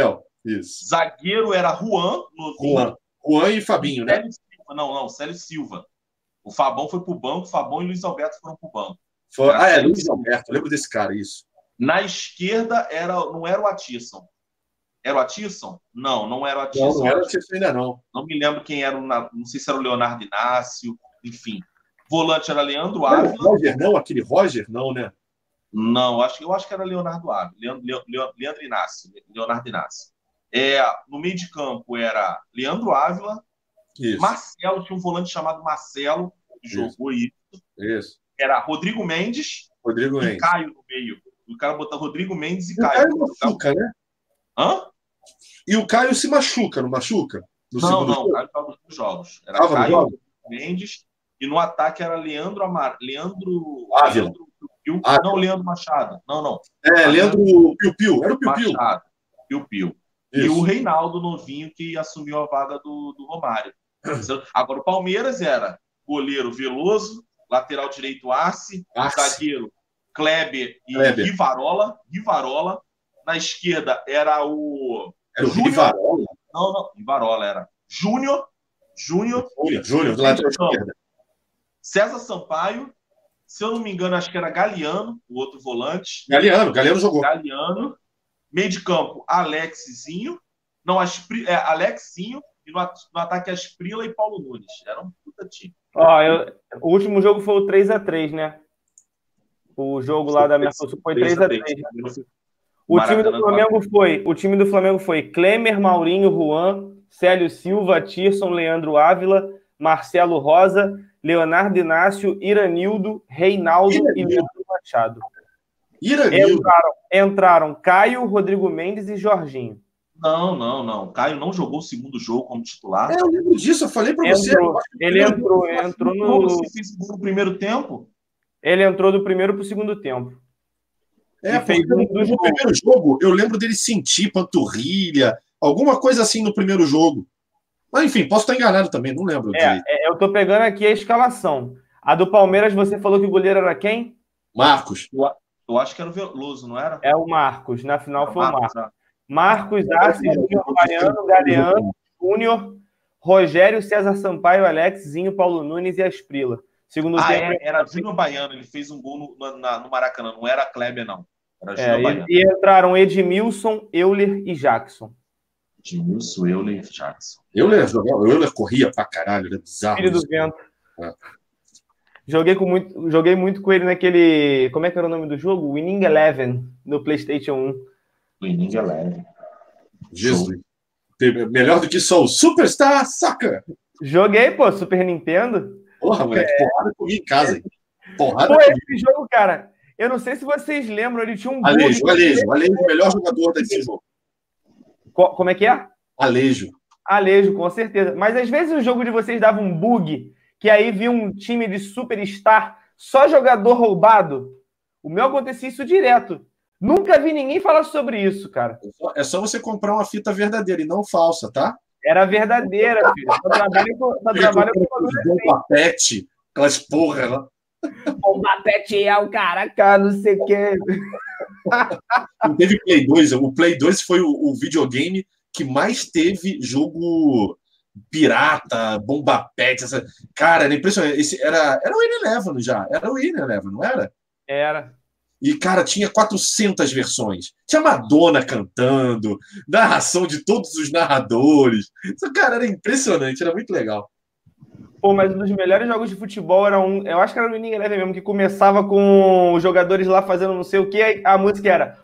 Isso. Zagueiro era Juan, novinho. Juan e Fabinho, né? Célio Silva. Não, Célio Silva. O Fabão foi pro banco, o Fabão e Luiz Alberto foram pro banco. Luiz Alberto, eu lembro desse cara, isso. Na esquerda não era o Atisson. Era o Atisson? Não era o Atisson. Não era o Atisson ainda não. Não me lembro quem era, não sei se era o Leonardo Inácio, enfim. Volante era Leandro Ávila. Roger, não? Aquele Roger, não, né? Não, eu acho que era Leonardo Ávila. Leandro Inácio. Leonardo Inácio. No meio de campo era Leandro Ávila. Isso. Marcelo, tinha um volante chamado Marcelo, que jogou isso. Isso. Era Rodrigo Mendes e Caio no meio. O cara botou Rodrigo Mendes e Caio. O Caio machuca, né? Hã? E o Caio se machuca, não machuca? Não, o Caio estava nos dois jogos. Era Caio Mendes e no ataque era Leandro Ávila. Não, Leandro Machado. Não. Leandro Piu-Piu. Era o Piu-Piu. Machado. Piu-Piu. E o Reinaldo novinho que assumiu a vaga do Romário. Agora, o Palmeiras era goleiro Veloso, lateral direito Arce. Zagueiro Kleber e Rivarola. Na esquerda era o Rivarola? Não, Rivarola era Júnior, do lateral esquerda. César Sampaio, se eu não me engano, acho que era Galeano, o outro volante. Galeano jogou. Meio de campo, Alexzinho. Não, Alexzinho. E no ataque, Asprila e Paulo Nunes. Era um puta time. O último jogo foi o 3x3, né? O jogo lá da Mercosul foi 3x3. O time do Flamengo foi Klemer, Maurinho, Juan, Célio Silva, Tirson, Leandro Ávila, Marcelo Rosa, Leonardo Inácio, Iranildo, Reinaldo e Leandro Machado. Entraram Caio, Rodrigo Mendes e Jorginho. Não. Caio não jogou o segundo jogo como titular. Eu lembro disso, eu falei pra você. Ele entrou no primeiro tempo. Ele entrou do primeiro pro segundo tempo. No primeiro jogo, eu lembro dele sentir panturrilha, alguma coisa assim no primeiro jogo. Mas, enfim, posso estar enganado também, não lembro. Eu tô pegando aqui a escalação. A do Palmeiras, você falou que o goleiro era quem? Marcos. Eu acho que era o Veloso, não era? É o Marcos. Na final foi o Marcos. Marcos, Arce, Júnior, Baiano, Galeano, Júnior, Rogério, César Sampaio, Alexzinho, Paulo Nunes e Asprila. Segundo tempo. Era Júnior Baiano, ele fez um gol no Maracanã, não era Kleber, não. Era Júnior Baiano. E entraram Edmilson, Euler e Jackson. Edmilson, Euler e Jackson. Euler corria pra caralho, era bizarro. Filho do vento. Joguei muito com ele naquele. Como é que era o nome do jogo? Winning Eleven, no PlayStation 1. Winning Eleven. Jesus. Melhor do que só o Superstar Soccer. Joguei, pô, Super Nintendo. Porra, moleque, porrada comigo em casa. Esse jogo, cara, eu não sei se vocês lembram, ele tinha um Alejo, o melhor jogador desse jogo. Como é que é? Alejo, com certeza. Mas às vezes o jogo de vocês dava um bug, que aí vinha um time de superstar, só jogador roubado. O meu acontecia isso direto. Nunca vi ninguém falar sobre isso, cara. É só você comprar uma fita verdadeira e não falsa, tá? Era verdadeira, filho. Só trabalho com Bombapete, aquelas porra lá. Bombapete é o caraca, não sei o quê. Não teve Play 2. O Play 2 foi o videogame que mais teve jogo pirata, Bombapete. Cara, era impressionante. Era o Win-Eleven já. Era o Win-Eleven, não era? Era. E, cara, tinha 400 versões. Tinha Madonna cantando, narração de todos os narradores. Isso, cara, era impressionante, era muito legal. Pô, mas um dos melhores jogos de futebol era eu acho que era no Winning Eleven mesmo, que começava com os jogadores lá fazendo não sei o que, a música era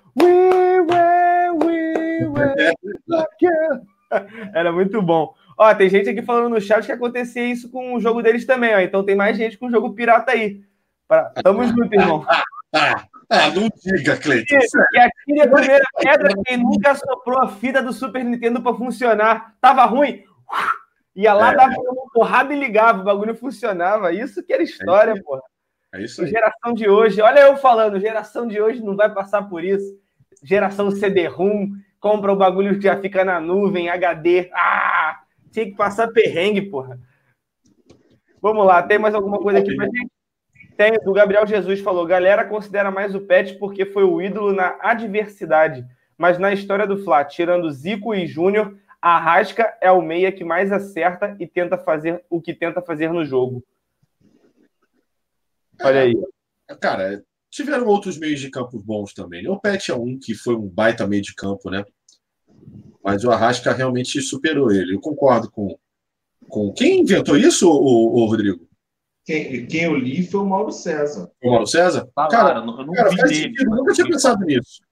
Era muito bom. Ó, tem gente aqui falando no chat que acontecia isso com o jogo deles também, ó. Então tem mais gente com o jogo pirata aí. Tamo junto, irmão. Não diga, Cleiton. E atire a primeira pedra, quem nunca soprou a fita do Super Nintendo pra funcionar. Tava ruim? Ia lá, dava uma porrada e ligava, o bagulho funcionava. Isso que era história, porra. É isso aí. Geração de hoje, olha eu falando, geração de hoje não vai passar por isso. Geração CD-ROM, compra o bagulho que já fica na nuvem, HD. Tinha que passar perrengue, porra. Vamos lá, tem mais alguma coisa aqui pra gente? Tem, do Gabriel Jesus falou, galera considera mais o Pet porque foi o ídolo na adversidade, mas na história do Fla, tirando Zico e Júnior, Arrasca é o meia que mais acerta e tenta fazer o que tenta fazer no jogo. Olha aí. Cara, tiveram outros meios de campo bons também, né? O Pet é um que foi um baita meio de campo, né? Mas o Arrasca realmente superou ele. Eu concordo com... Quem inventou isso, o Rodrigo? Quem eu li foi o Mauro César. O Mauro César? Falaram, eu não vi faz dele. sentido. Eu nunca tinha pensado nisso.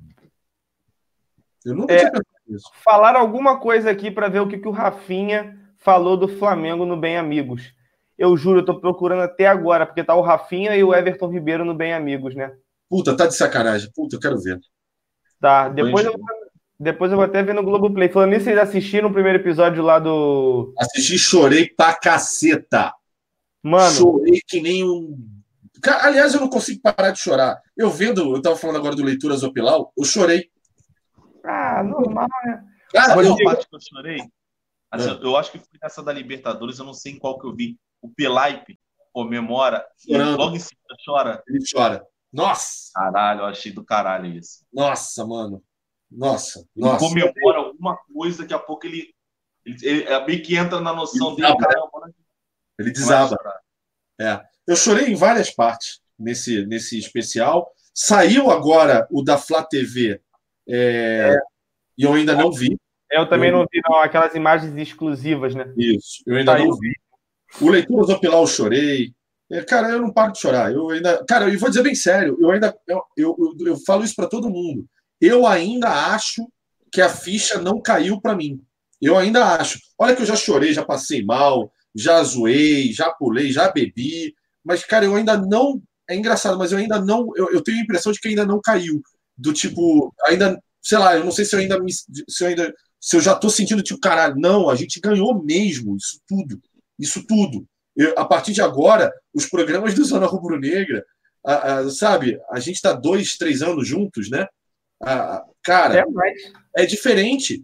Eu nunca tinha pensado nisso. Falaram alguma coisa aqui para ver o que o Rafinha falou do Flamengo no Bem Amigos. Eu juro, eu tô procurando até agora, porque tá o Rafinha e o Everton Ribeiro no Bem Amigos, né? Puta, tá de sacanagem. Puta, eu quero ver. Tá, depois eu vou até ver no Globoplay. Falando nisso, vocês assistiram o primeiro episódio lá do... Assisti, chorei pra caceta. Mano... Chorei que nem um... Cara, aliás, eu não consigo parar de chorar. Eu tava falando agora do Leituras Opilau, eu chorei. Ah, normal, né? Cara, Sabe a parte que eu chorei? Assim, eu acho que foi nessa da Libertadores, eu não sei em qual que eu vi. O Pelaipe comemora e logo em seguida chora. Ele chora. Nossa! Caralho, eu achei do caralho isso. Nossa, mano. Nossa. Ele comemora alguma coisa, daqui a pouco ele meio que entra na noção Ele dele. desaba, Caramba, ele desaba. Eu chorei em várias partes nesse especial. Saiu agora o da Flá TV e eu ainda não vi. Eu também não vi, não. Aquelas imagens exclusivas, né? Isso, eu ainda não vi. O Leituras Opilau eu chorei. Cara, eu não paro de chorar. Cara, eu vou dizer bem sério, eu falo isso para todo mundo. Eu ainda acho que a ficha não caiu para mim. Eu ainda acho. Olha que eu já chorei, já passei mal, já zoei, já pulei, já bebi. Mas, cara, eu ainda não... É engraçado, mas eu ainda não... Eu tenho a impressão de que ainda não caiu. Do tipo, ainda... Sei lá, eu não sei se eu ainda... Se eu já tô sentindo, tipo, caralho, não, a gente ganhou mesmo isso tudo. Isso tudo. A partir de agora, os programas do Zona Rubro-Negra, sabe, a gente tá 2, 3 anos juntos, né? Cara, é diferente.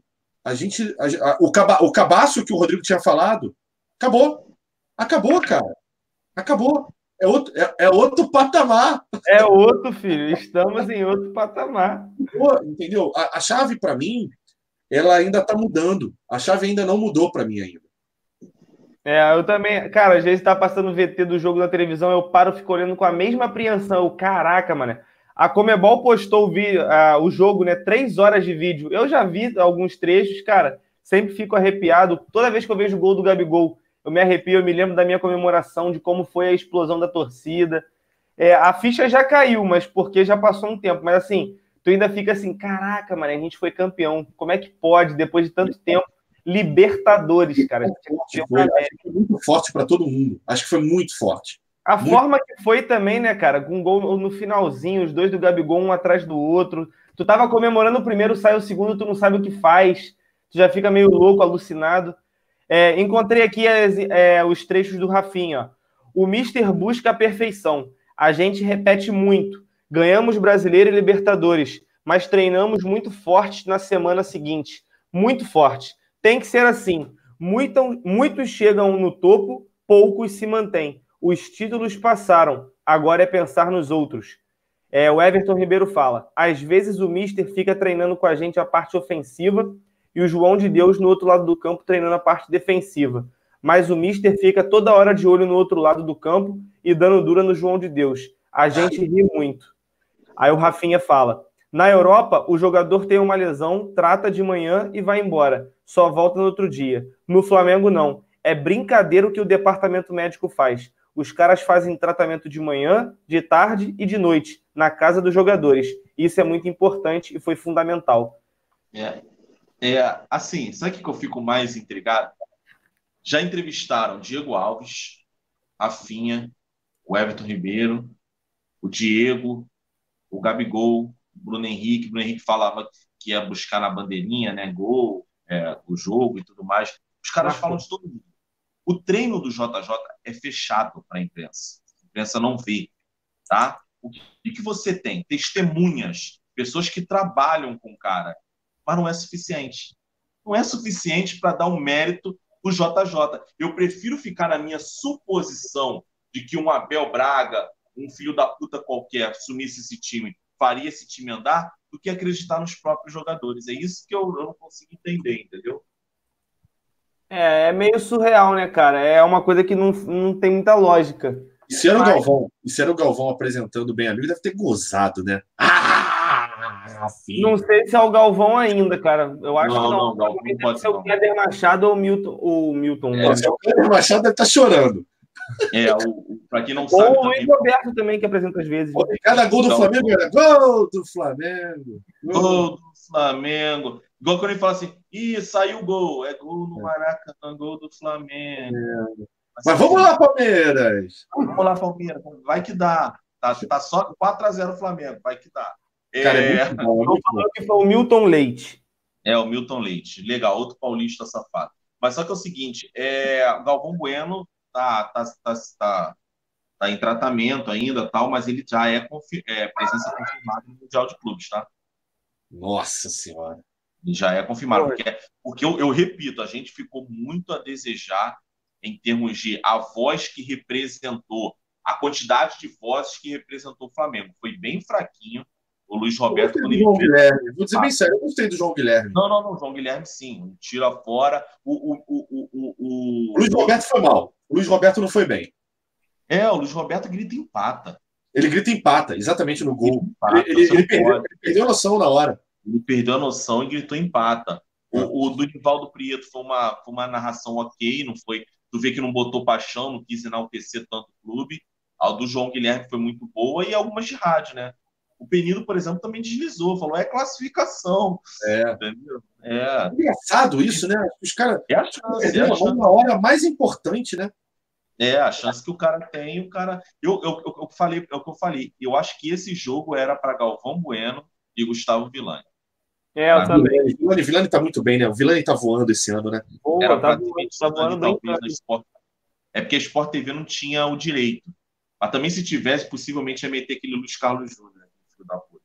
O cabaço que o Rodrigo tinha falado, acabou. Acabou, cara. Acabou. É outro patamar. É outro, filho. Estamos em outro patamar. Entendeu? A chave, para mim, ela ainda está mudando. A chave ainda não mudou para mim ainda. Eu também... Cara, às vezes tá passando o VT do jogo na televisão, eu paro e fico olhando com a mesma apreensão. Caraca, mano. A Conmebol postou o jogo, né? 3 horas de vídeo. Eu já vi alguns trechos, cara. Sempre fico arrepiado. Toda vez que eu vejo o gol do Gabigol, eu me arrepio, eu me lembro da minha comemoração, de como foi a explosão da torcida. A ficha já caiu, mas porque já passou um tempo. Mas assim, tu ainda fica assim, caraca, mano, a gente foi campeão. Como é que pode, depois de tanto tempo? Libertadores, cara. Foi muito forte para todo mundo. Acho que foi muito forte. Forma que foi também, né, cara? Com um gol no finalzinho, os dois do Gabigol, um atrás do outro. Tu tava comemorando o primeiro, sai o segundo, tu não sabe o que faz. Tu já fica meio louco, alucinado. Encontrei aqui os trechos do Rafinha. Ó. O Mister busca a perfeição. A gente repete muito. Ganhamos Brasileiro e Libertadores, mas treinamos muito forte na semana seguinte. Muito forte. Tem que ser assim. Muitos chegam no topo, poucos se mantêm. Os títulos passaram, agora é pensar nos outros. O Everton Ribeiro fala, às vezes o Mister fica treinando com a gente a parte ofensiva e o João de Deus no outro lado do campo treinando a parte defensiva. Mas o Mister fica toda hora de olho no outro lado do campo e dando dura no João de Deus. A gente ri muito. Aí o Rafinha fala, na Europa, o jogador tem uma lesão, trata de manhã e vai embora. Só volta no outro dia. No Flamengo, não. É brincadeira o que o departamento médico faz. Os caras fazem tratamento de manhã, de tarde e de noite, na casa dos jogadores. Isso é muito importante e foi fundamental. Assim, sabe o que eu fico mais intrigado? Já entrevistaram Diego Alves, Rafinha, o Everton Ribeiro, o Diego, o Gabigol, o Bruno Henrique. O Bruno Henrique falava que ia buscar na bandeirinha, né, gol, o jogo e tudo mais. Os caras falam de todo mundo. O treino do JJ é fechado para a imprensa. A imprensa não vê, tá? O que você tem? Testemunhas, pessoas que trabalham com o cara, mas não é suficiente. Não é suficiente para dar um mérito pro JJ. Eu prefiro ficar na minha suposição de que um Abel Braga, um filho da puta qualquer, assumisse esse time, faria esse time andar, do que acreditar nos próprios jogadores. É isso que eu não consigo entender, entendeu? É meio surreal, né, cara? É uma coisa que não tem muita lógica. E se era o Galvão apresentando bem amigo, deve ter gozado, né? Ah, Não filho. sei se é o Galvão ainda, cara. Eu acho que não. Não, Galvão não Deve pode ser ser, o não. Éder Machado ou o Milton. É, O Kleber Machado deve estar chorando. Para quem não sabe Ou o Luiz também, Roberto também, que apresenta às vezes. Pô, cada gol do Então- Flamengo era gol do Flamengo. gol do Flamengo. Igual quando ele fala assim, saiu o gol. É gol no Maracanã, gol do Flamengo. Mas vamos lá, Palmeiras. Vamos lá, Palmeiras. Vai que dá. Tá só 4-0 Flamengo. Vai que dá. Cara, é muito bom, é muito bom. Falando que foi o Milton Leite. O Milton Leite. Legal, outro paulista safado. Mas só que é o seguinte, o Galvão Bueno tá em tratamento ainda, tal, mas ele já é presença confirmada no Mundial de Clubes, tá? Nossa Senhora. Ele já é confirmado. Oi. Porque eu repito, a gente ficou muito a desejar em termos de a voz que representou, a quantidade de vozes que representou o Flamengo. Foi bem fraquinho o Luiz Roberto quando ele João fez. Guilherme. Vou dizer bem sério, eu gostei do João Guilherme. Não, João Guilherme sim, tira fora. O Luiz Roberto foi mal. O Luiz Roberto não foi bem. O Luiz Roberto grita e empata. Ele grita e empata, exatamente no gol. Empata, Ele perdeu a noção na hora. Ele perdeu a noção e gritou empata. O do Nivaldo Prieto foi uma narração ok, não foi. Tu vê que não botou paixão, não quis enaltecer tanto o clube. A do João Guilherme foi muito boa e algumas de rádio, né? O Penido, por exemplo, também deslizou, falou: é classificação. Entendeu? Engraçado isso, né? Os caras É a chance. perderam na hora mais importante, né? A chance que o cara tem, o cara. Eu falei, é o que eu falei. Eu acho que esse jogo era para Galvão Bueno e Gustavo Villani. Eu também. O Villani tá muito bem, né? O Villani tá voando esse ano, né? Boa, Era tá praticamente voando bem. talvez na Sport. É porque a Sport TV não tinha o direito. Mas também, se tivesse, possivelmente ia meter aquele Luiz Carlos Júnior, né? Filho da puta.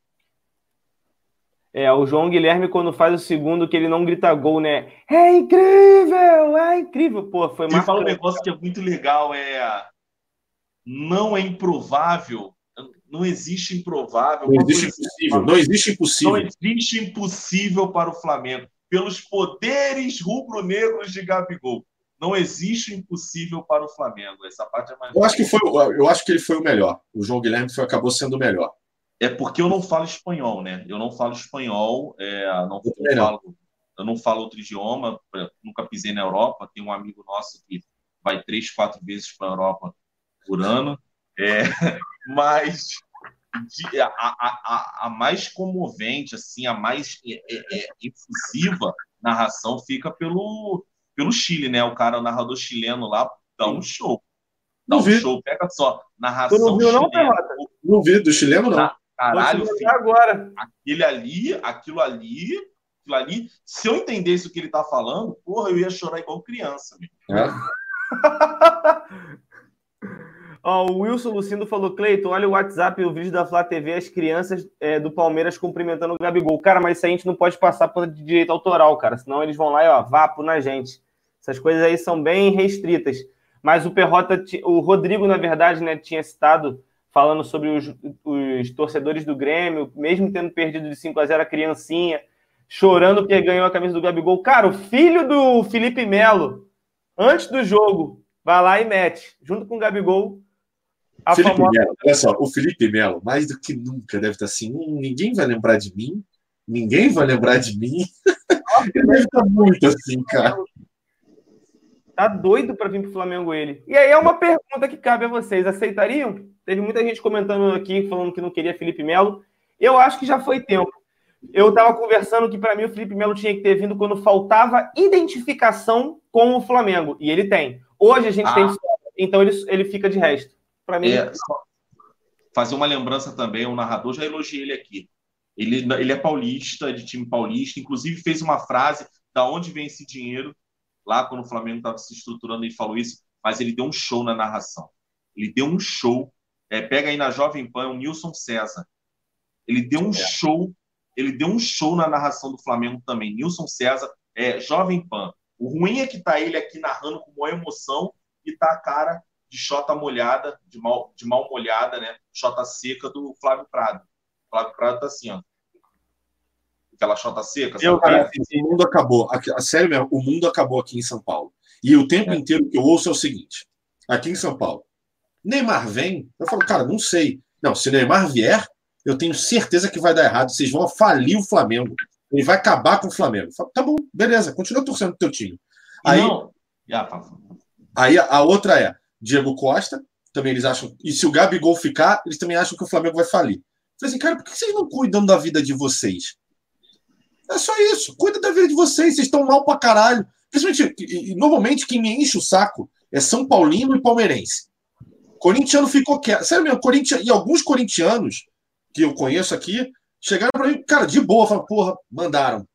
O João Guilherme, quando faz o segundo, que ele não grita gol, né? É incrível! É incrível! Pô, foi Ele fala um marcante. negócio que é muito legal, não é improvável, não existe improvável. Não existe impossível. Não existe impossível. Não existe impossível para o Flamengo. Pelos poderes rubro-negros de Gabigol. Não existe impossível para o Flamengo. Essa parte é mais. Eu acho que ele foi o melhor. O João Guilherme acabou sendo o melhor. É porque eu não falo espanhol, né? Eu não falo espanhol, eu não falo outro idioma, nunca pisei na Europa. Tem um amigo nosso que vai 3, 4 vezes para a Europa por ano. Mas a mais comovente, assim, a mais efusiva narração fica pelo Chile, né? O narrador chileno lá dá um show. Dá um show, pega só. Narração Tu não viu, não, chilena. Perrota? Não vi, do chileno, não. Caralho, Vou te filho. mandar agora. Aquilo ali, se eu entendesse o que ele tá falando, porra, eu ia chorar igual criança. É. O Wilson Lucindo falou: Cleiton, olha o WhatsApp e o vídeo da Flá TV, as crianças do Palmeiras cumprimentando o Gabigol. Cara, mas isso a gente não pode passar por direito autoral, cara, senão eles vão lá e vapo na gente. Essas coisas aí são bem restritas. Mas o Perrota, o Rodrigo, na verdade, né, tinha citado, falando sobre os torcedores do Grêmio, mesmo tendo perdido de 5-0 a criancinha, chorando porque ganhou a camisa do Gabigol. Cara, o filho do Felipe Melo, antes do jogo, vai lá e mete, junto com o Gabigol, Melo, olha só, o Felipe Melo, mais do que nunca, deve estar assim, ninguém vai lembrar de mim, ninguém vai lembrar de mim. Ele deve estar muito assim, cara. Tá doido para vir pro Flamengo ele. E aí é uma pergunta que cabe a vocês. Aceitariam? Teve muita gente comentando aqui, falando que não queria Felipe Melo. Eu acho que já foi tempo. Eu tava conversando que para mim o Felipe Melo tinha que ter vindo quando faltava identificação com o Flamengo. E ele tem. Hoje a gente tem então ele fica de resto. Para mim. Fazer uma lembrança também, o narrador, já elogiei ele aqui. Ele é paulista, de time paulista, inclusive fez uma frase da onde vem esse dinheiro. Lá, quando o Flamengo estava se estruturando, ele falou isso, mas ele deu um show na narração. Ele deu um show. Pega aí na Jovem Pan, o Nilson César. Ele deu um show na narração do Flamengo também. Nilson César, Jovem Pan. O ruim é que tá ele aqui narrando com maior emoção e tá a cara de xota molhada, de mal molhada, né? Xota seca do Flávio Prado. O Flávio Prado tá assim, ó. Aquela chota seca, Eu, sabe? cara, O mundo acabou. Sério mesmo, o mundo acabou aqui em São Paulo. E o tempo inteiro que eu ouço é o seguinte: aqui em São Paulo, Neymar vem, eu falo, cara, não sei. Não, se o Neymar vier, eu tenho certeza que vai dar errado. Vocês vão falir o Flamengo. Ele vai acabar com o Flamengo. Eu falo, tá bom, beleza, continua torcendo pro teu time. Aí, Não. aí a outra é Diego Costa, também eles acham. E se o Gabigol ficar, eles também acham que o Flamengo vai falir. Eu falei assim, cara, por que vocês não cuidam da vida de vocês? É só isso, cuida da vida de vocês, vocês estão mal pra caralho. Principalmente, normalmente quem me enche o saco é São Paulino e palmeirense. Corintiano ficou quieto. Sério mesmo, e alguns corintianos que eu conheço aqui chegaram pra mim, cara, de boa, falaram, porra, mandaram.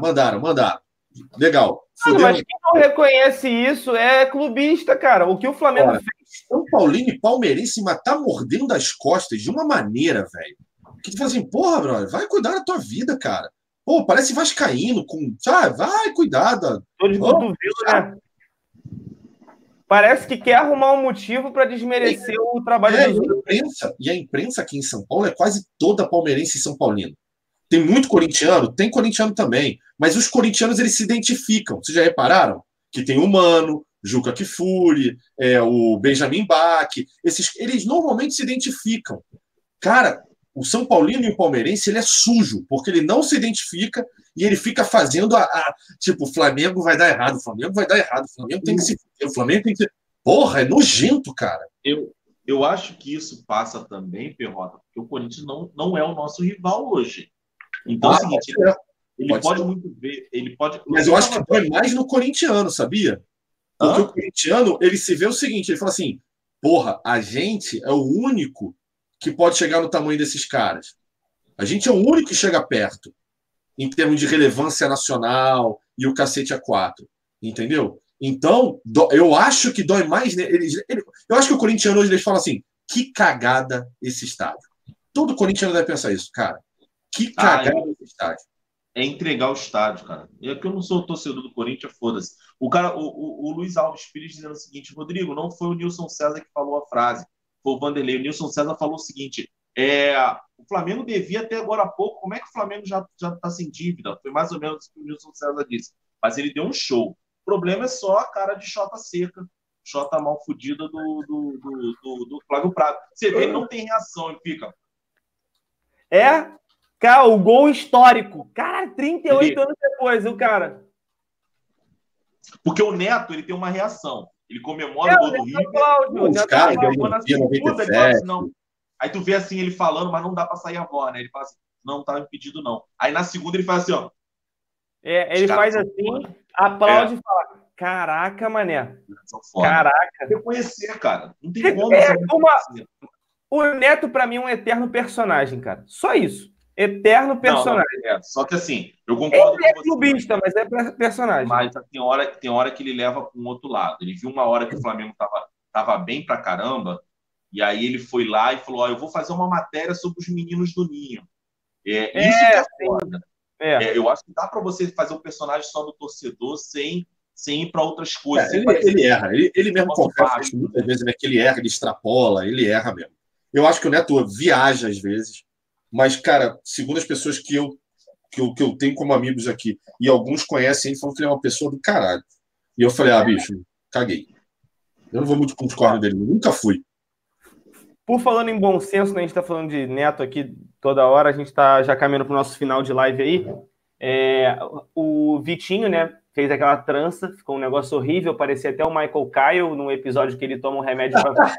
Legal. Mano, mas quem não reconhece isso é clubista, cara. O que o Flamengo fez. São Paulino e palmeirense, mas tá mordendo as costas de uma maneira, velho. Que tu fala assim, porra, brother, vai cuidar da tua vida, cara. Pô, parece vascaíno, sabe? Vai cuidar da... Tô de cotovelo, né? Parece que quer arrumar um motivo para desmerecer o trabalho dos outros. E a imprensa aqui em São Paulo é quase toda palmeirense e São Paulino. Tem muito corintiano, tem corintiano também, mas os corintianos eles se identificam. Vocês já repararam? Que tem o Mano, Juca Kfouri, o Benjamin Bach, eles normalmente se identificam. Cara, o São Paulino e o palmeirense ele é sujo, porque ele não se identifica e ele fica fazendo tipo, o Flamengo vai dar errado, o Flamengo tem que se... O Flamengo tem que... Porra, é nojento, cara. Eu acho que isso passa também, Perrota, porque o Corinthians não é o nosso rival hoje. Então é o seguinte, ele pode muito ver, ele pode... Mas eu acho que dói mais no corintiano, sabia? Porque o corintiano, ele se vê o seguinte, ele fala assim, porra, a gente é o único que pode chegar no tamanho desses caras. A gente é o único que chega perto, em termos de relevância nacional e o cacete a quatro. Entendeu? Então, eu acho que dói mais... Eu acho que o corintiano hoje, eles falam assim, que cagada esse estádio. Todo corintiano deve pensar isso, cara. Que cagada esse estádio. É entregar o estádio, cara. É que eu não sou torcedor do Corinthians, foda-se. O Luiz Alves Pires dizendo o seguinte, Rodrigo, não foi o Nilson César que falou a frase, foi o Vanderlei. O Nilson César falou o seguinte, o Flamengo devia até agora há pouco, como é que o Flamengo já tá sem dívida? Foi mais ou menos o que o Nilson César disse. Mas ele deu um show. O problema é só a cara de Xota seca, Xota mal fudida do Flávio Prado. Você vê, ele não tem reação, ele fica... Cara, o gol histórico. Cara, 38 anos depois, o cara... Porque o Neto, ele tem uma reação. Ele comemora o gol do River. Não. Aí tu vê assim ele falando, mas não dá pra sair a voz, né? Ele fala assim, não tá impedido não. Aí na segunda ele faz assim, ó. Ele faz assim, aplaude e fala, caraca, mané. Caraca. Reconhecer, cara. Não tem como. O Neto, pra mim, é um eterno personagem, cara. Só isso. Eterno personagem. Não, só que assim, eu concordo ele é clubista, mas é personagem. Mas tem hora que ele leva para um outro lado. Ele viu uma hora que o Flamengo tava bem pra caramba, e aí ele foi lá e falou, eu vou fazer uma matéria sobre os meninos do Ninho. Isso que é foda. Eu acho que dá para você fazer um personagem só do torcedor sem ir para outras coisas. Ele erra. Ele mesmo confessa muitas vezes, né, que ele erra, ele extrapola, ele erra mesmo. Eu acho que o Neto viaja às vezes, mas, cara, segundo as pessoas que eu tenho como amigos aqui, e alguns conhecem, ele falou que ele é uma pessoa do caralho. E eu falei, bicho, caguei. Eu não vou muito com os cornos dele, nunca fui. Por falando em bom senso, né, a gente está falando de Neto aqui toda hora, a gente está já caminhando para o nosso final de live aí. O Vitinho, né, fez aquela trança, ficou um negócio horrível, parecia até o Michael Kyle no episódio que ele toma um remédio para...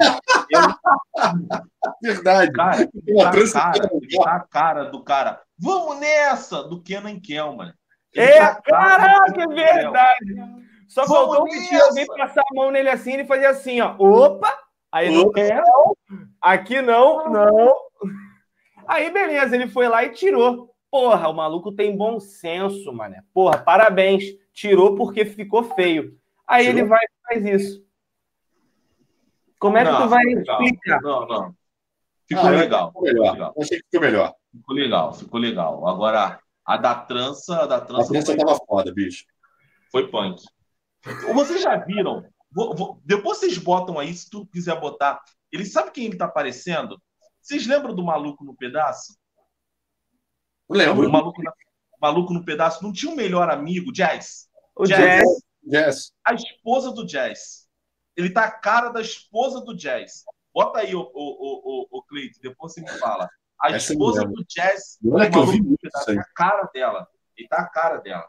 Verdade. Cara, tá a cara do cara. Vamos nessa! Do Kenan Kelman. Caraca, é verdade. Só faltou o Vitinho alguém passar a mão nele assim, ele fazia assim, ó. Opa! Aí não, aqui não. Aí beleza, ele foi lá e tirou. Porra, o maluco tem bom senso, mané. Porra, parabéns. Tirou porque ficou feio. Aí ele vai e faz isso. Como é que tu vai explicar? Não. Ficou legal. Achei que ficou melhor. Ficou legal. Agora, a da trança tava foda, bicho. Foi punk. Vocês já viram? Depois vocês botam aí, se tu quiser botar. Ele sabe quem ele tá parecendo? Vocês lembram do Maluco no Pedaço? Lembro. Maluco no Pedaço, não tinha um melhor amigo, Jazz? O Jazz. Jazz. A esposa do Jazz. Ele tá a cara da esposa do Jazz. Bota aí, o Cleito, depois você me fala. A Essa esposa mesmo. do Jazz, E olha que eu vi no muito Pedaço, isso aí. é a cara dela. Ele tá a cara dela.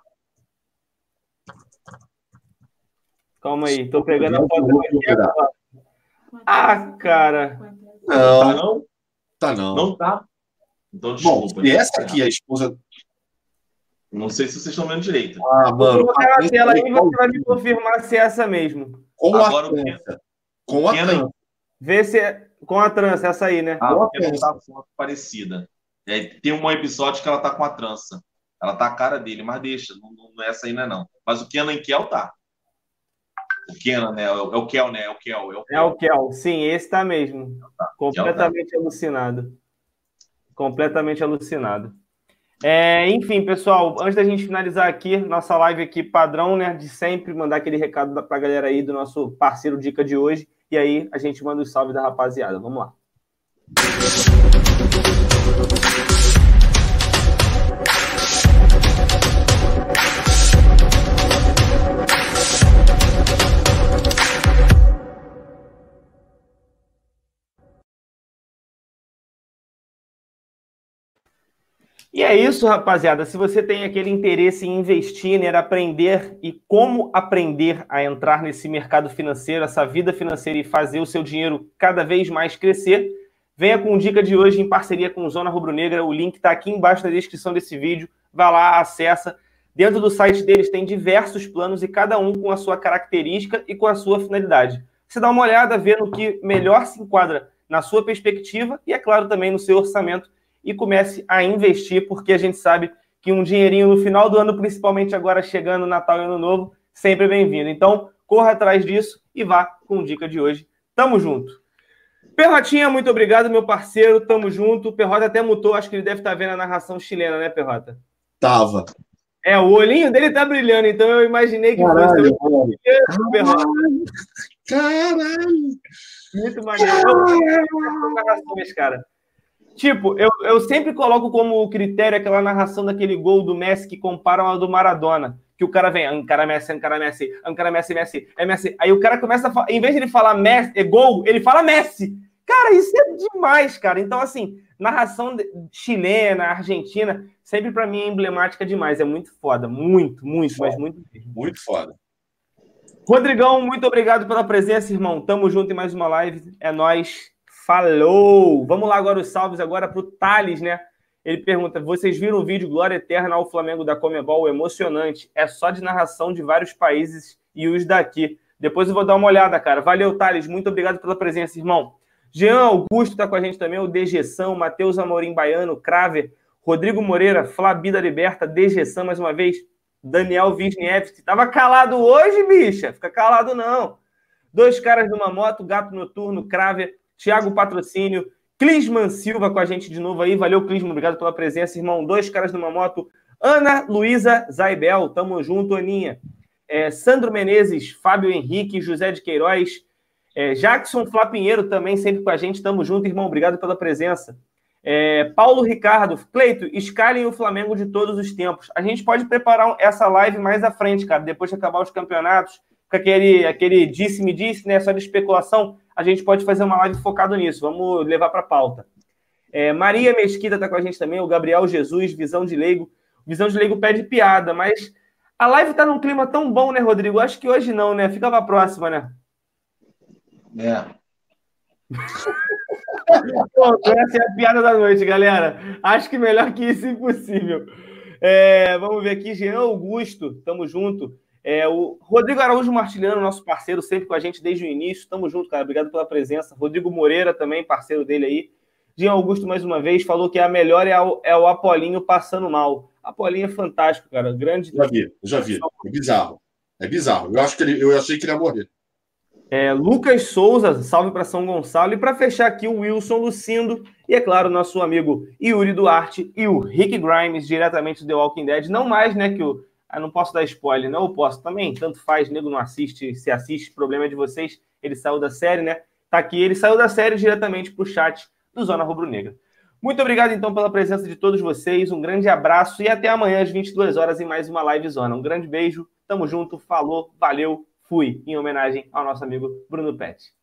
Calma aí, tô pegando a foto aqui. Ah, cara. Tá Não, não? tá não. Não tá? Então, Bom, desculpa. e essa aqui é a esposa. Não sei se vocês estão vendo direito. Ah, Vou mano. colocar na tela aí e você vai me confirmar se é essa mesmo. Com Agora a o que- trança. Com a Kenan- trança. Vê se é com a trança, essa aí, né? Ah, Boa porque não tá foto parecida. Tem um episódio que ela tá com a trança. Ela tá a cara dele, mas deixa. Não é essa aí, não. Mas o Kenan Kel tá. O Kenan, né? É o Kel, né? É o Kel. É o Kel. Sim, esse tá mesmo. Completamente alucinado. Completamente alucinado. Enfim, pessoal, antes da gente finalizar aqui, nossa live aqui padrão, né? De sempre, mandar aquele recado pra galera aí do nosso parceiro Dica de hoje. E aí a gente manda os salve da rapaziada. Vamos lá. E é isso, rapaziada. Se você tem aquele interesse em investir, né, aprender e como aprender a entrar nesse mercado financeiro, essa vida financeira e fazer o seu dinheiro cada vez mais crescer, venha com Dica de hoje em parceria com Zona Rubro Negra. O link está aqui embaixo na descrição desse vídeo. Vai lá, acessa. Dentro do site deles tem diversos planos e cada um com a sua característica e com a sua finalidade. Você dá uma olhada, vê no que melhor se enquadra na sua perspectiva e, é claro, também no seu orçamento, e comece a investir, porque a gente sabe que um dinheirinho no final do ano, principalmente agora chegando Natal e Ano Novo, sempre é bem-vindo. Então, corra atrás disso e vá com Dica de hoje. Tamo junto. Perrotinha, muito obrigado, meu parceiro. Tamo junto. O Perrota até mutou, acho que ele deve estar vendo a narração chilena, né, Perrota? Tava. O olhinho dele tá brilhando, então eu imaginei que Caralho, fosse. Caralho. Muito maneiro. Narrações, cara. Tipo, eu sempre coloco como critério aquela narração daquele gol do Messi que comparam ao do Maradona. Que o cara vem, Ancara Messi, Messi, é Messi. Aí o cara começa a falar, em vez de ele falar Messi, gol, ele fala Messi. Cara, isso é demais, cara. Então, assim, narração chilena, argentina, sempre pra mim é emblemática demais. É muito foda. Muito, mas muito mesmo. Muito foda. Rodrigão, muito obrigado pela presença, irmão. Tamo junto em mais uma live. É nóis. Falou! Vamos lá agora os salves agora pro Thales, né? Ele pergunta, vocês viram o vídeo Glória Eterna ao Flamengo da Conmebol? Emocionante. É só de narração de vários países e os daqui. Depois eu vou dar uma olhada, cara. Valeu, Thales. Muito obrigado pela presença, irmão. Jean Augusto tá com a gente também. O Dejeção, Matheus Amorim Baiano, Craver, Rodrigo Moreira, Flabida Liberta, Dejeção mais uma vez. Daniel Wisniewski. Tava calado hoje, bicha? Fica calado, não. Dois caras numa moto, Gato Noturno, Craver, Thiago Patrocínio, Clisman Silva com a gente de novo aí. Valeu, Clisman. Obrigado pela presença, irmão. Dois caras numa moto. Ana Luísa Zaibel. Tamo junto, Aninha. Sandro Menezes, Fábio Henrique, José de Queiroz. Jackson Flapinheiro também sempre com a gente. Tamo junto, irmão. Obrigado pela presença. Paulo Ricardo. Cleito, escalem o Flamengo de todos os tempos. A gente pode preparar essa live mais à frente, cara. Depois de acabar os campeonatos, com aquele disse-me disse, né? Só de especulação. A gente pode fazer uma live focado nisso. Vamos levar para a pauta. Maria Mesquita está com a gente também. O Gabriel Jesus, Visão de Leigo. Visão de Leigo pede piada, mas a live está num clima tão bom, né, Rodrigo? Acho que hoje não, né? Fica para a próxima, né? Pronto, essa é a piada da noite, galera. Acho que melhor que isso, impossível. Vamos ver aqui. Jean Augusto, tamo junto. O Rodrigo Araújo Martiliano, nosso parceiro, sempre com a gente desde o início. Tamo junto, cara. Obrigado pela presença. Rodrigo Moreira também, parceiro dele aí. Jean Augusto, mais uma vez, falou que a melhor é o Apolinho passando mal. Apolinho é fantástico, cara. Grande. Já vi. É bizarro. Eu achei que ele ia morrer. Lucas Souza, salve para São Gonçalo. E para fechar aqui, o Wilson Lucindo. E, é claro, nosso amigo Yuri Duarte e o Rick Grimes, diretamente do The Walking Dead. Não mais, né, que o... não posso dar spoiler, não, eu posso também. Tanto faz, nego não assiste, se assiste, problema é de vocês. Ele saiu da série, né? Tá aqui, ele saiu da série diretamente pro chat do Zona Rubro Negra. Muito obrigado, então, pela presença de todos vocês. Um grande abraço e até amanhã às 22 horas em mais uma Live Zona. Um grande beijo, tamo junto, falou, valeu, fui, em homenagem ao nosso amigo Bruno Pet.